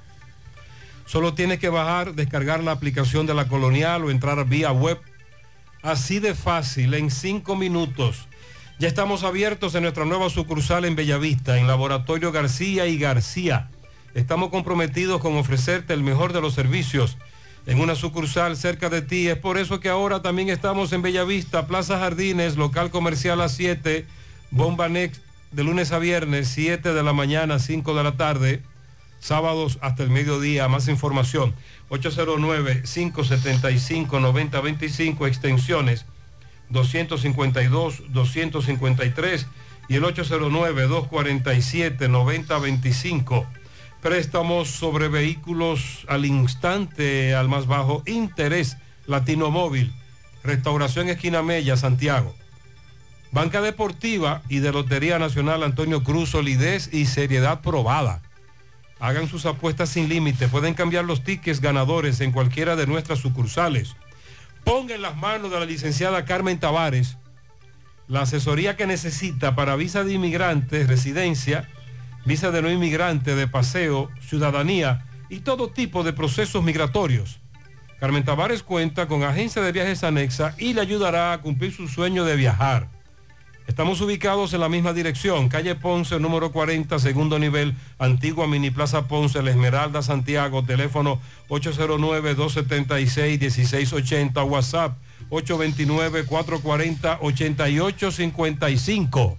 Solo tienes que bajar, descargar la aplicación de La Colonial o entrar vía web. Así de fácil, en cinco minutos. Ya estamos abiertos en nuestra nueva sucursal en Bellavista, en Laboratorio García y García. Estamos comprometidos con ofrecerte el mejor de los servicios en una sucursal cerca de ti. Es por eso que ahora también estamos en Bellavista, Plaza Jardines, local comercial A siete, Bomba Next, de lunes a viernes, siete de la mañana, cinco de la tarde, sábados hasta el mediodía. Más información, ocho cero nueve, cinco siete cinco, nueve cero dos cinco, extensiones doscientos cincuenta y dos, doscientos cincuenta y tres y el ocho cero nueve, dos cuatro siete, nueve cero dos cinco. Préstamos sobre vehículos al instante, al más bajo interés. Latino Móvil, Restauración Esquina Mella, Santiago. Banca Deportiva y de Lotería Nacional Antonio Cruz, solidez y seriedad probada. Hagan sus apuestas sin límite. Pueden cambiar los tickets ganadores en cualquiera de nuestras sucursales. Ponga en las manos de la licenciada Carmen Tavares la asesoría que necesita para visa de inmigrantes, residencia, visa de no inmigrante, de paseo, ciudadanía y todo tipo de procesos migratorios. Carmen Tavares cuenta con agencia de viajes anexa y le ayudará a cumplir su sueño de viajar. Estamos ubicados en la misma dirección, calle Ponce, número cuarenta, segundo nivel, antigua Mini Plaza Ponce, La Esmeralda, Santiago, teléfono ocho cero nueve, dos siete seis, uno seis ocho cero, WhatsApp ocho dos nueve, cuatro cuatro cero, ocho ocho cinco cinco.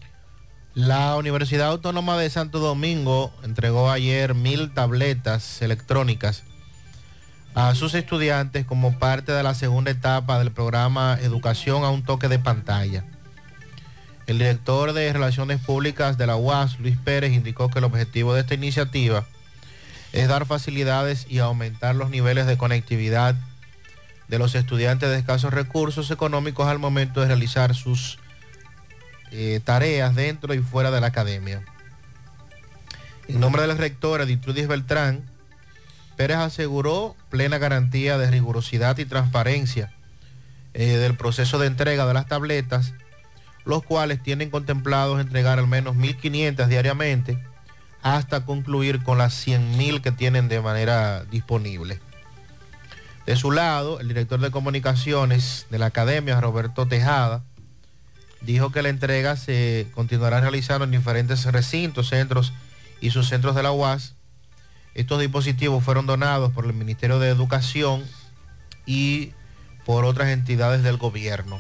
La Universidad Autónoma de Santo Domingo entregó ayer mil tabletas electrónicas a sus estudiantes como parte de la segunda etapa del programa Educación a un toque de pantalla. El director de Relaciones Públicas de la U A S, Luis Pérez, indicó que el objetivo de esta iniciativa es dar facilidades y aumentar los niveles de conectividad de los estudiantes de escasos recursos económicos al momento de realizar sus eh, tareas dentro y fuera de la academia. En nombre del rector Editrudis Beltrán, Pérez aseguró plena garantía de rigurosidad y transparencia eh, del proceso de entrega de las tabletas, los cuales tienen contemplados entregar al menos mil quinientas diariamente hasta concluir con las cien mil que tienen de manera disponible. De su lado, el director de comunicaciones de la academia, Roberto Tejada, dijo que la entrega se continuará realizando en diferentes recintos, centros y subcentros de la U A S. Estos dispositivos fueron donados por el Ministerio de Educación y por otras entidades del gobierno.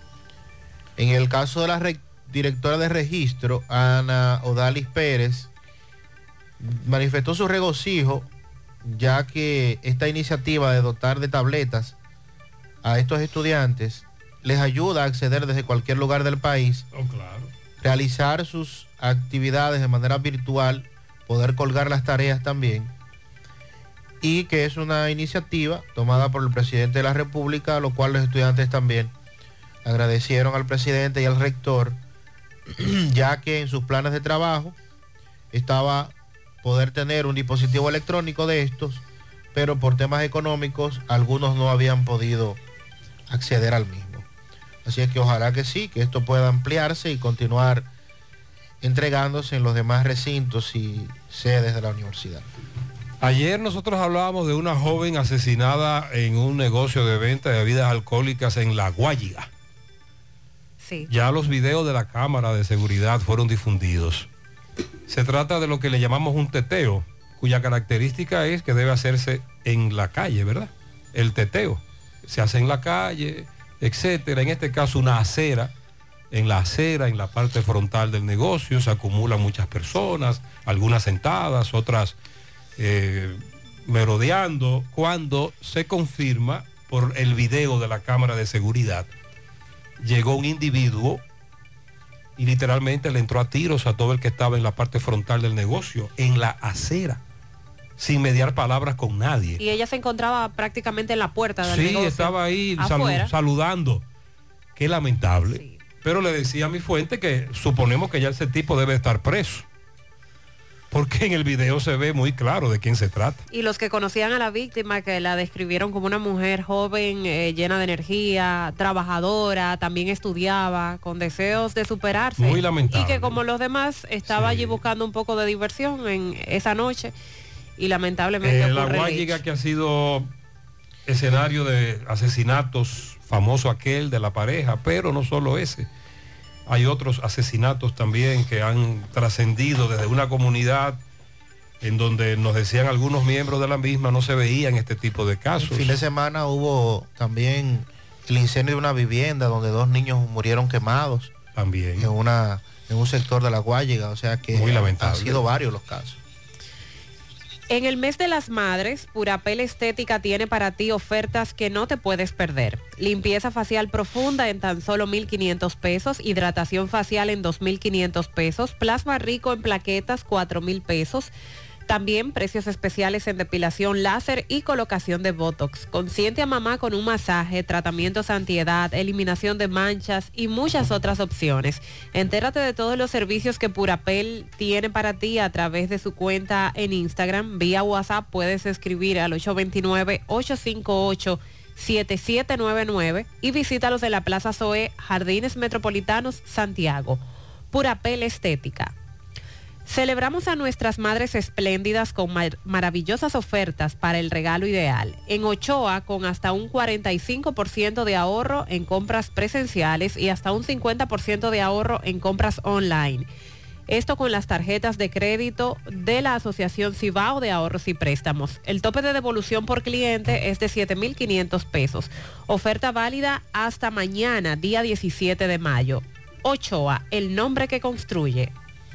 En el caso de la re- directora de registro, Ana Odalis Pérez, manifestó su regocijo, ya que esta iniciativa de dotar de tabletas a estos estudiantes les ayuda a acceder desde cualquier lugar del país, oh, claro. realizar sus actividades de manera virtual, poder colgar las tareas también, y que es una iniciativa tomada por el presidente de la República, lo cual los estudiantes también agradecieron al presidente y al rector, ya que en sus planes de trabajo estaba poder tener un dispositivo electrónico de estos, pero por temas económicos algunos no habían podido acceder al mismo. Así es que ojalá que sí, que esto pueda ampliarse y continuar entregándose en los demás recintos y sedes de la universidad. Ayer nosotros hablábamos de una joven asesinada en un negocio de venta de bebidas alcohólicas en La Guayiga. Sí. Ya los videos de la cámara de seguridad fueron difundidos. Se trata de lo que le llamamos un teteo, cuya característica es que debe hacerse en la calle, ¿verdad? El teteo se hace en la calle, etcétera. En este caso una acera en la acera, en la parte frontal del negocio, se acumulan muchas personas, algunas sentadas, otras eh, merodeando, cuando se confirma por el video de la cámara de seguridad, llegó un individuo y literalmente le entró a tiros a todo el que estaba en la parte frontal del negocio, en la acera, sin mediar palabras con nadie. Y ella se encontraba prácticamente en la puerta del sí, negocio. Sí, estaba ahí afuera. salu- saludando. Qué lamentable. Sí. Pero le decía a mi fuente que suponemos que ya ese tipo debe estar preso, porque en el video se ve muy claro de quién se trata. Y los que conocían a la víctima, que la describieron como una mujer joven, eh, llena de energía, trabajadora, también estudiaba, con deseos de superarse. Muy lamentable. Y que como los demás estaba sí. allí buscando un poco de diversión en esa noche y lamentablemente eh, la Guayiga, que ha sido escenario de asesinatos, famoso aquel de la pareja, pero no solo ese. Hay otros asesinatos también que han trascendido desde una comunidad en donde nos decían algunos miembros de la misma no se veían este tipo de casos. El fin de semana hubo también el incendio de una vivienda donde dos niños murieron quemados. También. En, una, en un sector de la Guayiga, o sea que muy lamentable. Han sido varios los casos. En el mes de las madres, Purapel Estética tiene para ti ofertas que no te puedes perder. Limpieza facial profunda en tan solo mil quinientos pesos, hidratación facial en dos mil quinientos pesos, plasma rico en plaquetas cuatro mil pesos. También precios especiales en depilación láser y colocación de Botox. Consiente a mamá con un masaje, tratamientos antiedad, eliminación de manchas y muchas otras opciones. Entérate de todos los servicios que Purapel tiene para ti a través de su cuenta en Instagram. Vía WhatsApp puedes escribir al ocho dos nueve, ocho cinco ocho, siete siete nueve nueve y visítalos en la Plaza Zoe, Jardines Metropolitanos, Santiago. Purapel Estética. Celebramos a nuestras madres espléndidas con mar- maravillosas ofertas para el regalo ideal. En Ochoa, con hasta un cuarenta y cinco por ciento de ahorro en compras presenciales y hasta un cincuenta por ciento de ahorro en compras online. Esto con las tarjetas de crédito de la Asociación Cibao de Ahorros y Préstamos. El tope de devolución por cliente es de siete mil quinientos pesos. Oferta válida hasta mañana, día diecisiete de mayo. Ochoa, el nombre que construye.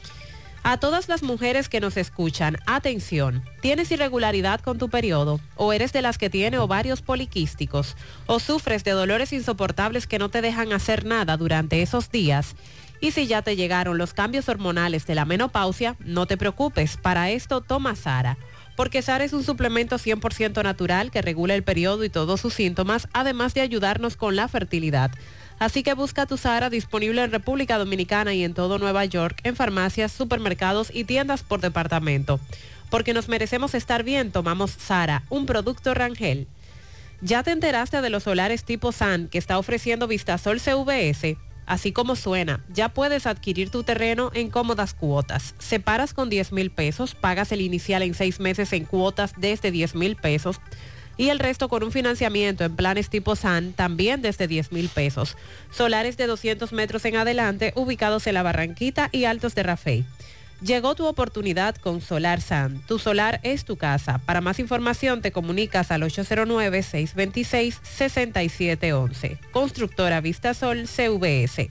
A todas las mujeres que nos escuchan, atención, ¿tienes irregularidad con tu periodo? ¿O eres de las que tiene ovarios poliquísticos? ¿O sufres de dolores insoportables que no te dejan hacer nada durante esos días? Y si ya te llegaron los cambios hormonales de la menopausia, no te preocupes, para esto toma Sara. Porque Sara es un suplemento cien por ciento natural que regula el periodo y todos sus síntomas, además de ayudarnos con la fertilidad. Así que busca tu Sara disponible en República Dominicana y en todo Nueva York, en farmacias, supermercados y tiendas por departamento. Porque nos merecemos estar bien, tomamos Sara, un producto Rangel. ¿Ya te enteraste de los solares tipo S A N que está ofreciendo Vistasol C V S? Así como suena, ya puedes adquirir tu terreno en cómodas cuotas. Separas con diez mil pesos, pagas el inicial en seis meses en cuotas desde diez mil pesos. Y el resto con un financiamiento en planes tipo S A N también desde diez mil pesos. Solares de doscientos metros en adelante ubicados en la Barranquita y Altos de Rafey. Llegó tu oportunidad con Solar S A N. Tu solar es tu casa. Para más información te comunicas al ocho cero nueve, seis dos seis, seis siete uno uno. Constructora Vistasol C V S.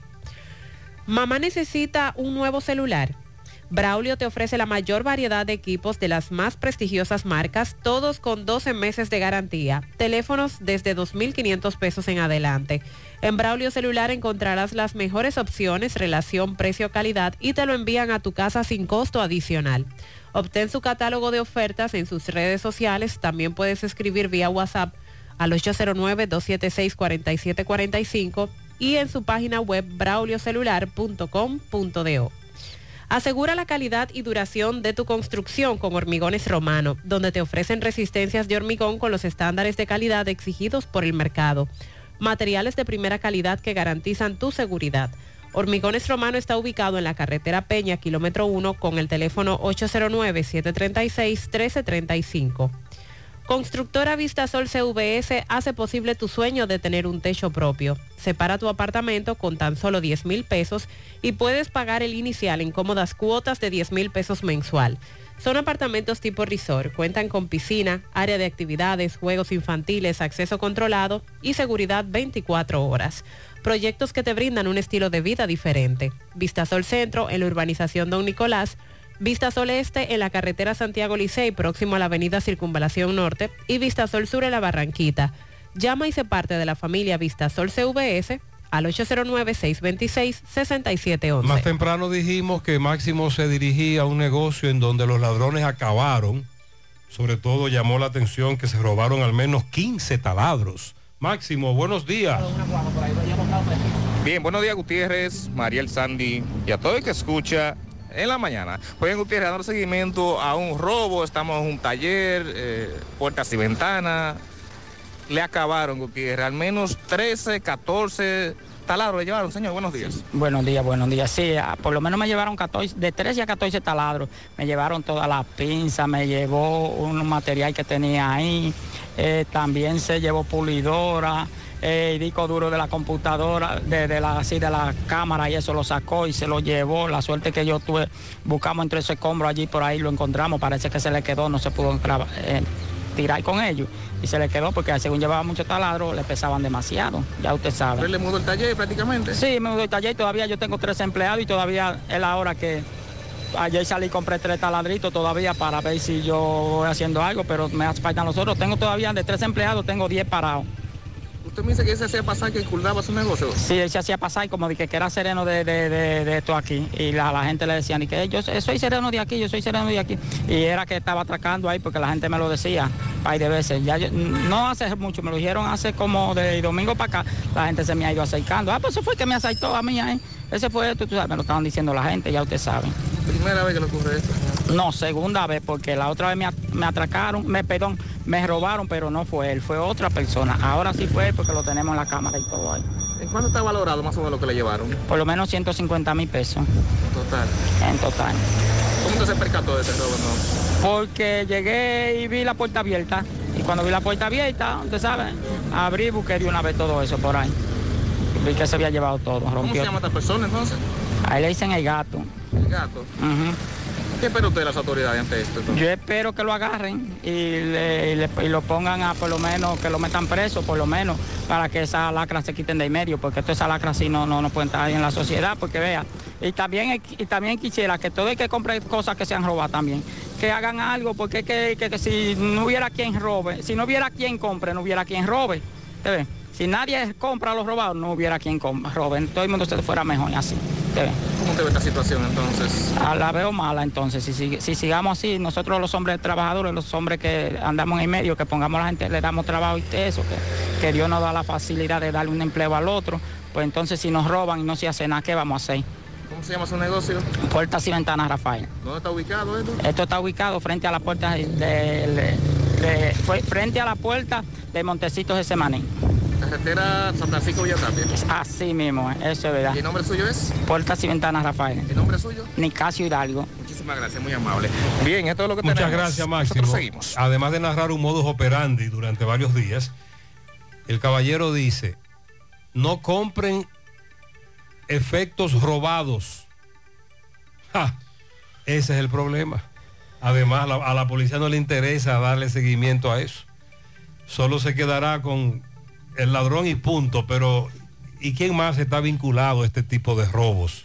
Mamá necesita un nuevo celular. Braulio te ofrece la mayor variedad de equipos de las más prestigiosas marcas, todos con doce meses de garantía. Teléfonos desde dos mil quinientos pesos en adelante. En Braulio Celular encontrarás las mejores opciones, relación precio-calidad y te lo envían a tu casa sin costo adicional. Obtén su catálogo de ofertas en sus redes sociales. También puedes escribir vía WhatsApp al ocho cero nueve, dos siete seis, cuatro siete cuatro cinco y en su página web braulio celular punto com punto do. Asegura la calidad y duración de tu construcción con Hormigones Romano, donde te ofrecen resistencias de hormigón con los estándares de calidad exigidos por el mercado. Materiales de primera calidad que garantizan tu seguridad. Hormigones Romano está ubicado en la carretera Peña, kilómetro uno, con el teléfono ocho cero nueve, siete tres seis, uno tres tres cinco. Constructora Vistasol C V S hace posible tu sueño de tener un techo propio. Separa tu apartamento con tan solo diez mil pesos y puedes pagar el inicial en cómodas cuotas de diez mil pesos mensual. Son apartamentos tipo resort, cuentan con piscina, área de actividades, juegos infantiles, acceso controlado y seguridad veinticuatro horas. Proyectos que te brindan un estilo de vida diferente. Vistasol Centro en la urbanización Don Nicolás, Vistasol Este en la carretera Santiago Licey próximo a la avenida Circunvalación Norte y Vistasol Sur en la Barranquita. Llama y se parte de la familia Vistasol C V S al ocho cero nueve, seis dos seis, seis siete uno uno. Más temprano dijimos que Máximo se dirigía a un negocio en donde los ladrones acabaron. Sobre todo llamó la atención que se robaron al menos quince taladros. Máximo, buenos días. Bien, buenos días Gutiérrez, Mariel, Sandy y a todo el que escucha en la mañana. Pues en Gutiérrez dando seguimiento a un robo, estamos en un taller, eh, puertas y ventanas. Le acabaron, Gutiérrez, al menos trece, catorce taladros le llevaron, señor, buenos días. Buenos días, buenos días, sí, por lo menos me llevaron catorce, de trece a catorce taladros, me llevaron todas las pinzas, me llevó un material que tenía ahí, eh, también se llevó pulidora, eh, el disco duro de la computadora, de, de, la, así, de la cámara y eso lo sacó y se lo llevó, la suerte que yo tuve, buscamos entre ese escombro allí, por ahí lo encontramos, parece que se le quedó, no se pudo entrar, eh, tirar con ellos y se le quedó porque según llevaba muchos taladros le pesaban demasiado, ya usted sabe. ¿Pero le mudó el taller prácticamente? Sí, me mudó el taller y todavía yo tengo tres empleados y todavía es la hora que ayer salí y compré tres taladritos todavía para ver si yo voy haciendo algo, pero me faltan los otros, tengo todavía de tres empleados, tengo diez parados. ¿Usted me dice que él se hacía pasar que inculcaba su negocio? Sí, él se hacía pasar como de que, que era sereno de, de, de, de esto aquí. Y la, la gente le decía, ni que yo soy sereno de aquí, yo soy sereno de aquí. Y era que estaba atracando ahí porque la gente me lo decía par de veces. Ya yo, no hace mucho, me lo dijeron hace como de domingo para acá, la gente se me ha ido acercando. Ah, pues eso fue que me asaltó a mí ahí. Ese fue esto, tú sabes, me lo estaban diciendo la gente, ya usted sabe. ¿Primera vez que le ocurre esto? No, segunda vez, porque la otra vez me, me atracaron, me, perdón, me robaron, pero no fue él, fue otra persona. Ahora sí fue él porque lo tenemos en la cámara y todo ahí. ¿En cuánto está valorado más o menos lo que le llevaron? Por lo menos ciento cincuenta mil pesos. ¿En total? En total. ¿Cómo usted se percató de ese robo, no? Porque llegué y vi la puerta abierta. Y cuando vi la puerta abierta, usted sabe, abrí y busqué de una vez todo eso por ahí. Vi que se había llevado todo, rompió. ¿Cómo se llama esta persona entonces? Ahí le dicen el gato. ¿El gato? Uh-huh. ¿Qué espera usted de las autoridades ante esto? Entonces? Yo espero que lo agarren y, le, y, le, y lo pongan a por lo menos, que lo metan preso por lo menos, para que esas lacras se quiten de en medio, porque todas esas lacras sí no, no, no pueden estar ahí en la sociedad, porque vea, y también, y también quisiera que todo el que compre cosas que sean robadas también, que hagan algo, porque es que, que, que si no hubiera quien robe, si no hubiera quien compre, no hubiera quien robe, ¿te ve? Si nadie compra a los robados, no hubiera quien robe. Todo el mundo se fuera mejor así. ¿Te ve? ¿Cómo te ve esta situación entonces? Ah, la veo mala entonces. Si, si, si sigamos así, nosotros los hombres trabajadores, los hombres que andamos en el medio, que pongamos a la gente, le damos trabajo y eso, que, que Dios nos da la facilidad de darle un empleo al otro, pues entonces si nos roban y no se hace nada, ¿qué vamos a hacer? ¿Cómo se llama su negocio? Puertas y Ventanas Rafael. ¿Dónde está ubicado esto? Esto está ubicado frente a la puerta de, de, de, de frente a la puerta de Montecitos de Semaní. Carretera San Francisco Villatapia. Así mismo, eso es verdad. ¿Y el nombre suyo es? Puertas y Ventanas Rafael. ¿El nombre suyo? Nicasio Hidalgo. Muchísimas gracias, muy amable. Bien, esto es lo que Muchas tenemos. gracias, Máximo. Nosotros seguimos. Además de narrar un modus operandi durante varios días, el caballero dice, no compren efectos robados. ¡Ja! Ese es el problema. Además, a la, a la policía no le interesa darle seguimiento a eso. Solo se quedará con el ladrón y punto, pero ¿y quién más está vinculado a este tipo de robos?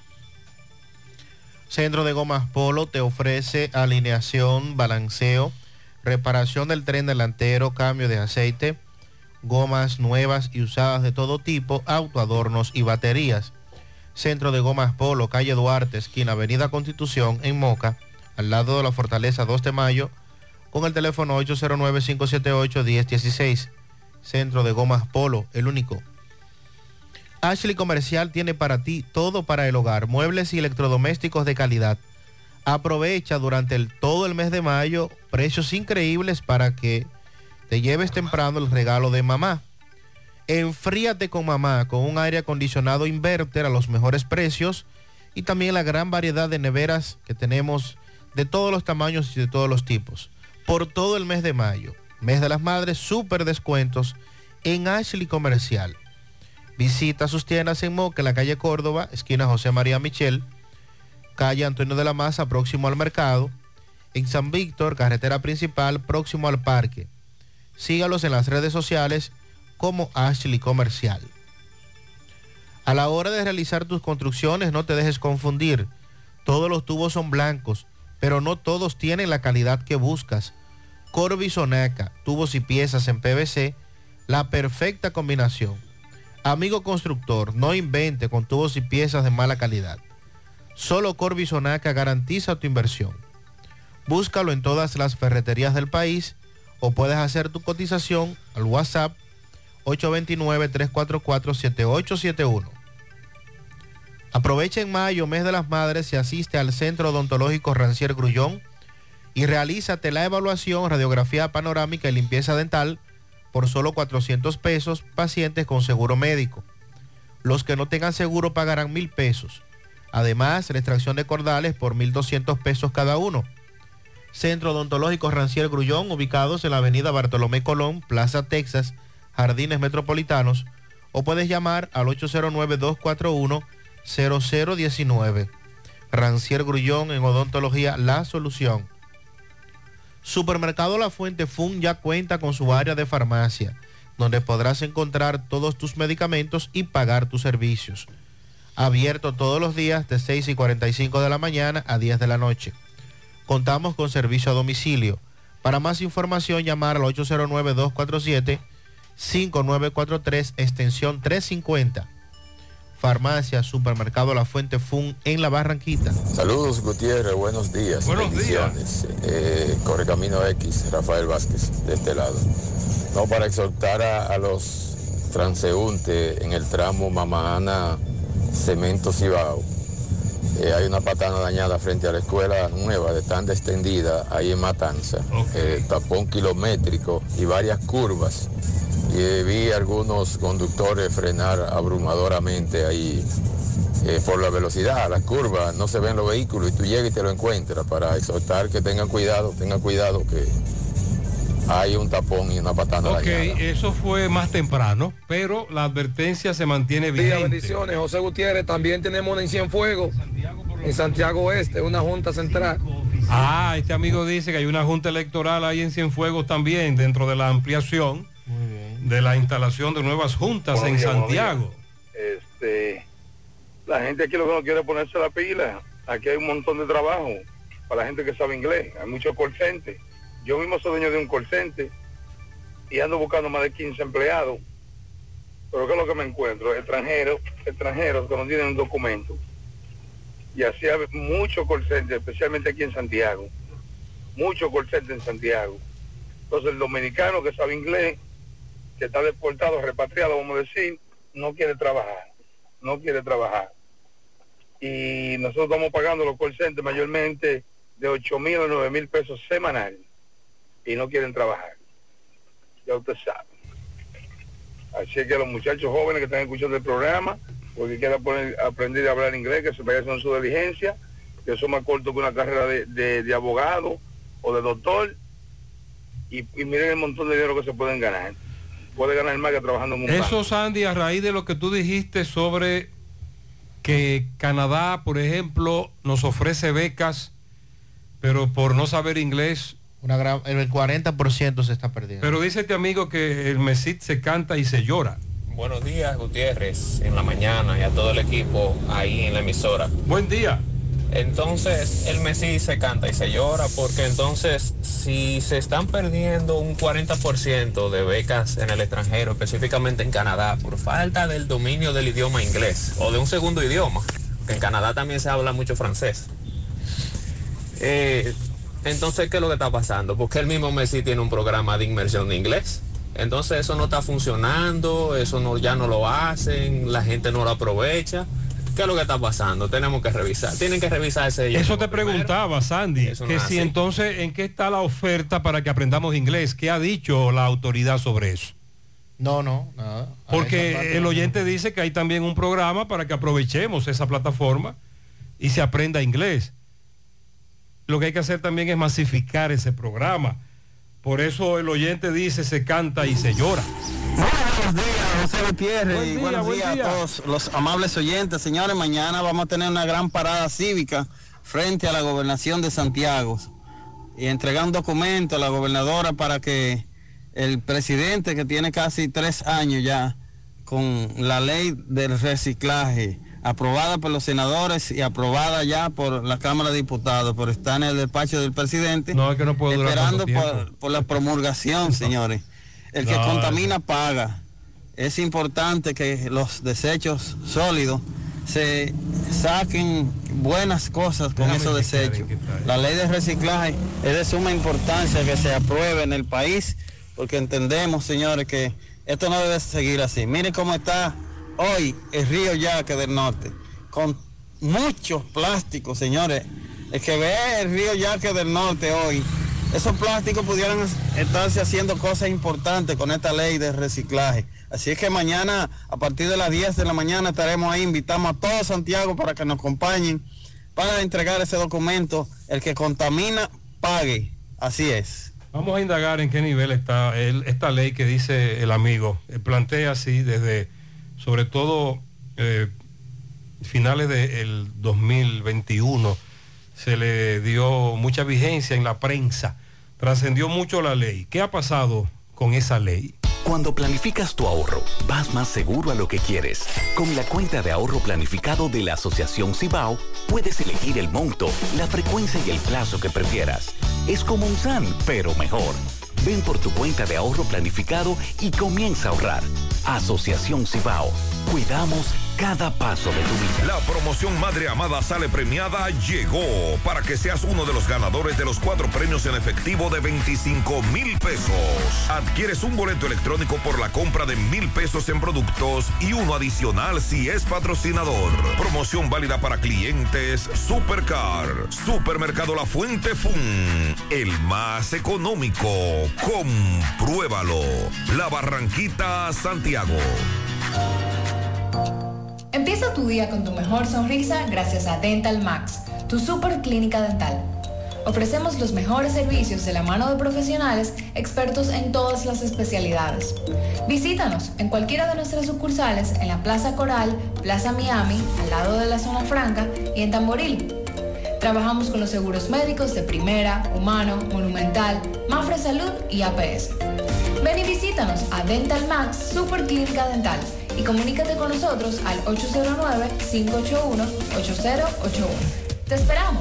Centro de Gomas Polo te ofrece alineación, balanceo, reparación del tren delantero, cambio de aceite, gomas nuevas y usadas de todo tipo, autoadornos y baterías. Centro de Gomas Polo, calle Duarte, esquina Avenida Constitución, en Moca, al lado de la Fortaleza dos de mayo, con el teléfono ocho cero nueve, cinco siete ocho, uno cero uno seis. Centro de Gomas Polo, el único. Ashley Comercial tiene para ti todo para el hogar, muebles y electrodomésticos de calidad. Aprovecha durante el, todo el mes de mayo precios increíbles para que te lleves temprano el regalo de mamá. Enfríate con mamá con un aire acondicionado inverter a los mejores precios y también la gran variedad de neveras que tenemos de todos los tamaños y de todos los tipos. Por todo el mes de mayo, mes de las madres, súper descuentos en Ashley Comercial. Visita sus tiendas en Moca, en la calle Córdoba, esquina José María Michel, calle Antonio de la Maza, próximo al mercado, en San Víctor, carretera principal, próximo al parque. Sígalos en las redes sociales como Ashley Comercial. A la hora de realizar tus construcciones, no te dejes confundir. Todos los tubos son blancos, pero no todos tienen la calidad que buscas. Corby Sonaca, tubos y piezas en P V C, la perfecta combinación. Amigo constructor, no invente con tubos y piezas de mala calidad. Solo Corby Sonaca garantiza tu inversión. Búscalo en todas las ferreterías del país o puedes hacer tu cotización al WhatsApp ocho dos nueve, tres cuatro cuatro, siete ocho siete uno. Aprovecha en mayo, mes de las madres, y asiste al Centro Odontológico Rancier Grullón y realízate la evaluación, radiografía panorámica y limpieza dental por solo cuatrocientos pesos, pacientes con seguro médico. Los que no tengan seguro pagarán mil pesos. Además, la extracción de cordales por mil doscientos pesos cada uno. Centro Odontológico Rancier Grullón, ubicados en la avenida Bartolomé Colón, Plaza Texas, Jardines Metropolitanos, o puedes llamar al ocho cero nueve, dos cuatro uno, cero cero uno nueve. Rancier Grullón, en odontología, la solución. Supermercado La Fuente Fun ya cuenta con su área de farmacia, donde podrás encontrar todos tus medicamentos y pagar tus servicios. Abierto todos los días de seis y cuarenta y cinco de la mañana a diez de la noche. Contamos con servicio a domicilio. Para más información, llamar al ocho cero nueve, dos cuatro siete, cinco nueve cuatro tres, extensión trescientos cincuenta. Farmacia Supermercado La Fuente Fun en La Barranquita. Saludos, Gutiérrez, buenos días. Buenos bendiciones. días. Eh, Correcamino X, Rafael Vázquez, de este lado. No, para exhortar a, a los transeúntes en el tramo Mama Ana, Cemento Cibao. Eh, hay una patana dañada frente a la escuela nueva de tanda extendida, ahí en Matanza. Okay. Eh, tapón kilométrico y varias curvas. Y eh, vi algunos conductores frenar abrumadoramente ahí eh, por la velocidad, las curvas, no se ven los vehículos y tú llegas y te lo encuentras, para exhortar que tengan cuidado, tengan cuidado que hay un tapón y una patana Ok, dañada. eso fue más temprano, pero la advertencia se mantiene vigente. Días, bendiciones, José Gutiérrez. También tenemos una en Cienfuegos, en Santiago Oeste, una junta central. Ah, este amigo dice que hay una junta electoral ahí en Cienfuegos también, dentro de la ampliación de la instalación de nuevas juntas en Santiago. Este, la gente aquí lo que no quiere es ponerse la pila. Aquí hay un montón de trabajo para la gente que sabe inglés. Hay muchos call centers. Yo mismo soy dueño de un call center y ando buscando más de quince empleados. Pero ¿qué es lo que me encuentro? Extranjeros, extranjeros que no tienen un documento. Y así hay muchos call centers, especialmente aquí en Santiago. Muchos call centers en Santiago. Entonces el dominicano que sabe inglés, que está deportado, repatriado, vamos a decir, no quiere trabajar. No quiere trabajar. Y nosotros estamos pagando los call centers mayormente de ocho mil a nueve mil pesos semanal. Y no quieren trabajar. Ya usted sabe. Así es que los muchachos jóvenes que están escuchando el programa, porque quieran poner, aprender a hablar inglés, que se vayan haciendo su diligencia, que eso es más corto que una carrera de, de, de abogado o de doctor, y, y miren el montón de dinero que se pueden ganar. Puede ganar más que trabajando en un Eso, banco. Sandy, a raíz de lo que tú dijiste sobre que Canadá, por ejemplo, nos ofrece becas, pero por no saber inglés... Una gran, el cuarenta por ciento se está perdiendo. Pero dice este amigo que el Mesit se canta y se llora. Buenos días, Gutiérrez, en la mañana, y a todo el equipo ahí en la emisora. Buen día. Entonces, el Messi se canta y se llora, porque entonces, si se están perdiendo un cuarenta por ciento de becas en el extranjero, específicamente en Canadá, por falta del dominio del idioma inglés, o de un segundo idioma, que en Canadá también se habla mucho francés. Eh, entonces, ¿qué es lo que está pasando? Porque el mismo Messi tiene un programa de inmersión de inglés. Entonces eso no está funcionando, eso no, ya no lo hacen, la gente no lo aprovecha. ¿Qué es lo que está pasando? Tenemos que revisar, tienen que revisar ese... Eso te preguntaba, Sandy, Eso no que es si así. entonces, ¿en qué está la oferta para que aprendamos inglés? ¿Qué ha dicho la autoridad sobre eso? No, no, nada. A esa Porque parte el no. oyente dice que hay también un programa para que aprovechemos esa plataforma y se aprenda inglés. Lo que hay que hacer también es masificar ese programa. Por eso el oyente dice se canta y se llora. Buenos días, José Gutiérrez, Buen y día, buenos buen días día. a todos los amables oyentes. Señores, mañana vamos a tener una gran parada cívica frente a la gobernación de Santiago. y entregar un documento a la gobernadora para que el presidente, que tiene casi tres años ya con la ley del reciclaje, aprobada por los senadores y aprobada ya por la Cámara de Diputados, pero está en el despacho del presidente, no, es que no puede durar esperando tanto tiempo. por, por la promulgación, señores. El que No, contamina paga. Es importante que los desechos sólidos se saquen buenas cosas con Déjame esos chequear desechos. en qué trae. La ley de reciclaje es de suma importancia que se apruebe en el país, porque entendemos, señores, que esto no debe seguir así. Miren cómo está hoy el río Yaque del Norte, con muchos plásticos, señores. El que ve el río Yaque del Norte hoy, esos plásticos pudieran estarse haciendo cosas importantes con esta ley de reciclaje. Así es que mañana, a partir de las diez de la mañana, estaremos ahí. Invitamos a todo Santiago para que nos acompañen para entregar ese documento. El que contamina, pague. Así es. Vamos a indagar en qué nivel está el, esta ley que dice el amigo. Eh, plantea así desde, sobre todo, eh, finales del dos mil veintiuno, se le dio mucha vigencia en la prensa. Trascendió mucho la ley. ¿Qué ha pasado con esa ley? Cuando planificas tu ahorro, vas más seguro a lo que quieres. Con la cuenta de ahorro planificado de la Asociación Cibao, puedes elegir el monto, la frecuencia y el plazo que prefieras. Es como un S A N, pero mejor. Ven por tu cuenta de ahorro planificado y comienza a ahorrar. Asociación Cibao. Cuidamos cada paso de tu vida. La promoción Madre Amada Sale Premiada llegó para que seas uno de los ganadores de los cuatro premios en efectivo de veinticinco mil pesos. Adquieres un boleto electrónico por la compra de mil pesos en productos y uno adicional si es patrocinador. Promoción válida para clientes Supercar, Supermercado La Fuente Fun, el más económico. Compruébalo. La Barranquita, Santiago. Empieza tu día con tu mejor sonrisa gracias a Dental Max, tu super clínica dental. Ofrecemos los mejores servicios de la mano de profesionales expertos en todas las especialidades. Visítanos en cualquiera de nuestras sucursales en la Plaza Coral, Plaza Miami, al lado de la Zona Franca y en Tamboril. Trabajamos con los seguros médicos de Primera, Humano, Monumental, Mafre Salud y A P S. Ven y visítanos a Dental Max Super Clínica Dental y comunícate con nosotros al ocho cero nueve, cinco ocho uno, ocho cero ocho uno. ¡Te esperamos!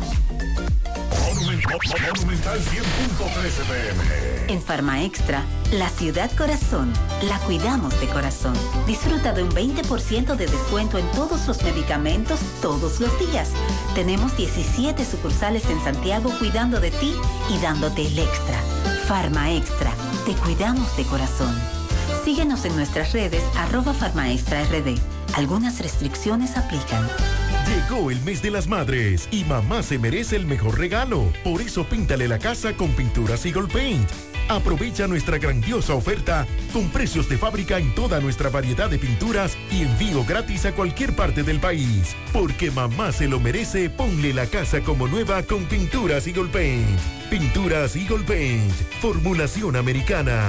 Monumental cien punto trece P M. En Farma Extra, la ciudad corazón, la cuidamos de corazón. Disfruta de un veinte por ciento de descuento en todos los medicamentos todos los días. Tenemos diecisiete sucursales en Santiago cuidando de ti y dándote el extra. Farma Extra, te cuidamos de corazón. Síguenos en nuestras redes arroba Farmaextra R D. Algunas restricciones aplican. Llegó el mes de las madres y mamá se merece el mejor regalo. Por eso píntale la casa con pinturas Eagle Paint. Aprovecha nuestra grandiosa oferta con precios de fábrica en toda nuestra variedad de pinturas y envío gratis a cualquier parte del país. Porque mamá se lo merece, ponle la casa como nueva con pinturas Eagle Paint. Pinturas Eagle Paint, formulación americana.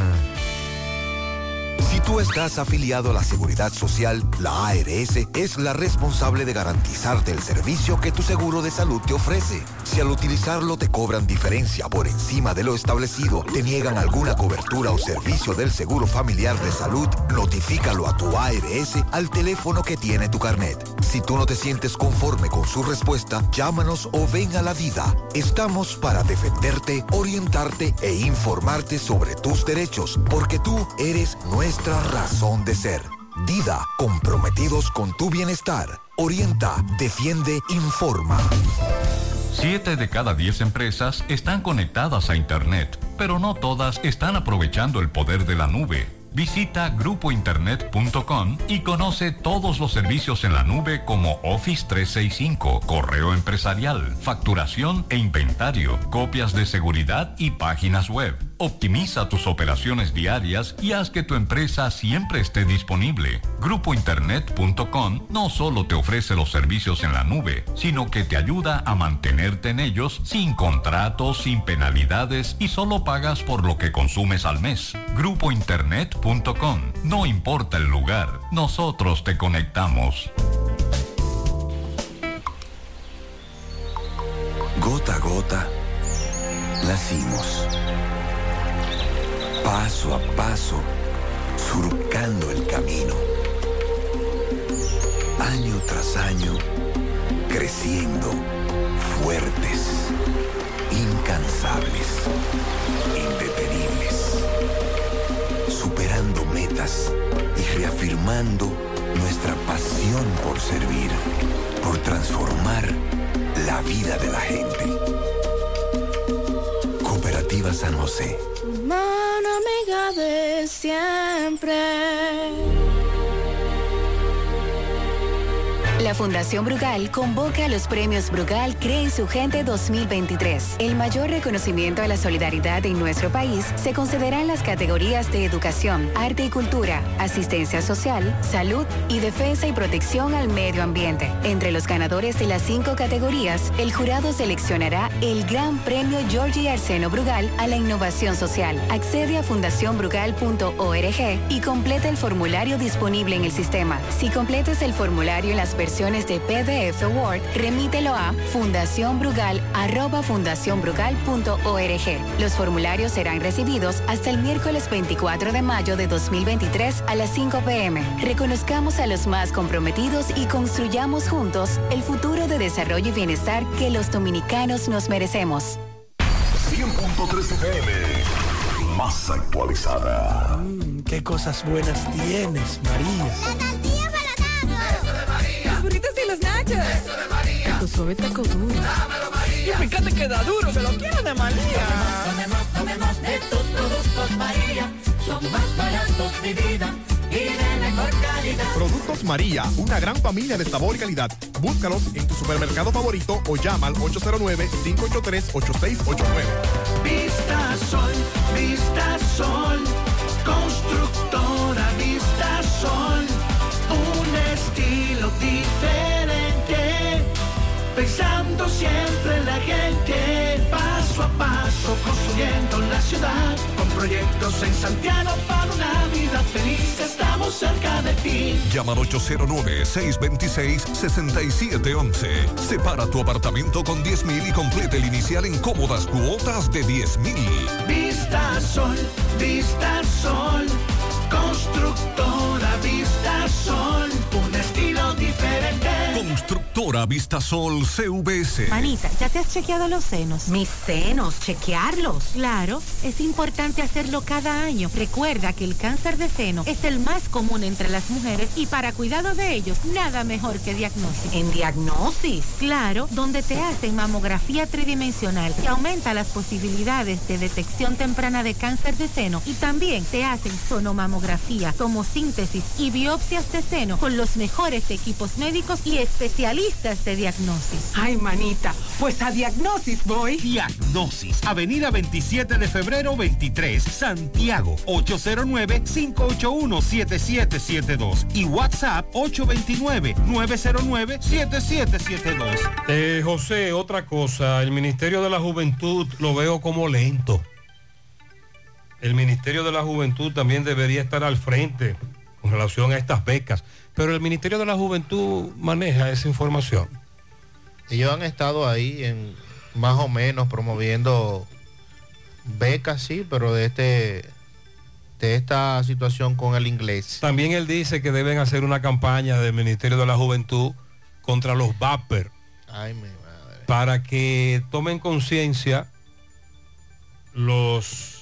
Si tú estás afiliado a la Seguridad Social, la A R S es la responsable de garantizarte el servicio que tu seguro de salud te ofrece. Si al utilizarlo te cobran diferencia por encima de lo establecido, te niegan alguna cobertura o servicio del Seguro Familiar de Salud, notifícalo a tu A R S al teléfono que tiene tu carnet. Si tú no te sientes conforme con su respuesta, llámanos o ven a la Dida. Estamos para defenderte, orientarte e informarte sobre tus derechos, porque tú eres nuestra razón de ser. Dida, comprometidos con tu bienestar. Orienta, defiende, informa. Siete de cada diez empresas están conectadas a Internet, pero no todas están aprovechando el poder de la nube. Visita grupo internet punto com y conoce todos los servicios en la nube como Office trescientos sesenta y cinco, correo empresarial, facturación e inventario, copias de seguridad y páginas web. Optimiza tus operaciones diarias y haz que tu empresa siempre esté disponible. grupo internet punto com no solo te ofrece los servicios en la nube, sino que te ayuda a mantenerte en ellos sin contratos, sin penalidades y solo pagas por lo que consumes al mes. grupo internet punto com. No importa el lugar, nosotros te conectamos. Gota a gota, la nacimos. Paso a paso, surcando el camino. Año tras año, creciendo, fuertes, incansables, indetenibles, superando metas y reafirmando nuestra pasión por servir, por transformar la vida de la gente. Cooperativa San José. Mano amiga de siempre. La Fundación Brugal convoca a los premios Brugal Cree Su Gente dos mil veintitrés. El mayor reconocimiento a la solidaridad en nuestro país se concederá en las categorías de educación, arte y cultura, asistencia social, salud y defensa y protección al medio ambiente. Entre los ganadores de las cinco categorías, el jurado seleccionará el Gran Premio Georgie Arseno Brugal a la innovación social. Accede a fundación brugal punto org y completa el formulario disponible en el sistema. Si completas el formulario en las versiones de P D F o Word, remítelo a fundación brugal arroba fundación brugal punto org. Los formularios serán recibidos hasta el miércoles veinticuatro de mayo de dos mil veintitrés a las cinco p m Reconozcamos a los más comprometidos y construyamos juntos el futuro de desarrollo y bienestar que los dominicanos nos merecemos. cien punto tres F M, más actualizada. Mm, qué cosas buenas tienes, María. La tortilla para Eso de María. Los burritos y los nachos. Eso de María. Taco suave, taco duro. Dámelo, María. Y fíjate que da duro, que lo quiero de María. Tomemos, tomemos, tomemos de tus productos, María. Son más baratos, mi vida. Y de mejor calidad. Productos María, una gran familia de sabor y calidad. Búscalos en tu supermercado favorito o llama al ocho cero nueve, cinco ocho tres, ocho seis ocho nueve. Vista Sol, Vista Sol, constructora Vista Sol, un estilo diferente, pensando siempre en la gente, paso a paso construyendo la ciudad, con proyectos en Santiago para una vida feliz, estamos cerca de ti. Llama al ocho cero nueve, seis dos seis, seis siete uno uno. Separa tu apartamento con diez mil y complete el inicial en cómodas cuotas de diez mil. Vista Sol, Vista Sol, constructora Vista Sol, un estilo diferente. Constructora Vista Sol C V S. Manita, ¿ya te has chequeado los senos? Mis senos, chequearlos. Claro, es importante hacerlo cada año. Recuerda que el cáncer de seno es el más común entre las mujeres y para cuidado de ellos, nada mejor que Diagnosis. ¿En Diagnosis? Claro, donde te hacen mamografía tridimensional que aumenta las posibilidades de detección temprana de cáncer de seno y también te hacen sonomamografía, tomosíntesis y biopsias de seno con los mejores equipos médicos y especialistas de Diagnosis. Ay, manita, pues a Diagnosis voy. Diagnosis, Avenida veintisiete de febrero veintitrés, Santiago, ocho cero nueve, cinco ocho uno, siete siete siete dos y WhatsApp ocho dos nueve, nueve cero nueve, siete siete siete dos. Eh, José, otra cosa, el Ministerio de la Juventud lo veo como lento. El Ministerio de la Juventud también debería estar al frente con relación a estas becas, pero el Ministerio de la Juventud maneja esa información. Ellos han estado ahí en más o menos promoviendo becas, sí, pero de este de esta situación con el inglés. También él dice que deben hacer una campaña del Ministerio de la Juventud contra los vapers. Ay, mi madre. Para que tomen conciencia los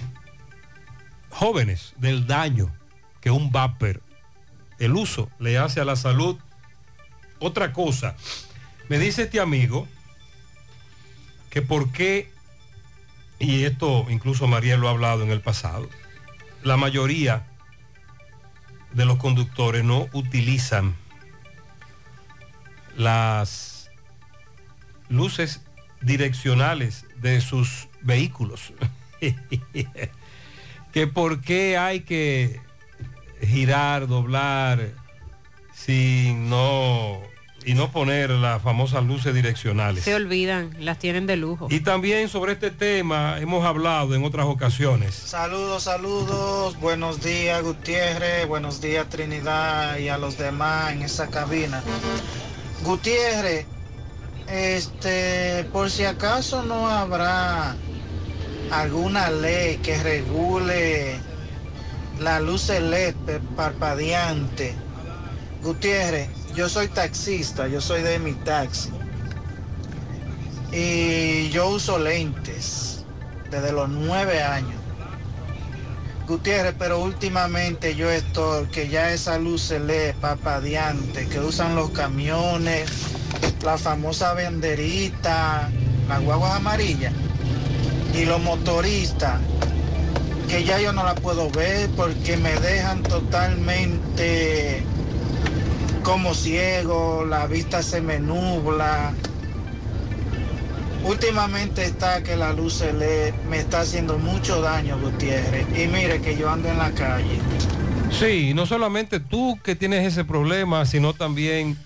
jóvenes del daño que un vapor, el uso, le hace a la salud. Otra cosa, me dice este amigo que por qué, y esto incluso María lo ha hablado en el pasado, la mayoría de los conductores no utilizan las luces direccionales de sus vehículos. Que por qué hay que girar, doblar, sin no, y no poner las famosas luces direccionales. Se olvidan, las tienen de lujo. Y también sobre este tema hemos hablado en otras ocasiones. Saludos, saludos, buenos días Gutiérrez, buenos días Trinidad y a los demás en esa cabina. Gutiérrez, este, por si acaso no habrá alguna ley que regule la luz L E D parpadeante. Gutiérrez, yo soy taxista, yo soy de mi taxi. Y yo uso lentes desde los nueve años. Gutiérrez, pero últimamente yo estoy, que ya esa luz L E D parpadeante que usan los camiones, la famosa banderita, las guaguas amarillas, y los motoristas, que ya yo no la puedo ver porque me dejan totalmente como ciego, la vista se me nubla. Últimamente está que la luz L E D me está haciendo mucho daño, Gutiérrez, y mire que yo ando en la calle. Sí, no solamente tú que tienes ese problema, sino también,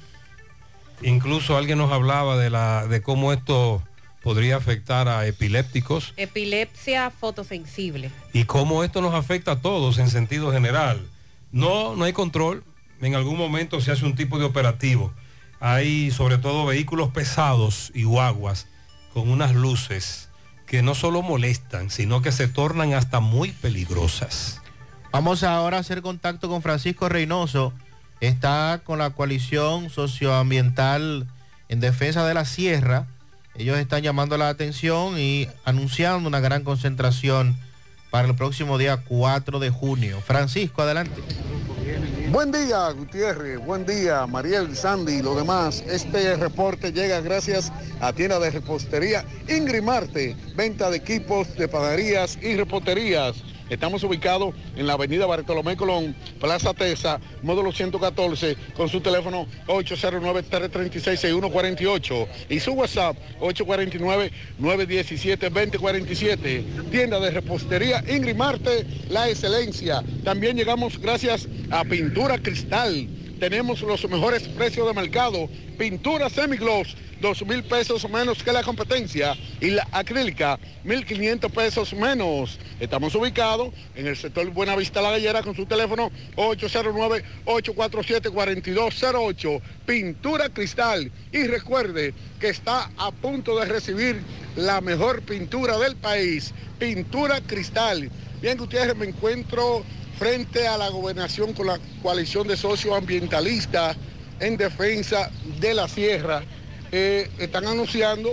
incluso alguien nos hablaba de, la, de cómo esto podría afectar a epilépticos. Epilepsia fotosensible. Y cómo esto nos afecta a todos en sentido general. No, no hay control. En algún momento se hace un tipo de operativo. Hay sobre todo vehículos pesados y guaguas con unas luces que no solo molestan, sino que se tornan hasta muy peligrosas. Vamos ahora a hacer contacto con Francisco Reynoso. Está con la coalición socioambiental en defensa de la sierra. Ellos están llamando la atención y anunciando una gran concentración para el próximo día cuatro de junio. Francisco, adelante. Buen día, Gutiérrez. Buen día, Mariel, Sandy y los demás. Este reporte llega gracias a tienda de repostería Ingrimarte, venta de equipos de panaderías y reposterías. Estamos ubicados en la avenida Bartolomé Colón, Plaza Tesa, módulo ciento catorce, con su teléfono ocho cero nueve, tres tres seis, seis uno cuatro ocho y su WhatsApp ocho cuatro nueve, nueve uno siete, dos cero cuatro siete. Tienda de repostería Ingrimarte, la excelencia. También llegamos gracias a Pintura Cristal. Tenemos los mejores precios de mercado. Pintura semigloss, dos mil pesos menos que la competencia. Y la acrílica, mil quinientos pesos menos. Estamos ubicados en el sector Buenavista La Gallera con su teléfono ocho cero nueve, ocho cuatro siete, cuatro dos cero ocho. Pintura Cristal. Y recuerde que está a punto de recibir la mejor pintura del país. Pintura Cristal. Bien, Gutiérrez, me encuentro frente a la gobernación con la coalición de socios ambientalistas en defensa de la sierra. Eh, están anunciando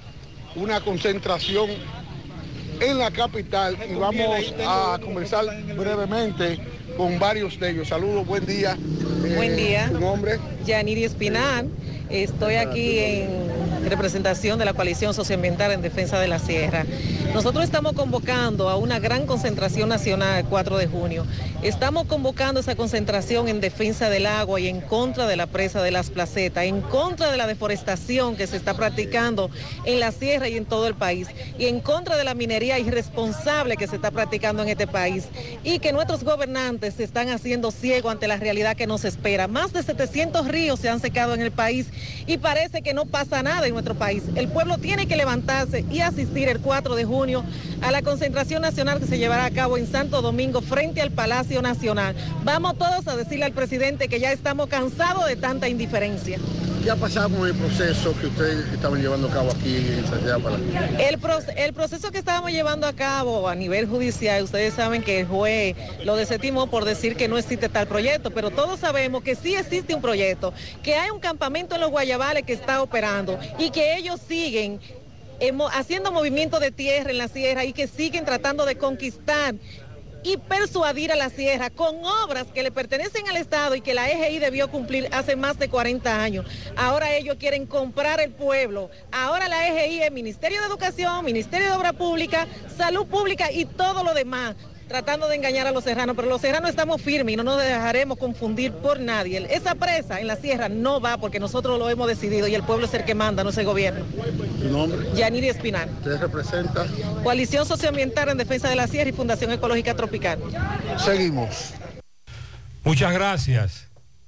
una concentración en la capital y vamos a conversar brevemente con varios de ellos. Saludos, buen día. Buen día. ¿Tu nombre? Yaniri Espinal. Estoy aquí en representación de la coalición socioambiental en defensa de la sierra. Nosotros estamos convocando a una gran concentración nacional el cuatro de junio. Estamos convocando esa concentración en defensa del agua y en contra de la presa de las placetas, en contra de la deforestación que se está practicando en la sierra y en todo el país, y en contra de la minería irresponsable que se está practicando en este país, y que nuestros gobernantes se están haciendo ciegos ante la realidad que nos espera. Más de setecientos ríos se han secado en el país y parece que no pasa nada en nuestro país. El pueblo tiene que levantarse y asistir el cuatro de junio a la concentración nacional que se llevará a cabo en Santo Domingo frente al Palacio Nacional. Vamos todos a decirle al presidente que ya estamos cansados de tanta indiferencia. Ya pasamos el proceso que ustedes estaban llevando a cabo aquí en Santiago. El, pro, el proceso que estábamos llevando a cabo a nivel judicial, ustedes saben que el juez lo desestimó por decir que no existe tal proyecto, pero todos sabemos que sí existe un proyecto, que hay un campamento en los Guayabales que está operando y que ellos siguen haciendo movimiento de tierra en la sierra y que siguen tratando de conquistar y persuadir a la sierra con obras que le pertenecen al Estado y que la E G I debió cumplir hace más de cuarenta años. Ahora ellos quieren comprar el pueblo. Ahora la E G I es Ministerio de Educación, Ministerio de Obra Pública, Salud Pública y todo lo demás, tratando de engañar a los serranos, pero los serranos estamos firmes y no nos dejaremos confundir por nadie. Esa presa en la sierra no va porque nosotros lo hemos decidido y el pueblo es el que manda, no es el gobierno. ¿Tu nombre? Yaniri Espinal. ¿Usted representa? Coalición Socioambiental en Defensa de la Sierra y Fundación Ecológica Tropical. Seguimos. Muchas gracias.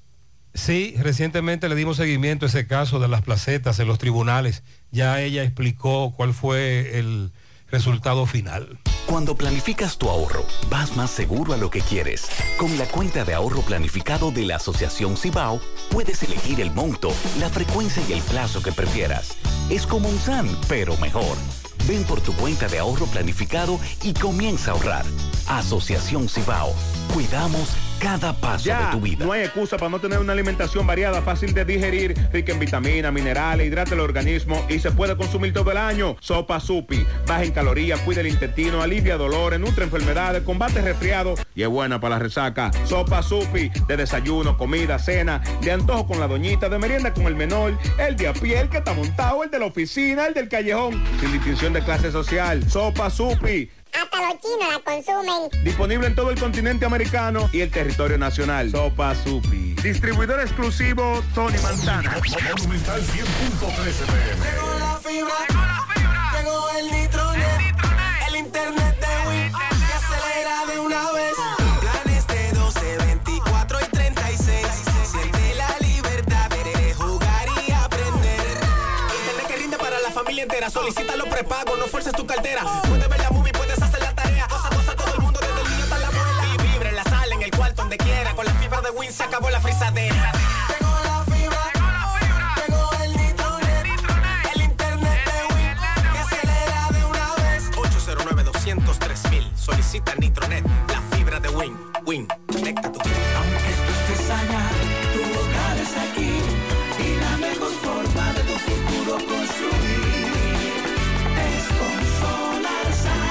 Sí, recientemente le dimos seguimiento a ese caso de las placetas en los tribunales. Ya ella explicó cuál fue el resultado final. Cuando planificas tu ahorro, vas más seguro a lo que quieres. Con la cuenta de ahorro planificado de la Asociación Cibao, puedes elegir el monto, la frecuencia y el plazo que prefieras. Es como un S A N, pero mejor. Ven por tu cuenta de ahorro planificado y comienza a ahorrar. Asociación Cibao. Cuidamos cada paso Ya, de tu vida. no hay excusa para no tener una alimentación variada, fácil de digerir, rica en vitaminas, minerales, hidrata el organismo y se puede consumir todo el año. Sopa Supi, baja en calorías, cuida el intestino, alivia dolores, nutre enfermedades, combate resfriado y es buena para la resaca. Sopa Supi, de desayuno, comida, cena, de antojo con la doñita, de merienda con el menor, el de a pie, el que está montado, el de la oficina, el del callejón, sin distinción de clase social. Sopa Supi. Hasta los chinos la consumen. Disponible en todo el continente americano y el territorio nacional. Sopa Supi. Distribuidor exclusivo Tony Montana. Monumental cien punto trece P M. Llegó la fibra. Llegó la fibra. Llegó el Nitronet. El, Nitronet. El internet de Win. Que acelera de una vez. Planes de doce, veinticuatro y treinta y seis. Siente la libertad de jugar y aprender. Internet que rinde para la familia entera. Solicita los prepagos, no fuerces tu cartera. Puedes ver la movie, puedes hacer la tarea. Cosa, cosa, todo el mundo, desde el niño hasta la abuela. Y vibra en la sala, en el cuarto, donde quiera. Con la fibra de Win se acabó la frisadera. Llegó la fibra. Llegó el Nitronet. El internet de Win. Que acelera de una vez. ocho cero nueve, dos cero tres mil. Solicita Nitronet. La fibra de Win. Win. Conecta tu vida. Aunque esto estés allá, tu hogar es aquí. Y la mejor forma de tu futuro construir es con Solarsan.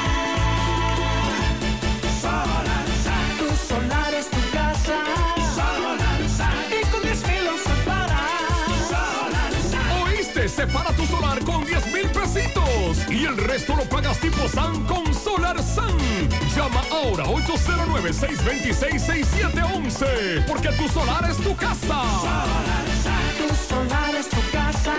Solarsan. Tu solar es tu casa. Solarsan. Y con diez mil lo separas. Solarsan. ¿Oíste? Separa tu solar con diez mil pesitos y el resto lo pagas tipo S A N con Solarsan. Llama ahora ocho cero nueve, seis dos seis, seis siete uno uno porque tu solar es tu casa. Solarsan. Tu solar es tu casa.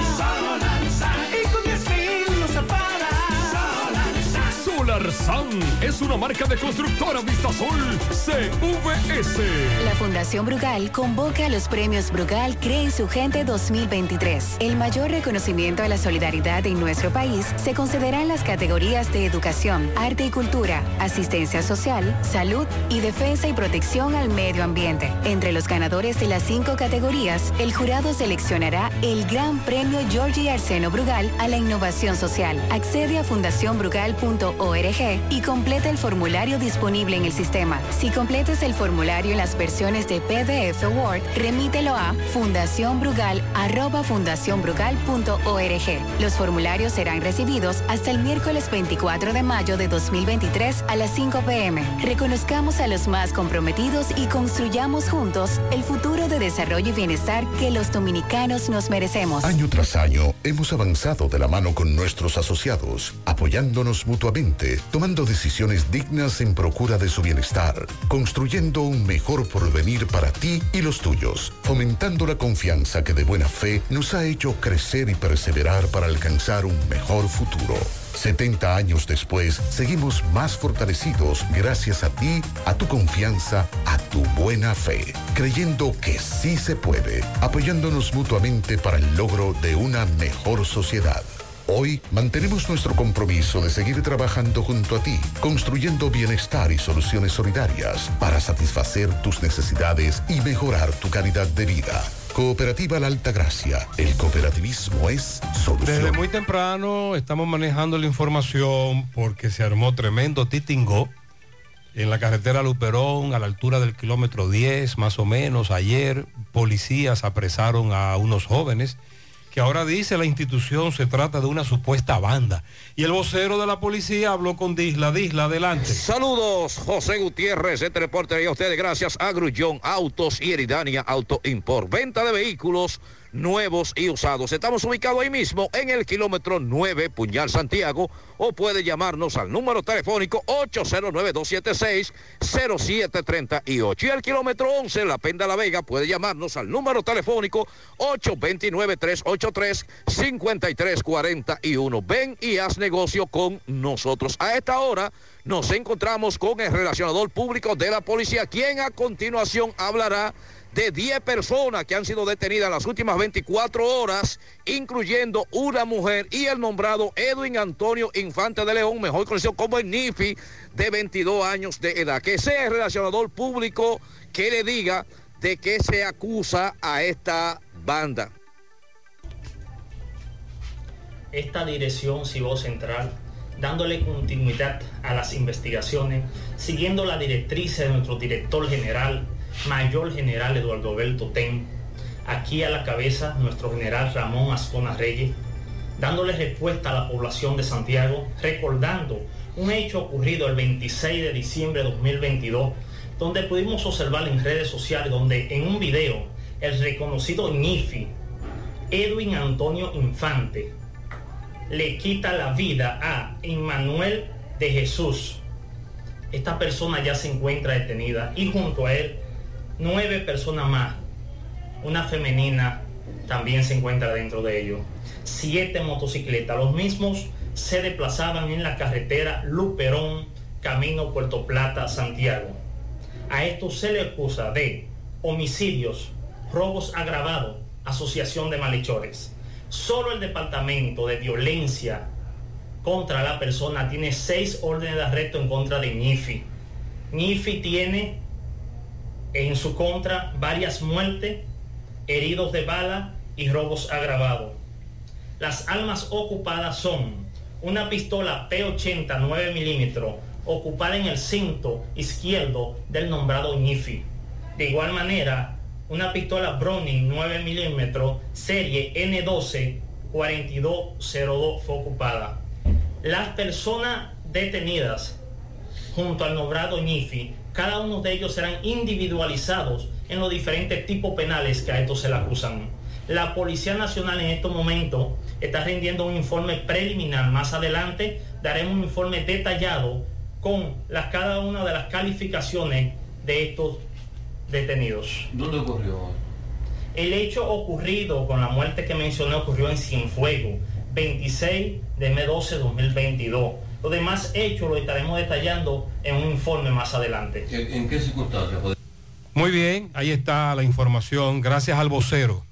Solarsan. Y con diez mil lo separas. Solarsan. Solarsan es una marca de constructora Vistasol C V S. La Fundación Brugal convoca a los premios Brugal Cree en su Gente dos mil veintitrés. El mayor reconocimiento a la solidaridad en nuestro país se concederá en las categorías de educación, arte y cultura, asistencia social, salud y defensa y protección al medio ambiente. Entre los ganadores de las cinco categorías, el jurado seleccionará el Gran Premio Georgie Arseno Brugal a la innovación social. Accede a fundación brugal punto org y completa el formulario disponible en el sistema. Si completas el formulario en las versiones de P D F o Word, remítelo a fundacionbrugal arroba fundacionbrugal punto org. Los formularios serán recibidos hasta el miércoles veinticuatro de mayo de dos mil veintitrés a las cinco p m Reconozcamos a los más comprometidos y construyamos juntos el futuro de desarrollo y bienestar que los dominicanos nos merecemos. Año tras año hemos avanzado de la mano con nuestros asociados, apoyándonos mutuamente, tomando decisiones dignas en procura de su bienestar, construyendo un mejor porvenir para ti y los tuyos, fomentando la confianza que de buena fe nos ha hecho crecer y perseverar para alcanzar un mejor futuro. setenta años después, seguimos más fortalecidos gracias a ti, a tu confianza, a tu buena fe, creyendo que sí se puede, apoyándonos mutuamente para el logro de una mejor sociedad. Hoy mantenemos nuestro compromiso de seguir trabajando junto a ti, construyendo bienestar y soluciones solidarias para satisfacer tus necesidades y mejorar tu calidad de vida. Cooperativa La Altagracia. El cooperativismo es solución. Desde muy temprano estamos manejando la información porque se armó tremendo titingó en la carretera Luperón, a la altura del kilómetro diez, más o menos. Ayer policías apresaron a unos jóvenes que ahora dice la institución se trata de una supuesta banda. Y el vocero de la policía habló con Disla. Disla, adelante. Saludos, José Gutiérrez, este reporte y a ustedes gracias a Grullón Autos y Eridania Auto Import. Venta de vehículos nuevos y usados. Estamos ubicados ahí mismo en el kilómetro nueve, Puñal Santiago, o puede llamarnos al número telefónico ocho cero nueve, dos siete seis, cero siete tres ocho. Y el kilómetro once, La Penda La Vega, puede llamarnos al número telefónico ocho dos nueve, tres ocho tres, cinco tres cuatro uno. Ven y haz negocio con nosotros. A esta hora nos encontramos con el relacionador público de la policía, quien a continuación hablará de diez personas que han sido detenidas en las últimas veinticuatro horas, incluyendo una mujer y el nombrado Edwin Antonio Infante de León, mejor conocido como el Nifi, de veintidós años de edad. Que sea el relacionador público que le diga de qué se acusa a esta banda. esta dirección Cibao Central, dándole continuidad a las investigaciones, siguiendo la directriz de nuestro director general, Mayor General Eduardo Alberto Ten, aquí a la cabeza nuestro general Ramón Azcona Reyes, dándole respuesta a la población de Santiago, recordando un hecho ocurrido el veintiséis de diciembre de dos mil veintidós, donde pudimos observar en redes sociales, donde en un video el reconocido ñifi, Edwin Antonio Infante, le quita la vida a Emmanuel de Jesús. Esta persona ya se encuentra detenida y junto a él nueve personas más. Una femenina también se encuentra dentro de ellos. Siete motocicletas. Los mismos se desplazaban en la carretera Luperón, camino Puerto Plata, Santiago. A esto se le acusa de homicidios, robos agravados, asociación de malhechores. Solo el Departamento de Violencia contra la Persona tiene seis órdenes de arresto en contra de ñifi. ñifi tiene en su contra varias muertes, heridos de bala y robos agravados. Las armas ocupadas son una pistola P ochenta nueve milímetros ocupada en el cinto izquierdo del nombrado ñifi. De igual manera, una pistola Browning nueve milímetros serie N doce cuarenta y dos cero dos fue ocupada. Las personas detenidas junto al nombrado ñifi, cada uno de ellos serán individualizados en los diferentes tipos penales que a estos se le acusan. La Policía Nacional en estos momentos está rindiendo un informe preliminar. Más adelante daremos un informe detallado con las, cada una de las calificaciones de estos detenidos. ¿Dónde ocurrió? El hecho ocurrido con la muerte que mencioné ocurrió en Cienfuegos, veintiséis de mes doce de dos mil veintidós. Los demás hechos lo estaremos detallando en un informe más adelante. ¿En, en qué circunstancias? Muy bien, ahí está la información. Gracias al vocero.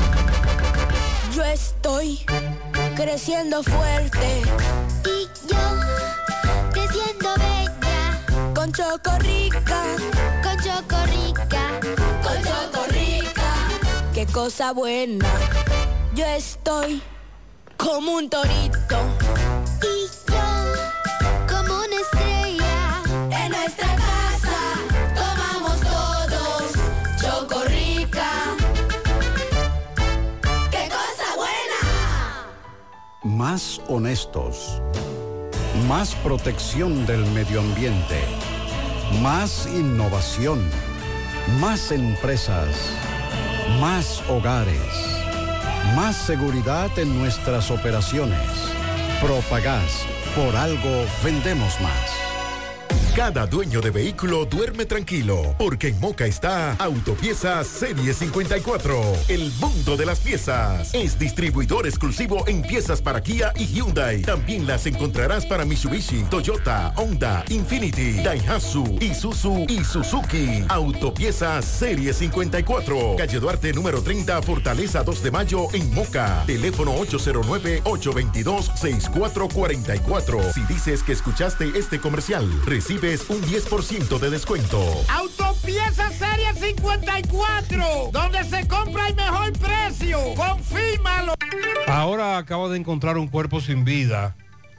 Yo estoy creciendo fuerte y yo creciendo bella. Con Chocorrica, con Chocorrica, con Chocorrica. Qué cosa buena. Yo estoy como un torito y yo como una estrella. En nuestra casa tomamos todos Chocorrica. ¡Qué cosa buena! Más honestos, más protección del medio ambiente, más innovación, más empresas, más hogares, más seguridad en nuestras operaciones. Propagás, por algo vendemos más. Cada dueño de vehículo duerme tranquilo, porque en Moca está Autopiezas Serie cincuenta y cuatro, el mundo de las piezas. Es distribuidor exclusivo en piezas para Kia y Hyundai. También las encontrarás para Mitsubishi, Toyota, Honda, Infiniti, Daihatsu, Isuzu y Suzuki. Autopiezas Serie cincuenta y cuatro, calle Duarte número treinta, Fortaleza dos de Mayo en Moca. Teléfono ocho cero nueve, ocho dos dos, seis cuatro cuatro cuatro. Si dices que escuchaste este comercial, recibe un diez por ciento de descuento. Autopiezas Serie cincuenta y cuatro, donde se compra el mejor precio. Confírmalo. Ahora acabo de encontrar un cuerpo sin vida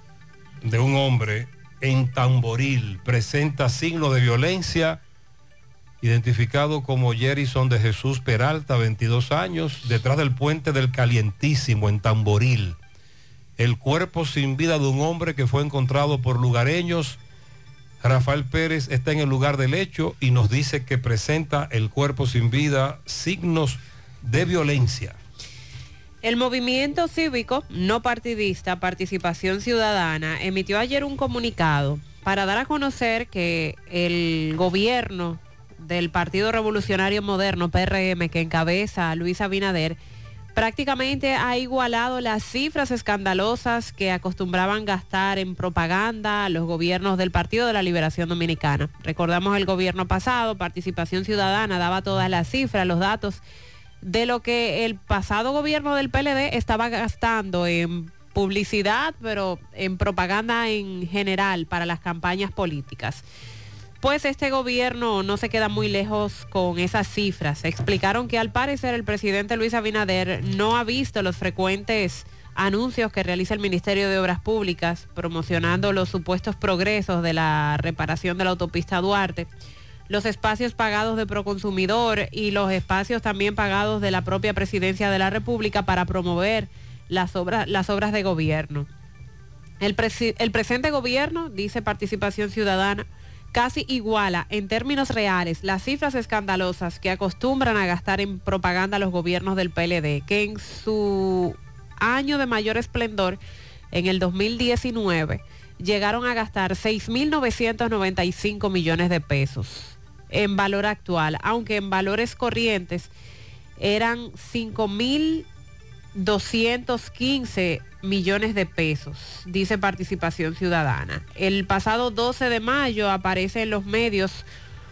de un hombre en Tamboril. Presenta signos de violencia, identificado como Jerison de Jesús Peralta, veintidós años, detrás del puente del Calientísimo en Tamboril. El cuerpo sin vida de un hombre que fue encontrado por lugareños. Rafael Pérez está en el lugar del hecho y nos dice que presenta el cuerpo sin vida signos de violencia. El movimiento cívico no partidista Participación Ciudadana emitió ayer un comunicado para dar a conocer que el gobierno del Partido Revolucionario Moderno, P R M, que encabeza a Luis Abinader, prácticamente ha igualado las cifras escandalosas que acostumbraban gastar en propaganda los gobiernos del Partido de la Liberación Dominicana. Recordamos el gobierno pasado, Participación Ciudadana daba todas las cifras, los datos de lo que el pasado gobierno del P L D estaba gastando en publicidad, pero en propaganda en general para las campañas políticas. Pues este gobierno no se queda muy lejos con esas cifras. Explicaron que al parecer el presidente Luis Abinader no ha visto los frecuentes anuncios que realiza el Ministerio de Obras Públicas promocionando los supuestos progresos de la reparación de la autopista Duarte, los espacios pagados de Proconsumidor y los espacios también pagados de la propia Presidencia de la República para promover las obras, las obras de gobierno. El, presi- el presente gobierno, dice Participación Ciudadana, casi iguala en términos reales las cifras escandalosas que acostumbran a gastar en propaganda los gobiernos del P L D, que en su año de mayor esplendor, en el dos mil diecinueve, llegaron a gastar seis mil novecientos noventa y cinco millones de pesos en valor actual, aunque en valores corrientes eran cinco mil doscientos quince millones de pesos, dice Participación Ciudadana. El pasado doce de mayo aparece en los medios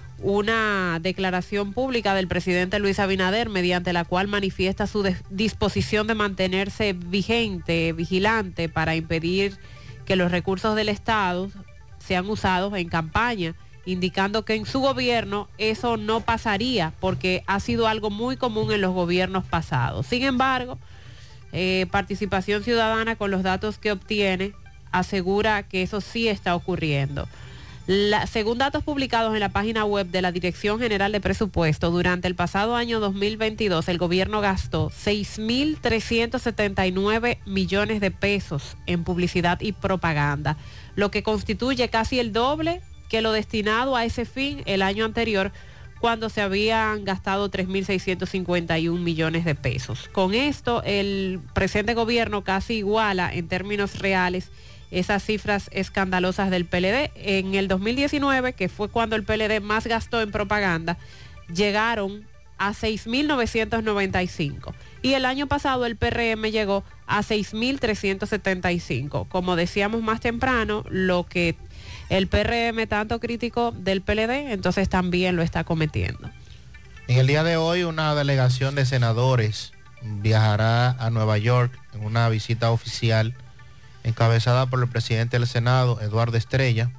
una declaración pública del presidente Luis Abinader, mediante la cual manifiesta su disposición de mantenerse vigente, vigilante, para impedir que los recursos del Estado sean usados en campaña, indicando que en su gobierno eso no pasaría, porque ha sido algo muy común en los gobiernos pasados. Sin embargo, eh, Participación Ciudadana, con los datos que obtiene, asegura que eso sí está ocurriendo. La, según datos publicados en la página web de la Dirección General de Presupuesto, durante el pasado año dos mil veintidós, el gobierno gastó seis mil trescientos setenta y nueve millones de pesos en publicidad y propaganda, lo que constituye casi el doble que lo destinado a ese fin el año anterior, cuando se habían gastado tres mil seiscientos cincuenta y un millones de pesos. Con esto, el presente gobierno casi iguala en términos reales esas cifras escandalosas del P L D. En el dos mil diecinueve, que fue cuando el P L D más gastó en propaganda, llegaron a seis mil novecientos noventa y cinco. Y el año pasado el P R M llegó a seis mil trescientos setenta y cinco. Como decíamos más temprano, lo que el P R M tanto criticó del P L D, entonces también lo está cometiendo. En el día de hoy, una delegación de senadores viajará a Nueva York en una visita oficial encabezada por el presidente del Senado, Eduardo Estrella.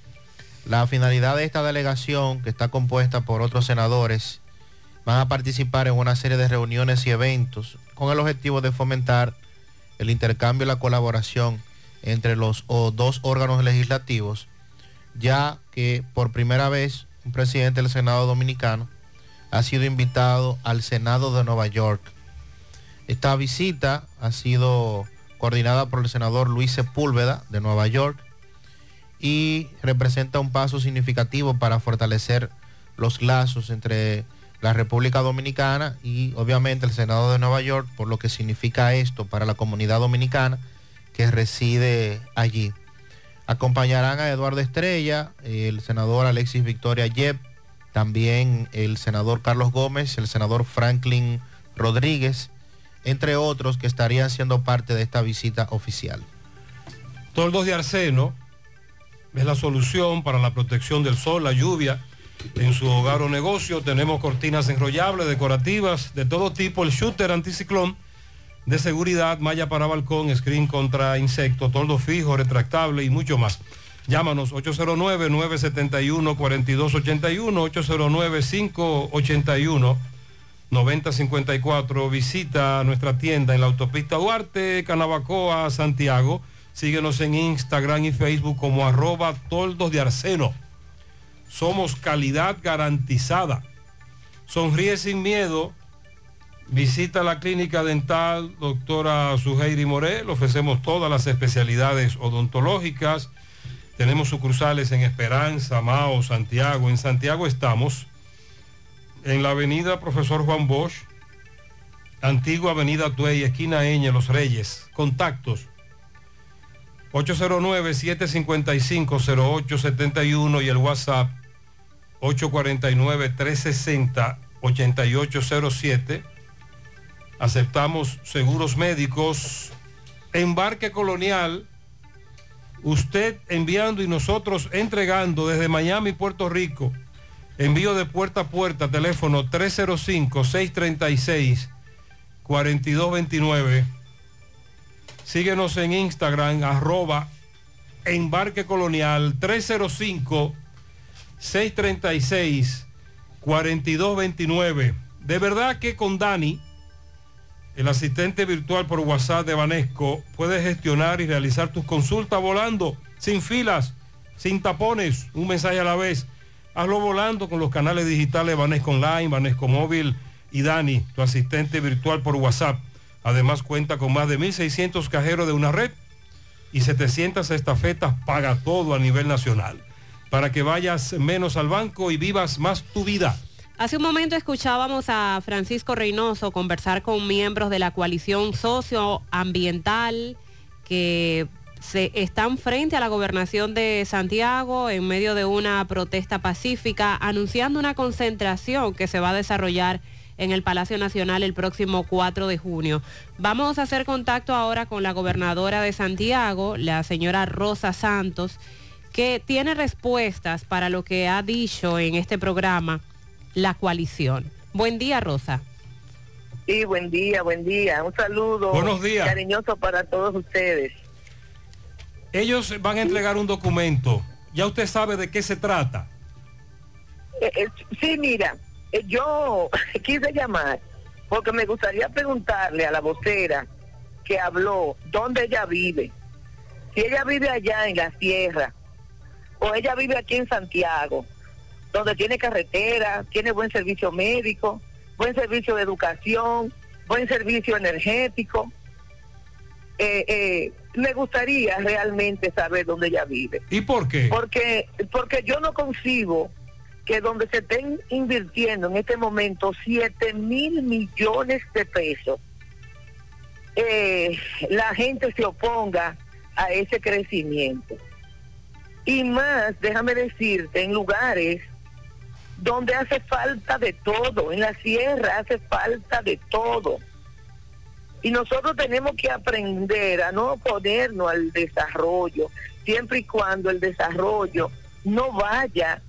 La finalidad de esta delegación, que está compuesta por otros senadores, van a participar en una serie de reuniones y eventos con el objetivo de fomentar el intercambio y la colaboración entre los o, dos órganos legislativos, ya que por primera vez un presidente del Senado dominicano ha sido invitado al Senado de Nueva York. Esta visita ha sido coordinada por el senador Luis Sepúlveda de Nueva York y representa un paso significativo para fortalecer los lazos entre la República Dominicana y obviamente el Senado de Nueva York, por lo que significa esto para la comunidad dominicana que reside allí. Acompañarán a Eduardo Estrella, el senador Alexis Victoria Yep, también el senador Carlos Gómez, el senador Franklin Rodríguez, entre otros que estarían siendo parte de esta visita oficial. Toldos de arseno es la solución para la protección del sol, la lluvia en su hogar o negocio. Tenemos cortinas enrollables, decorativas, de todo tipo, el shooter anticiclón de seguridad, malla para balcón, screen contra insectos, toldo fijo, retractable y mucho más. Llámanos ocho cero nueve, nueve siete uno, cuatro dos ocho uno, ocho cero nueve, cinco ocho uno, nueve cero cinco cuatro. Visita nuestra tienda en la autopista Duarte, Canabacoa, Santiago. Síguenos en Instagram y Facebook como arroba toldos de arseno. Somos calidad garantizada. Sonríe sin miedo. Visita la clínica dental doctora Suheiri Morel. Ofrecemos todas las especialidades odontológicas. Tenemos sucursales en Esperanza, Mao, Santiago. En Santiago estamos en la avenida Profesor Juan Bosch, antigua avenida Tuey, esquina Eñe, Los Reyes. Contactos ocho cero nueve, siete cinco cinco, cero ocho siete uno y el WhatsApp ocho cuatro nueve, tres seis cero, ocho ocho cero siete. Aceptamos seguros médicos. Embarque Colonial, usted enviando y nosotros entregando desde Miami, Puerto Rico. Envío de puerta a puerta, teléfono tres cero cinco, seis tres seis, cuatro dos dos nueve. Síguenos en Instagram, arroba Embarque Colonial, tres cero cinco, seis tres seis, cuatro dos dos nueve. De verdad que con Dani el asistente virtual por WhatsApp de Banesco, puedes gestionar y realizar tus consultas volando, sin filas, sin tapones, un mensaje a la vez. Hazlo volando con los canales digitales Banesco Online, Banesco Móvil y Dani, tu asistente virtual por WhatsApp. Además cuenta con más de mil seiscientos cajeros de una red y setecientas estafetas paga todo a nivel nacional, para que vayas menos al banco y vivas más tu vida. Hace un momento escuchábamos a Francisco Reynoso conversar con miembros de la coalición socioambiental que se están frente a la gobernación de Santiago en medio de una protesta pacífica, anunciando una concentración que se va a desarrollar en el Palacio Nacional el próximo cuatro de junio. Vamos a hacer contacto ahora con la gobernadora de Santiago, la señora Rosa Santos, que tiene respuestas para lo que ha dicho en este programa la coalición. Buen día, Rosa. Sí, buen día, buen día. Un saludo Buenos días. Cariñoso para todos ustedes. Ellos van a entregar un documento. ¿Ya usted sabe de qué se trata? Eh, eh, sí, mira, eh, yo quise llamar porque me gustaría preguntarle a la vocera que habló dónde ella vive. Si ella vive allá en la sierra o ella vive aquí en Santiago, donde tiene carretera, tiene buen servicio médico, buen servicio de educación, buen servicio energético. Eh, eh, me gustaría realmente saber dónde ella vive. ¿Y por qué? Porque, porque yo no concibo que donde se estén invirtiendo en este momento siete mil millones de pesos, eh, la gente se oponga a ese crecimiento. Y más, déjame decirte, en lugares donde hace falta de todo, en la sierra hace falta de todo. Y nosotros tenemos que aprender a no oponernos al desarrollo, siempre y cuando el desarrollo no vaya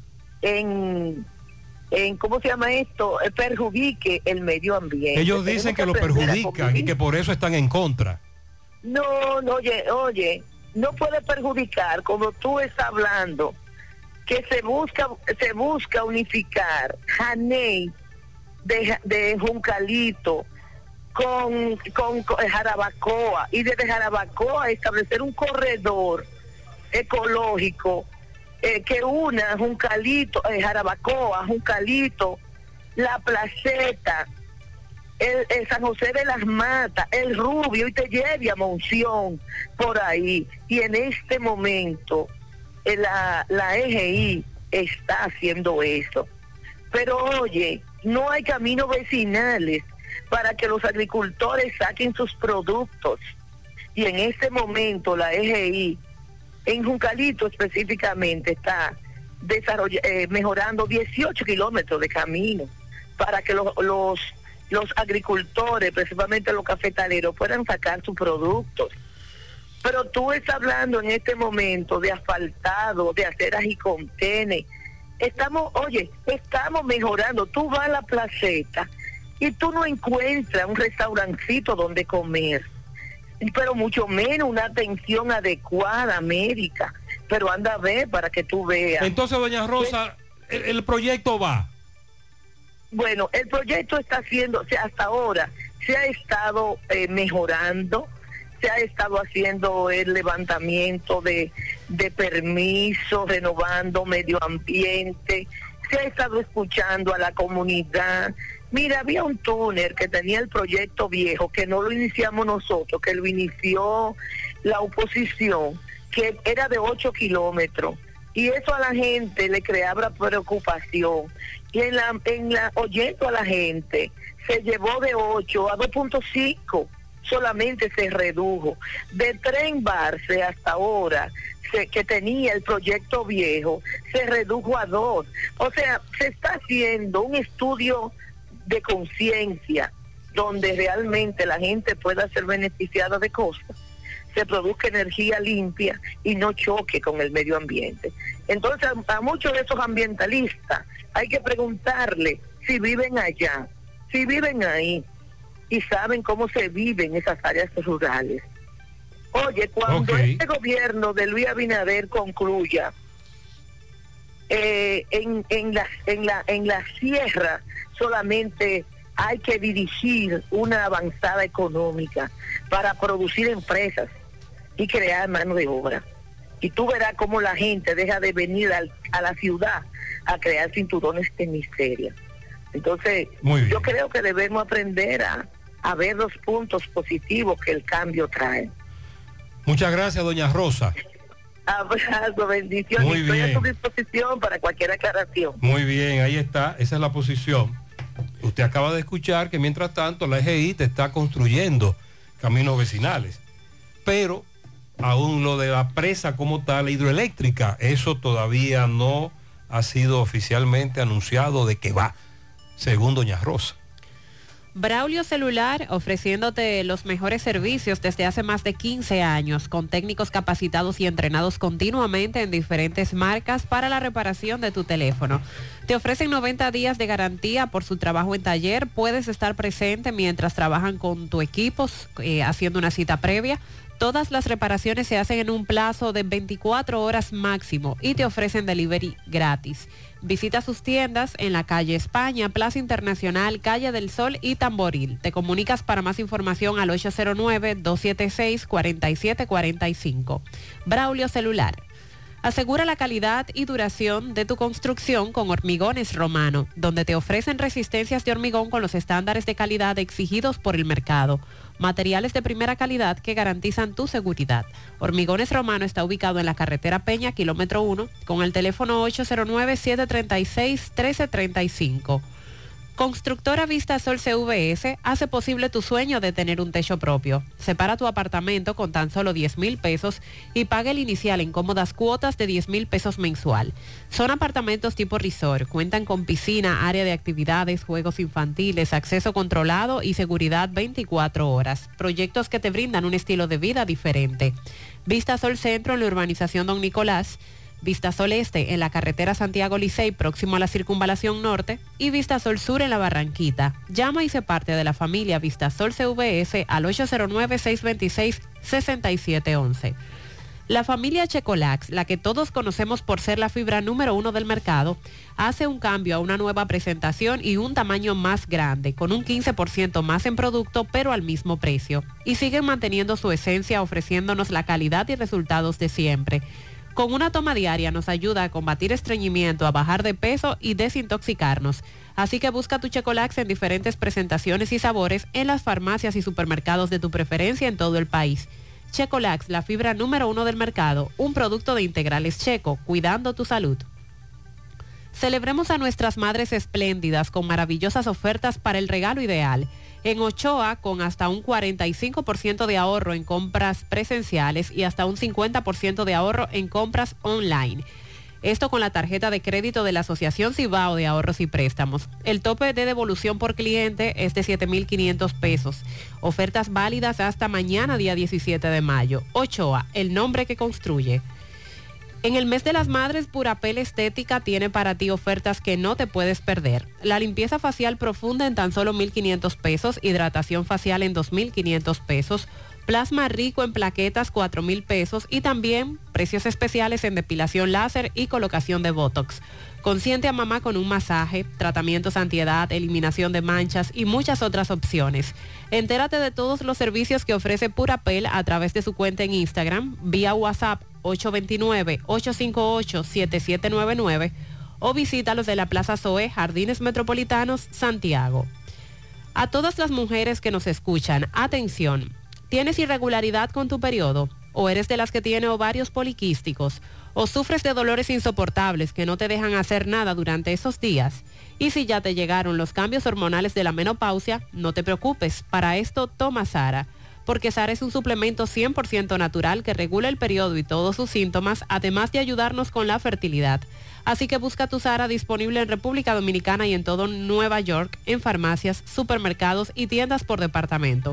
en, en ¿cómo se llama esto? Perjudique el medio ambiente. Ellos dicen que, que lo perjudican y que por eso están en contra. No, no, oye, oye, no puede perjudicar, como tú estás hablando, que se busca se busca unificar Janey de, de Juncalito con, con, con Jarabacoa, y desde Jarabacoa establecer un corredor ecológico eh, que una Juncalito, eh, Jarabacoa, Juncalito, La Placeta, el, el San José de las Matas, el Rubio, y te lleve a Monción por ahí. Y en este momento La, la E G I está haciendo eso. Pero oye, no hay caminos vecinales para que los agricultores saquen sus productos. Y en este momento la E G I, en Juncalito específicamente, está desarroll- eh, mejorando dieciocho kilómetros de camino para que los, los, los agricultores, principalmente los cafetaleros, puedan sacar sus productos. Pero tú estás hablando en este momento de asfaltado, de aceras y contenes. Estamos, oye, estamos mejorando. Tú vas a la placeta y tú no encuentras un restaurancito donde comer, pero mucho menos una atención adecuada médica. Pero anda a ver para que tú veas. Entonces, doña Rosa, el, el proyecto va. Bueno, el proyecto está haciendo, o sea, hasta ahora se ha estado eh, mejorando. Se ha estado haciendo el levantamiento de, de permisos, renovando medio ambiente, se ha estado escuchando a la comunidad. Mira, había un túnel que tenía el proyecto viejo, que no lo iniciamos nosotros, que lo inició la oposición, que era de ocho kilómetros, y eso a la gente le creaba preocupación. Y en la, en la oyendo a la gente, se llevó de ocho a dos punto cinco. Solamente se redujo. De Tren Barce hasta ahora, se, que tenía el proyecto viejo, se redujo a dos. O sea, se está haciendo un estudio de conciencia donde realmente la gente pueda ser beneficiada de cosas, se produzca energía limpia y no choque con el medio ambiente. Entonces, a, a muchos de esos ambientalistas hay que preguntarle si viven allá, si viven ahí, y saben cómo se vive en esas áreas rurales. Oye, cuando okay. este gobierno de Luis Abinader concluya, eh, en, en, la, en, la, en la sierra solamente hay que dirigir una avanzada económica para producir empresas y crear mano de obra. Y tú verás cómo la gente deja de venir al, a la ciudad a crear cinturones de miseria. Entonces, yo creo que debemos aprender a, a ver los puntos positivos que el cambio trae. Muchas gracias, doña Rosa. Abrazo, bendiciones. Muy Estoy bien. a su disposición para cualquier aclaración. Muy bien, ahí está, esa es la posición. Usted acaba de escuchar que mientras tanto la E G I te está construyendo caminos vecinales, pero aún lo de la presa como tal, la hidroeléctrica, eso todavía no ha sido oficialmente anunciado de que va, según doña Rosa. Braulio Celular, ofreciéndote los mejores servicios desde hace más de quince años, con técnicos capacitados y entrenados continuamente en diferentes marcas para la reparación de tu teléfono. Te ofrecen noventa días de garantía por su trabajo en taller. Puedes estar presente mientras trabajan con tu equipo, eh, haciendo una cita previa. Todas las reparaciones se hacen en un plazo de veinticuatro horas máximo y te ofrecen delivery gratis. Visita sus tiendas en la calle España, Plaza Internacional, Calle del Sol y Tamboril. Te comunicas para más información al ocho cero nueve, dos siete seis, cuatro siete cuatro cinco. Braulio Celular. Asegura la calidad y duración de tu construcción con Hormigones Romano, donde te ofrecen resistencias de hormigón con los estándares de calidad exigidos por el mercado. Materiales de primera calidad que garantizan tu seguridad. Hormigones Romano está ubicado en la carretera Peña, kilómetro uno, con el teléfono ocho cero nueve, siete tres seis, uno tres tres cinco. Constructora Vistasol C V S hace posible tu sueño de tener un techo propio. Separa tu apartamento con tan solo diez mil pesos y paga el inicial en cómodas cuotas de diez mil pesos mensual. Son apartamentos tipo resort, cuentan con piscina, área de actividades, juegos infantiles, acceso controlado y seguridad veinticuatro horas. Proyectos que te brindan un estilo de vida diferente. Vistasol Centro en la urbanización Don Nicolás, Vistasol Este en la carretera Santiago Licey próximo a la Circunvalación Norte y Vistasol Sur en la Barranquita. Llama y sé parte de la familia Vistasol C V S al ocho cero nueve, seis dos seis, seis siete uno uno. La familia Checolax, la que todos conocemos por ser la fibra número uno del mercado, hace un cambio a una nueva presentación y un tamaño más grande, con un quince por ciento más en producto, pero al mismo precio. Y siguen manteniendo su esencia, ofreciéndonos la calidad y resultados de siempre. Con una toma diaria nos ayuda a combatir estreñimiento, a bajar de peso y desintoxicarnos. Así que busca tu Checolax en diferentes presentaciones y sabores en las farmacias y supermercados de tu preferencia en todo el país. Checolax, la fibra número uno del mercado, un producto de Integrales Checo, cuidando tu salud. Celebremos a nuestras madres espléndidas con maravillosas ofertas para el regalo ideal. En Ochoa, con hasta un cuarenta y cinco por ciento de ahorro en compras presenciales y hasta un cincuenta por ciento de ahorro en compras online. Esto con la tarjeta de crédito de la Asociación Cibao de Ahorros y Préstamos. El tope de devolución por cliente es de siete mil quinientos pesos. Ofertas válidas hasta mañana, día diecisiete de mayo. Ochoa, el nombre que construye. En el mes de las madres, Purapel Estética tiene para ti ofertas que no te puedes perder. La limpieza facial profunda en tan solo mil quinientos pesos, hidratación facial en dos mil quinientos pesos, plasma rico en plaquetas cuatro mil pesos y también precios especiales en depilación láser y colocación de Botox. Consiente a mamá con un masaje, tratamientos antiedad, eliminación de manchas y muchas otras opciones. Entérate de todos los servicios que ofrece Purapel a través de su cuenta en Instagram, vía WhatsApp ocho dos nueve, ocho cinco ocho, siete siete nueve nueve o visítalos de la Plaza Zoe, Jardines Metropolitanos, Santiago. A todas las mujeres que nos escuchan, atención, ¿tienes irregularidad con tu periodo? ¿O eres de las que tiene ovarios poliquísticos? ¿O sufres de dolores insoportables que no te dejan hacer nada durante esos días? Y si ya te llegaron los cambios hormonales de la menopausia, no te preocupes, para esto toma Sara. Porque Sara es un suplemento cien por ciento natural que regula el periodo y todos sus síntomas, además de ayudarnos con la fertilidad. Así que busca tu Sara disponible en República Dominicana y en todo Nueva York, en farmacias, supermercados y tiendas por departamento.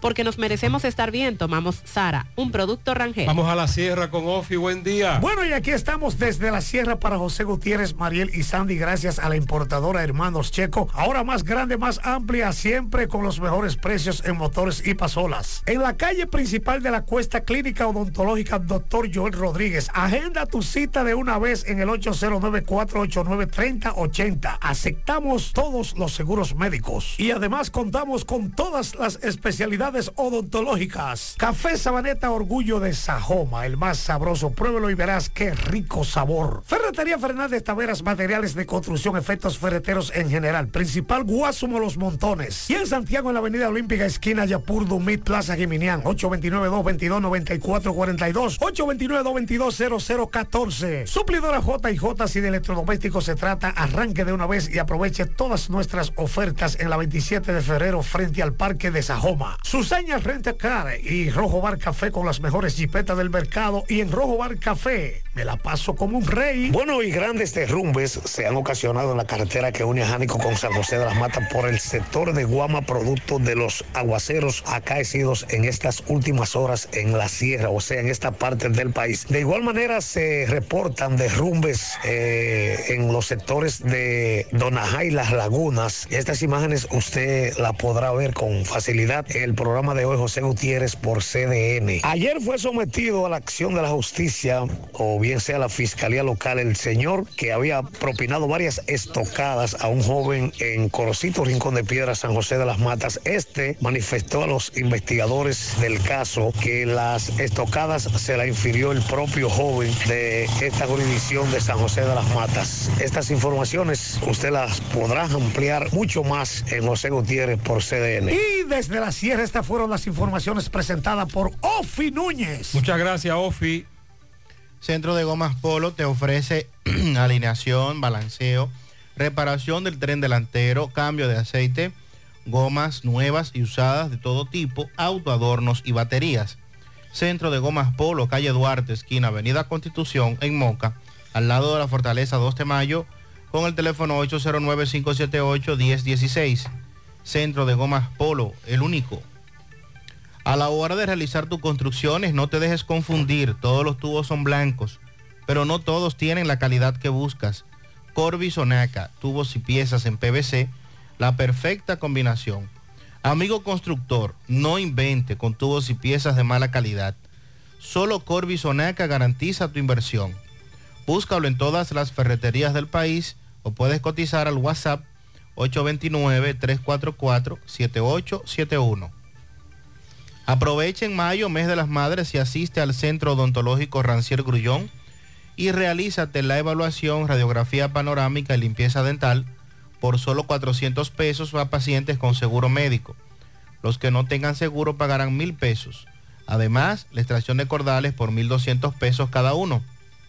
Porque nos merecemos estar bien, tomamos Sara, un producto Rangel. Vamos a la sierra con Ofi, buen día. Bueno, y aquí estamos desde la sierra para José Gutiérrez, Mariel y Sandy, gracias a la importadora Hermanos Checo, ahora más grande, más amplia, siempre con los mejores precios en motores y pasolas. En la calle principal de la Cuesta, Clínica Odontológica Doctor Joel Rodríguez. Agenda tu cita de una vez en el ocho cero nueve, cuatro ocho nueve, tres cero ocho cero. Aceptamos todos los seguros médicos y además contamos con todas las especialidades odontológicas. Café Sabaneta, orgullo de Sajoma, el más sabroso. Pruébelo y verás qué rico sabor. Ferretería Fernández Taveras, materiales de construcción, efectos ferreteros en general. Principal Guasumo Los Montones. Y en Santiago, en la Avenida Olímpica, esquina Yapur Dumit, Plaza Giminián. ocho dos nueve, dos dos dos, nueve cuatro cuatro dos. ocho dos nueve, dos dos dos, cero cero uno cuatro. Suplidora J y J, si de electrodomésticos se trata, arranque de una vez y aproveche todas nuestras ofertas en la veintisiete de febrero frente al Parque de Sajoma. Susaña Renta Car y Rojo Bar Café con las mejores jipetas del mercado, y en Rojo Bar Café me la paso como un rey. Bueno, y grandes derrumbes se han ocasionado en la carretera que une a Jánico con San José de las Matas por el sector de Guama, producto de los aguaceros acaecidos en estas últimas horas en la sierra, o sea, en esta parte del país. De igual manera se reportan derrumbes eh, en los sectores de Donajá y Las Lagunas. Estas imágenes usted la podrá ver con facilidad en el programa de hoy, José Gutiérrez por C D N. Ayer fue sometido a la acción de la justicia, o bien sea la fiscalía local, el señor que había propinado varias estocadas a un joven en Corocito, Rincón de Piedra, San José de las Matas. Este manifestó a los investigadores del caso que las estocadas se la infirió el propio joven de esta jurisdicción de San José de las Matas. Estas informaciones usted las podrá ampliar mucho más en José Gutiérrez por C D N. Y desde la sierra, estas fueron las informaciones presentadas por Ofi Núñez. Muchas gracias, Ofi. Centro de Gomas Polo te ofrece alineación, balanceo, reparación del tren delantero, cambio de aceite, gomas nuevas y usadas de todo tipo, autoadornos y baterías. Centro de Gomas Polo, calle Duarte, esquina Avenida Constitución, en Moca, al lado de la Fortaleza dos de Mayo, con el teléfono ocho cero nueve, cinco siete ocho, uno cero uno seis. Centro de Gomas Polo, el único. A la hora de realizar tus construcciones, no te dejes confundir, todos los tubos son blancos, pero no todos tienen la calidad que buscas. Corby Sonaca, tubos y piezas en P V C, la perfecta combinación. Amigo constructor, no invente con tubos y piezas de mala calidad. Solo Corby Sonaca garantiza tu inversión. Búscalo en todas las ferreterías del país o puedes cotizar al WhatsApp ocho dos nueve, tres cuatro cuatro, siete ocho siete uno. Aprovecha en mayo, mes de las madres, y asiste al Centro Odontológico Rancier Grullón y realízate la evaluación, radiografía panorámica y limpieza dental por solo cuatrocientos pesos a pacientes con seguro médico. Los que no tengan seguro pagarán mil pesos. Además, la extracción de cordales por mil doscientos pesos cada uno.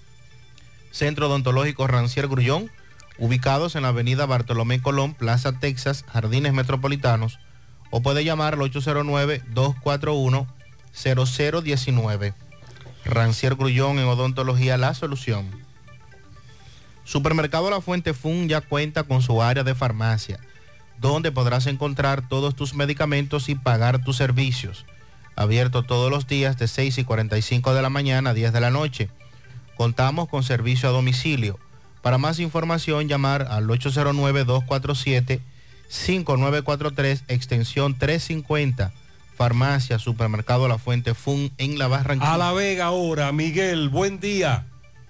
Centro Odontológico Rancier Grullón, ubicados en la avenida Bartolomé Colón, Plaza Texas, Jardines Metropolitanos, o puede llamar al ocho cero nueve, dos cuatro uno, cero cero uno nueve. Rancier Grullón, en odontología, la solución. Supermercado La Fuente Fun ya cuenta con su área de farmacia, donde podrás encontrar todos tus medicamentos y pagar tus servicios. Abierto todos los días de seis y cuarenta y cinco de la mañana a diez de la noche. Contamos con servicio a domicilio. Para más información, llamar al ocho cero nueve, dos cuatro siete, cinco nueve cuatro tres, extensión trescientos cincuenta. Farmacia Supermercado La Fuente Fun en La Barranquilla. A La Vega ahora, Miguel, buen día.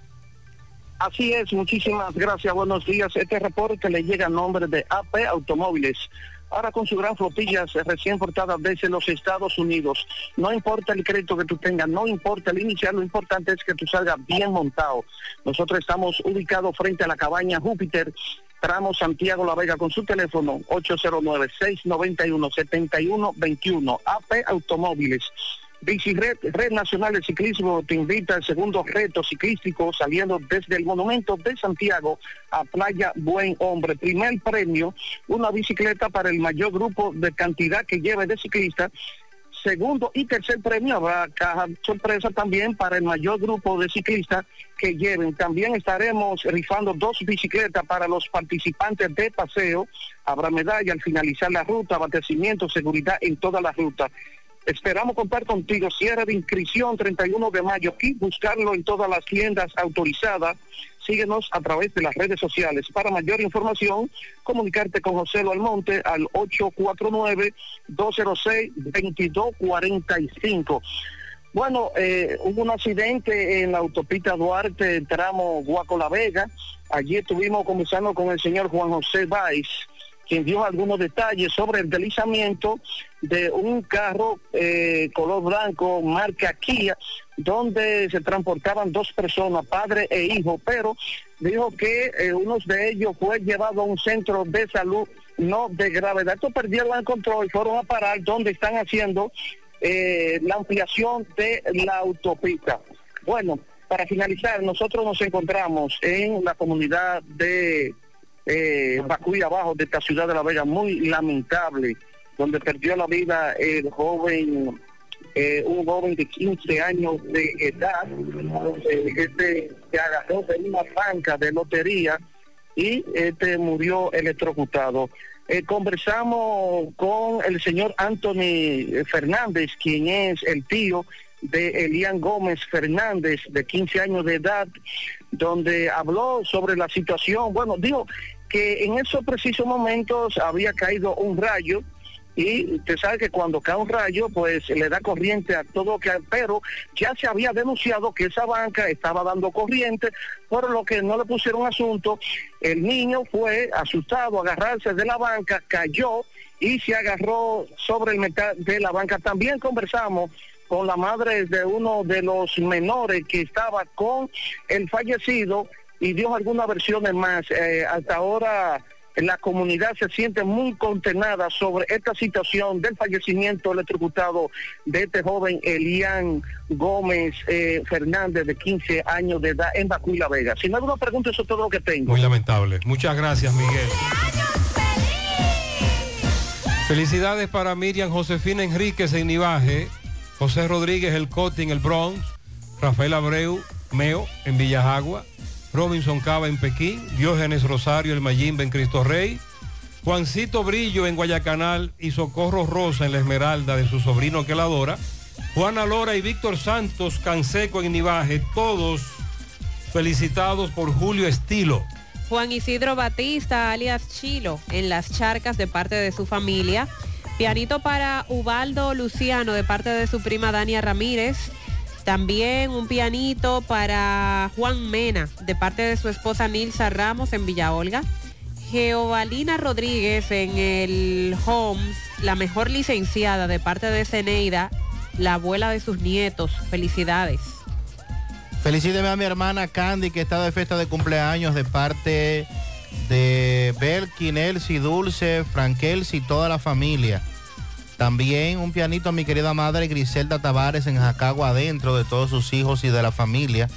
Así es, muchísimas gracias, buenos días. Este reporte le llega a nombre de A P Automóviles. Ahora con su gran flotilla recién importada desde los Estados Unidos. No importa el crédito que tú tengas, no importa el inicial, lo importante es que tú salgas bien montado. Nosotros estamos ubicados frente a la cabaña Júpiter, tramo Santiago La Vega, con su teléfono ocho cero nueve, seis nueve uno, siete uno dos uno. A P Automóviles. Bicired, Red Nacional de Ciclismo, te invita al segundo reto ciclístico saliendo desde el Monumento de Santiago a Playa Buen Hombre. Primer premio, una bicicleta para el mayor grupo de cantidad que lleve de ciclistas. Segundo y tercer premio, habrá caja sorpresa también para el mayor grupo de ciclistas que lleven. También estaremos rifando dos bicicletas para los participantes de paseo. Habrá medalla al finalizar la ruta, abastecimiento, seguridad en toda la ruta. Esperamos contar contigo. Cierre de inscripción treinta y uno de mayo. Y buscarlo en todas las tiendas autorizadas. Síguenos a través de las redes sociales. Para mayor información, comunicarte con José Lo Almonte al ocho cuatro nueve, dos cero seis, dos dos cuatro cinco. Bueno, eh, hubo un accidente en la autopista Duarte, tramo Guaco-La Vega. Allí estuvimos conversando con el señor Juan José Báez, quien dio algunos detalles sobre el deslizamiento de un carro eh, color blanco, marca Kia, donde se transportaban dos personas, padre e hijo, pero dijo que eh, uno de ellos fue llevado a un centro de salud no de gravedad. Estos perdieron el control y fueron a parar donde están haciendo eh, la ampliación de la autopista. Bueno, para finalizar, nosotros nos encontramos en la comunidad de eh, Bacuy Abajo, de esta ciudad de La Vega, muy lamentable, donde perdió la vida el joven, eh, un joven de quince años de edad, eh, este se agarró de una banca de lotería y este murió electrocutado. Eh, conversamos con el señor Anthony Fernández, quien es el tío de Elian Gómez Fernández, de quince años de edad, donde habló sobre la situación. Bueno, dijo que en esos precisos momentos había caído un rayo, y usted sabe que cuando cae un rayo, pues le da corriente a todo, que pero ya se había denunciado que esa banca estaba dando corriente, por lo que no le pusieron asunto. El niño fue asustado a agarrarse de la banca, cayó y se agarró sobre el metal de la banca. También conversamos con la madre de uno de los menores que estaba con el fallecido y dio algunas versiones más. Eh, hasta ahora la comunidad se siente muy consternada sobre esta situación del fallecimiento electrocutado de este joven Elian Gómez eh, Fernández, de quince años de edad, en Bacuy La Vega. Si no hay alguna pregunta, eso es todo lo que tengo. Muy lamentable. Muchas gracias, Miguel. Felicidades para Miriam Josefina Enríquez en Nivaje, José Rodríguez El Cote en el Bronx, Rafael Abreu Meo en Villajagua, Robinson Cava en Pekín, Diógenes Rosario El Mayimbe en Cristo Rey, Juancito Brillo en Guayacanal y Socorro Rosa en La Esmeralda de su sobrino que la adora, Juana Lora y Víctor Santos Canseco en Nivaje, todos felicitados por Julio Estilo. Juan Isidro Batista alias Chilo en Las Charcas de parte de su familia. Pianito para Ubaldo Luciano de parte de su prima Dania Ramírez. También un pianito para Juan Mena de parte de su esposa Nilsa Ramos en Villa Olga. Geovalina Rodríguez en el Homes, la mejor licenciada de parte de Zeneida, la abuela de sus nietos. Felicidades. Felicíteme a mi hermana Candy, que está de fiesta de cumpleaños, de parte de Belkin, Elsie, Dulce, Frankelsi y toda la familia. También un pianito a mi querida madre Griselda Tavares en Jacagua Adentro, de todos sus hijos y de la familia.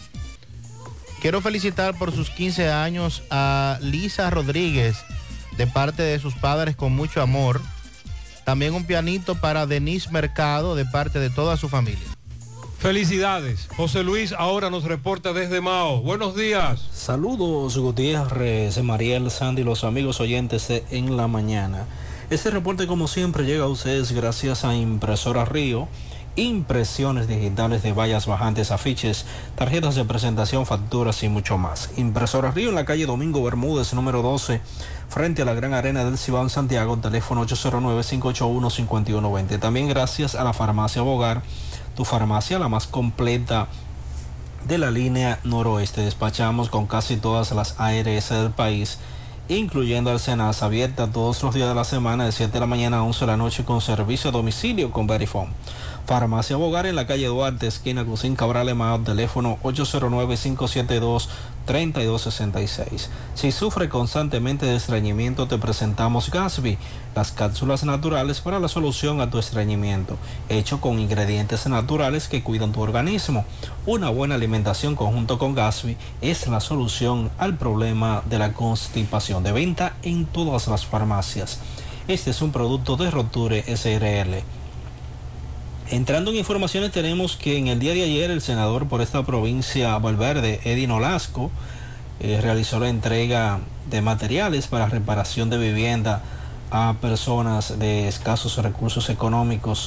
Quiero felicitar por sus quince años a Lisa Rodríguez, de parte de sus padres con mucho amor. También un pianito para Denise Mercado, de parte de toda su familia. Felicidades. José Luis ahora nos reporta desde Mao. Buenos días. Saludos, Gutiérrez, Mariel, Sandy, los amigos oyentes de En la Mañana. Este reporte, como siempre, llega a ustedes gracias a Impresora Río. Impresiones digitales de vallas bajantes, afiches, tarjetas de presentación, facturas y mucho más. Impresora Río en la calle Domingo Bermúdez, número doce, frente a la Gran Arena del Cibao en Santiago, teléfono ocho cero nueve, cinco ocho uno, cinco uno dos cero. También gracias a la Farmacia Bogar, tu farmacia la más completa de la línea noroeste. Despachamos con casi todas las A R S del país, incluyendo al Senasa, abierta todos los días de la semana de siete de la mañana a once de la noche con servicio a domicilio con Verifone. Farmacia Bogar en la calle Duarte, esquina Cusín Cabral Emao, teléfono ocho cero nueve, cinco siete dos, tres dos seis seis. Si sufre constantemente de estreñimiento, te presentamos Gasby, las cápsulas naturales para la solución a tu estreñimiento, hecho con ingredientes naturales que cuidan tu organismo. Una buena alimentación conjunto con Gasby es la solución al problema de la constipación. De venta en todas las farmacias. Este es un producto de Roture S R L. Entrando en informaciones, tenemos que en el día de ayer el senador por esta provincia Valverde, Eddie Nolasco, eh, realizó la entrega de materiales para reparación de vivienda a personas de escasos recursos económicos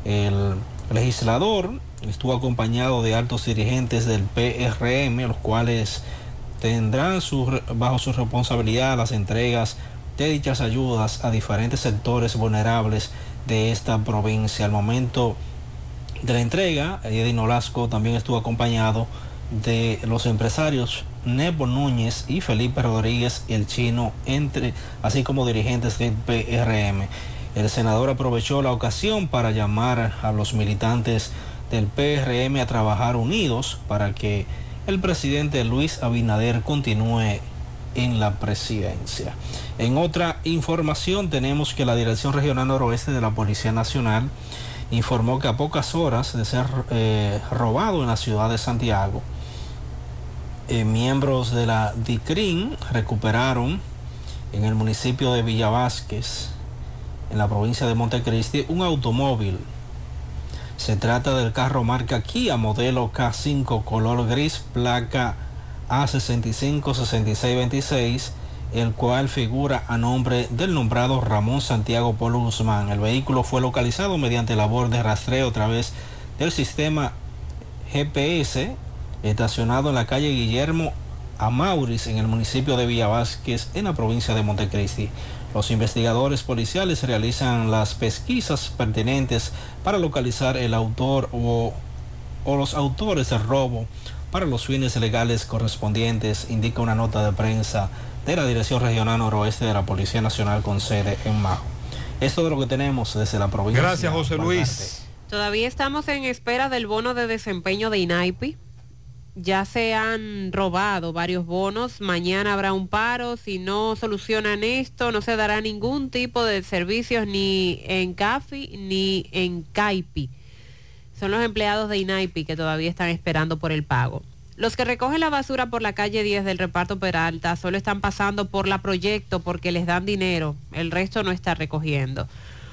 El legislador estuvo acompañado de altos dirigentes del P R M, los cuales tendrán su, bajo su responsabilidad las entregas de dichas ayudas a diferentes sectores vulnerables de esta provincia. Al momento de la entrega, Eddie Nolasco también estuvo acompañado de los empresarios Nebo Núñez y Felipe Rodríguez el Chino, entre, así como dirigentes del P R M. El senador aprovechó la ocasión para llamar a los militantes del P R M a trabajar unidos para que el presidente Luis Abinader continúe en la presidencia. En otra información tenemos que la Dirección Regional Noroeste de la Policía Nacional informó que a pocas horas de ser eh, robado en la ciudad de Santiago, eh, miembros de la DICRIN recuperaron en el municipio de Villa Vázquez, en la provincia de Montecristi, un automóvil. Se trata del carro marca Kia modelo K cinco color gris, placa A sesenta y cinco sesenta y seis veintiséis, el cual figura a nombre del nombrado Ramón Santiago Polo Guzmán. El vehículo fue localizado mediante labor de rastreo a través del sistema G P S, estacionado en la calle Guillermo Amauris, en el municipio de Villa Vázquez, en la provincia de Montecristi. Los investigadores policiales realizan las pesquisas pertinentes para localizar el autor o, o los autores del robo para los fines legales correspondientes, indica una nota de prensa de la Dirección Regional Noroeste de la Policía Nacional con sede en Majo. Esto es lo que tenemos desde la provincia. Gracias, José Luis. Todavía estamos en espera del bono de desempeño de INAIPI. Ya se han robado varios bonos. Mañana habrá un paro. Si no solucionan esto, no se dará ningún tipo de servicios ni en CAFI ni en CAIPI. Son los empleados de INAIPI que todavía están esperando por el pago. Los que recogen la basura por la calle diez del reparto Peralta solo están pasando por la Proyecto porque les dan dinero. El resto no está recogiendo.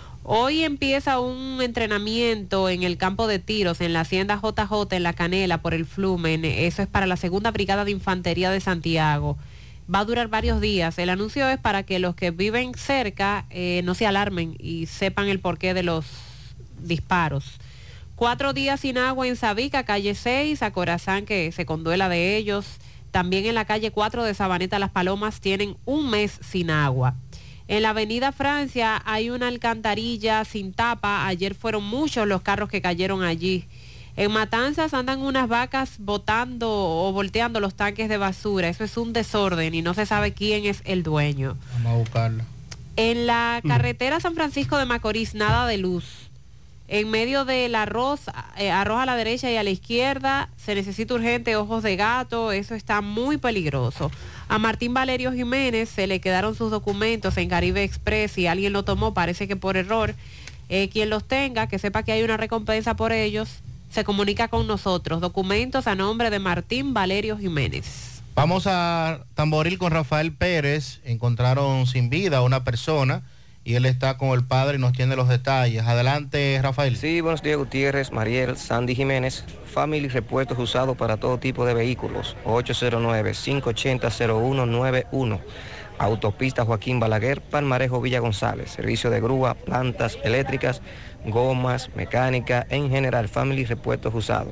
Hoy empieza un entrenamiento en el campo de tiros en la hacienda J J en La Canela por el Flumen. Eso es para la segunda brigada de infantería de Santiago. Va a durar varios días. El anuncio es para que los que viven cerca eh, no se alarmen y sepan el porqué de los disparos. Cuatro días sin agua en Sabica, calle seis, a Corazán que se conduela de ellos. También en la calle cuatro de Sabaneta Las Palomas tienen un mes sin agua. En la avenida Francia hay una alcantarilla sin tapa. Ayer fueron muchos los carros que cayeron allí. En Matanzas andan unas vacas botando o volteando los tanques de basura. Eso es un desorden y no se sabe quién es el dueño. Vamos a buscarla. En la carretera San Francisco de Macorís, nada de luz. En medio del arroz, eh, arroz a la derecha y a la izquierda, se necesita urgente ojos de gato. Eso está muy peligroso. A Martín Valerio Jiménez se le quedaron sus documentos en Caribe Express y alguien lo tomó, parece que por error. Eh, quien los tenga, que sepa que hay una recompensa por ellos, se comunica con nosotros. Documentos a nombre de Martín Valerio Jiménez. Vamos a Tamboril con Rafael Pérez. Encontraron sin vida a una persona y él está con el padre y nos tiene los detalles. Adelante, Rafael. Sí, buenos días, Gutiérrez, Mariel, Sandy Jiménez. Family Repuestos usados para todo tipo de vehículos. ocho cero nueve, cinco ocho cero, cero uno nueve uno. Autopista Joaquín Balaguer, Palmarejo, Villa González. Servicio de grúa, plantas eléctricas, gomas, mecánica, en general, Family Repuestos usados.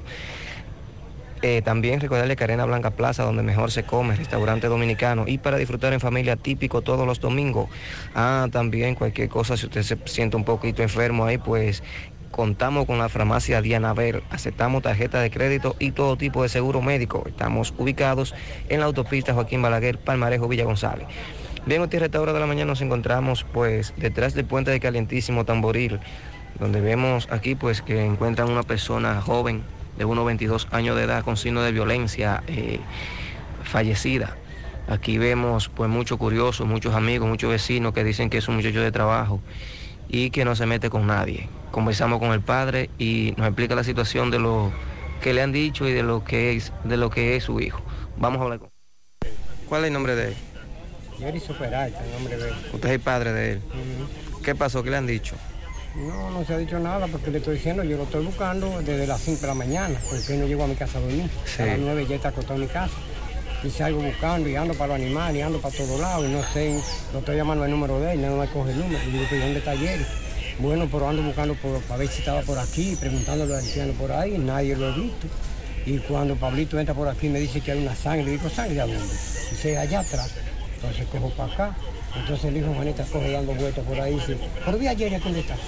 Eh, también recordarle que Arena Blanca Plaza, donde mejor se come, restaurante dominicano, y para disfrutar en familia típico todos los domingos. Ah, también cualquier cosa, si usted se siente un poquito enfermo ahí, pues contamos con la farmacia Dianabel, aceptamos tarjeta de crédito y todo tipo de seguro médico. Estamos ubicados en la autopista Joaquín Balaguer, Palmarejo, Villa González. Bien, a esta hora de la mañana nos encontramos pues detrás del puente de Calientísimo Tamboril, donde vemos aquí pues que encuentran una persona joven de unos veintidós años de edad con signos de violencia, eh, fallecida. Aquí vemos pues muchos curiosos, muchos amigos, muchos vecinos que dicen que es un muchacho de trabajo y que no se mete con nadie. Conversamos con el padre y nos explica la situación de lo que le han dicho y de lo que es, de lo que es su hijo. Vamos a hablar con él. ¿Cuál es el nombre de él? Jerry Peralta, el nombre de él. Usted es el padre de él. Uh-huh. ¿Qué pasó? ¿Qué le han dicho? No, no se ha dicho nada porque le estoy diciendo, yo lo estoy buscando desde las cinco de la mañana, porque él no llegó a mi casa a dormir. Sí. A las nueve ya está acostado en mi casa. Y salgo buscando y ando para los animales y ando para todos lados y no sé, lo estoy llamando el número de él, no me coge el número. Y digo, ¿dónde está Jerry? Bueno, pero ando buscando por, para ver si estaba por aquí, preguntándole al anciano por ahí, nadie lo ha visto. Y cuando Pablito entra por aquí me dice que hay una sangre, le digo, ¿sangre a dónde? Dice, allá atrás. Entonces cojo para acá. Entonces el hijo Juanita coge dando vueltas por ahí y dice, ¿por día ayer dónde está?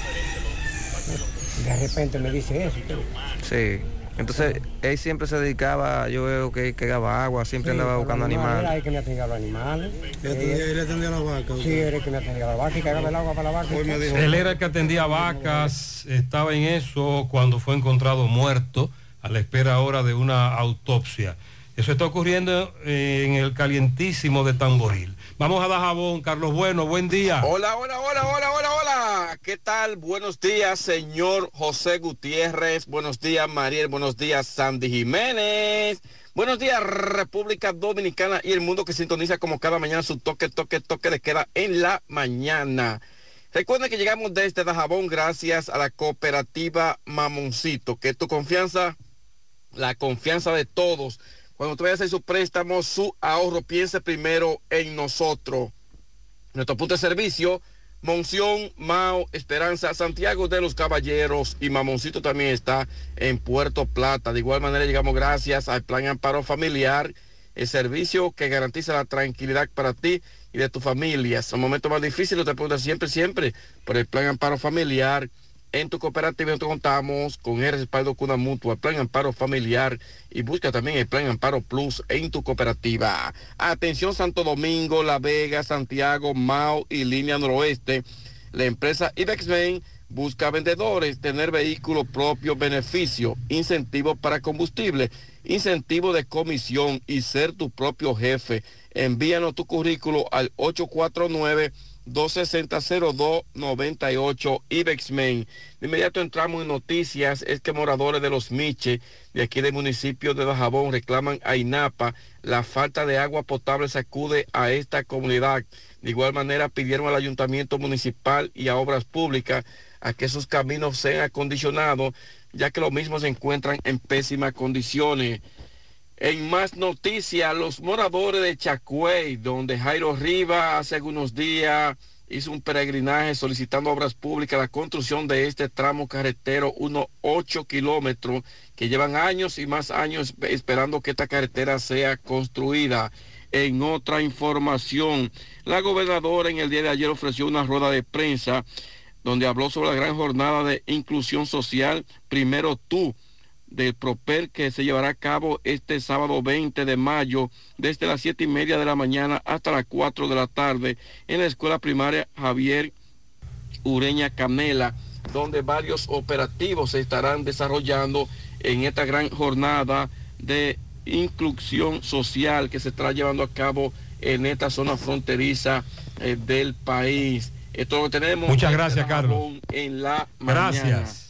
De repente me dice eso. Pero... Sí. Entonces, él siempre se dedicaba, yo veo que cagaba agua, siempre sí, andaba buscando animales. Era él que me atendía a los animales. ¿Él atendía a las vacas? Sí, era el que me atendía a las vacas y cagaba el agua para la vaca. Él era el que atendía vacas, estaba en eso cuando fue encontrado muerto, a la espera ahora de una autopsia. Eso está ocurriendo en el calientísimo de Tamboril. Vamos a Dajabón, Carlos Bueno, buen día. Hola, hola, hola, hola, hola, hola. ¿Qué tal? Buenos días, señor José Gutiérrez. Buenos días, Mariel. Buenos días, Sandy Jiménez. Buenos días, República Dominicana y el mundo que sintoniza como cada mañana su toque, toque, toque de queda en la mañana. Recuerden que llegamos desde Dajabón gracias a la cooperativa Mamoncito, que es tu confianza, la confianza de todos. Cuando tú vayas a hacer su préstamo, su ahorro, piense primero en nosotros. Nuestro punto de servicio, Monción, Mao, Esperanza, Santiago de los Caballeros y Mamoncito también está en Puerto Plata. De igual manera llegamos gracias al Plan Amparo Familiar, el servicio que garantiza la tranquilidad para ti y de tu familia. Son momentos más difíciles, te preguntas siempre, siempre por el Plan Amparo Familiar. En tu cooperativa nosotros contamos con el respaldo Cuna Mutua, Plan Amparo Familiar, y busca también el Plan Amparo Plus en tu cooperativa. Atención Santo Domingo, La Vega, Santiago, Mao y Línea Noroeste. La empresa Ibexmen busca vendedores, tener vehículo propio, beneficio, incentivo para combustible, incentivo de comisión y ser tu propio jefe. Envíanos tu currículo al ocho cuatro nueve, dos seis cero, cero dos nueve ocho Ibexmen. De inmediato entramos en noticias. Es que moradores de Los Miches, de aquí del municipio de Dajabón, reclaman a INAPA. La falta de agua potable sacude a esta comunidad. De igual manera pidieron al ayuntamiento municipal y a obras públicas a que sus caminos sean acondicionados, ya que los mismos se encuentran en pésimas condiciones. En más noticias, los moradores de Chacüey, donde Jairo Rivas hace algunos días hizo un peregrinaje solicitando obras públicas, la construcción de este tramo carretero, unos ocho kilómetros, que llevan años y más años esperando que esta carretera sea construida. En otra información, la gobernadora en el día de ayer ofreció una rueda de prensa donde habló sobre la gran jornada de inclusión social, Primero Tú, del PROPER, que se llevará a cabo este sábado veinte de mayo desde las siete y media de la mañana hasta las cuatro de la tarde en la escuela primaria Javier Ureña Canela, donde varios operativos se estarán desarrollando en esta gran jornada de inclusión social que se estará llevando a cabo en esta zona fronteriza eh, del país. Esto es lo que tenemos. Muchas gracias, Carlos. En la mañana. Gracias.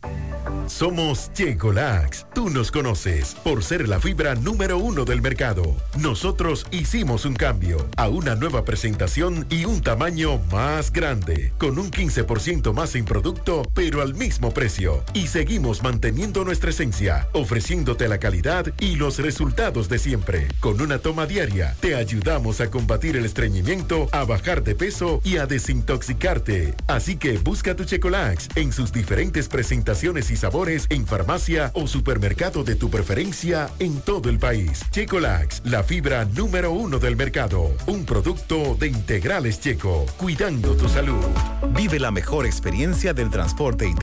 Somos Checolax. Tú nos conoces por ser la fibra número uno del mercado. Nosotros hicimos un cambio a una nueva presentación y un tamaño más grande, con un quince por ciento más en producto, pero al mismo precio. Y seguimos manteniendo nuestra esencia, ofreciéndote la calidad y los resultados de siempre. Con una toma diaria, te ayudamos a combatir el estreñimiento, a bajar de peso y a desintoxicarte. Así que busca tu Checolax en sus diferentes presentaciones y sabores en farmacia o supermercado de tu preferencia en todo el país. Checolax, la fibra número uno del mercado. Un producto de Integrales Checo, cuidando tu salud. Vive la mejor experiencia del transporte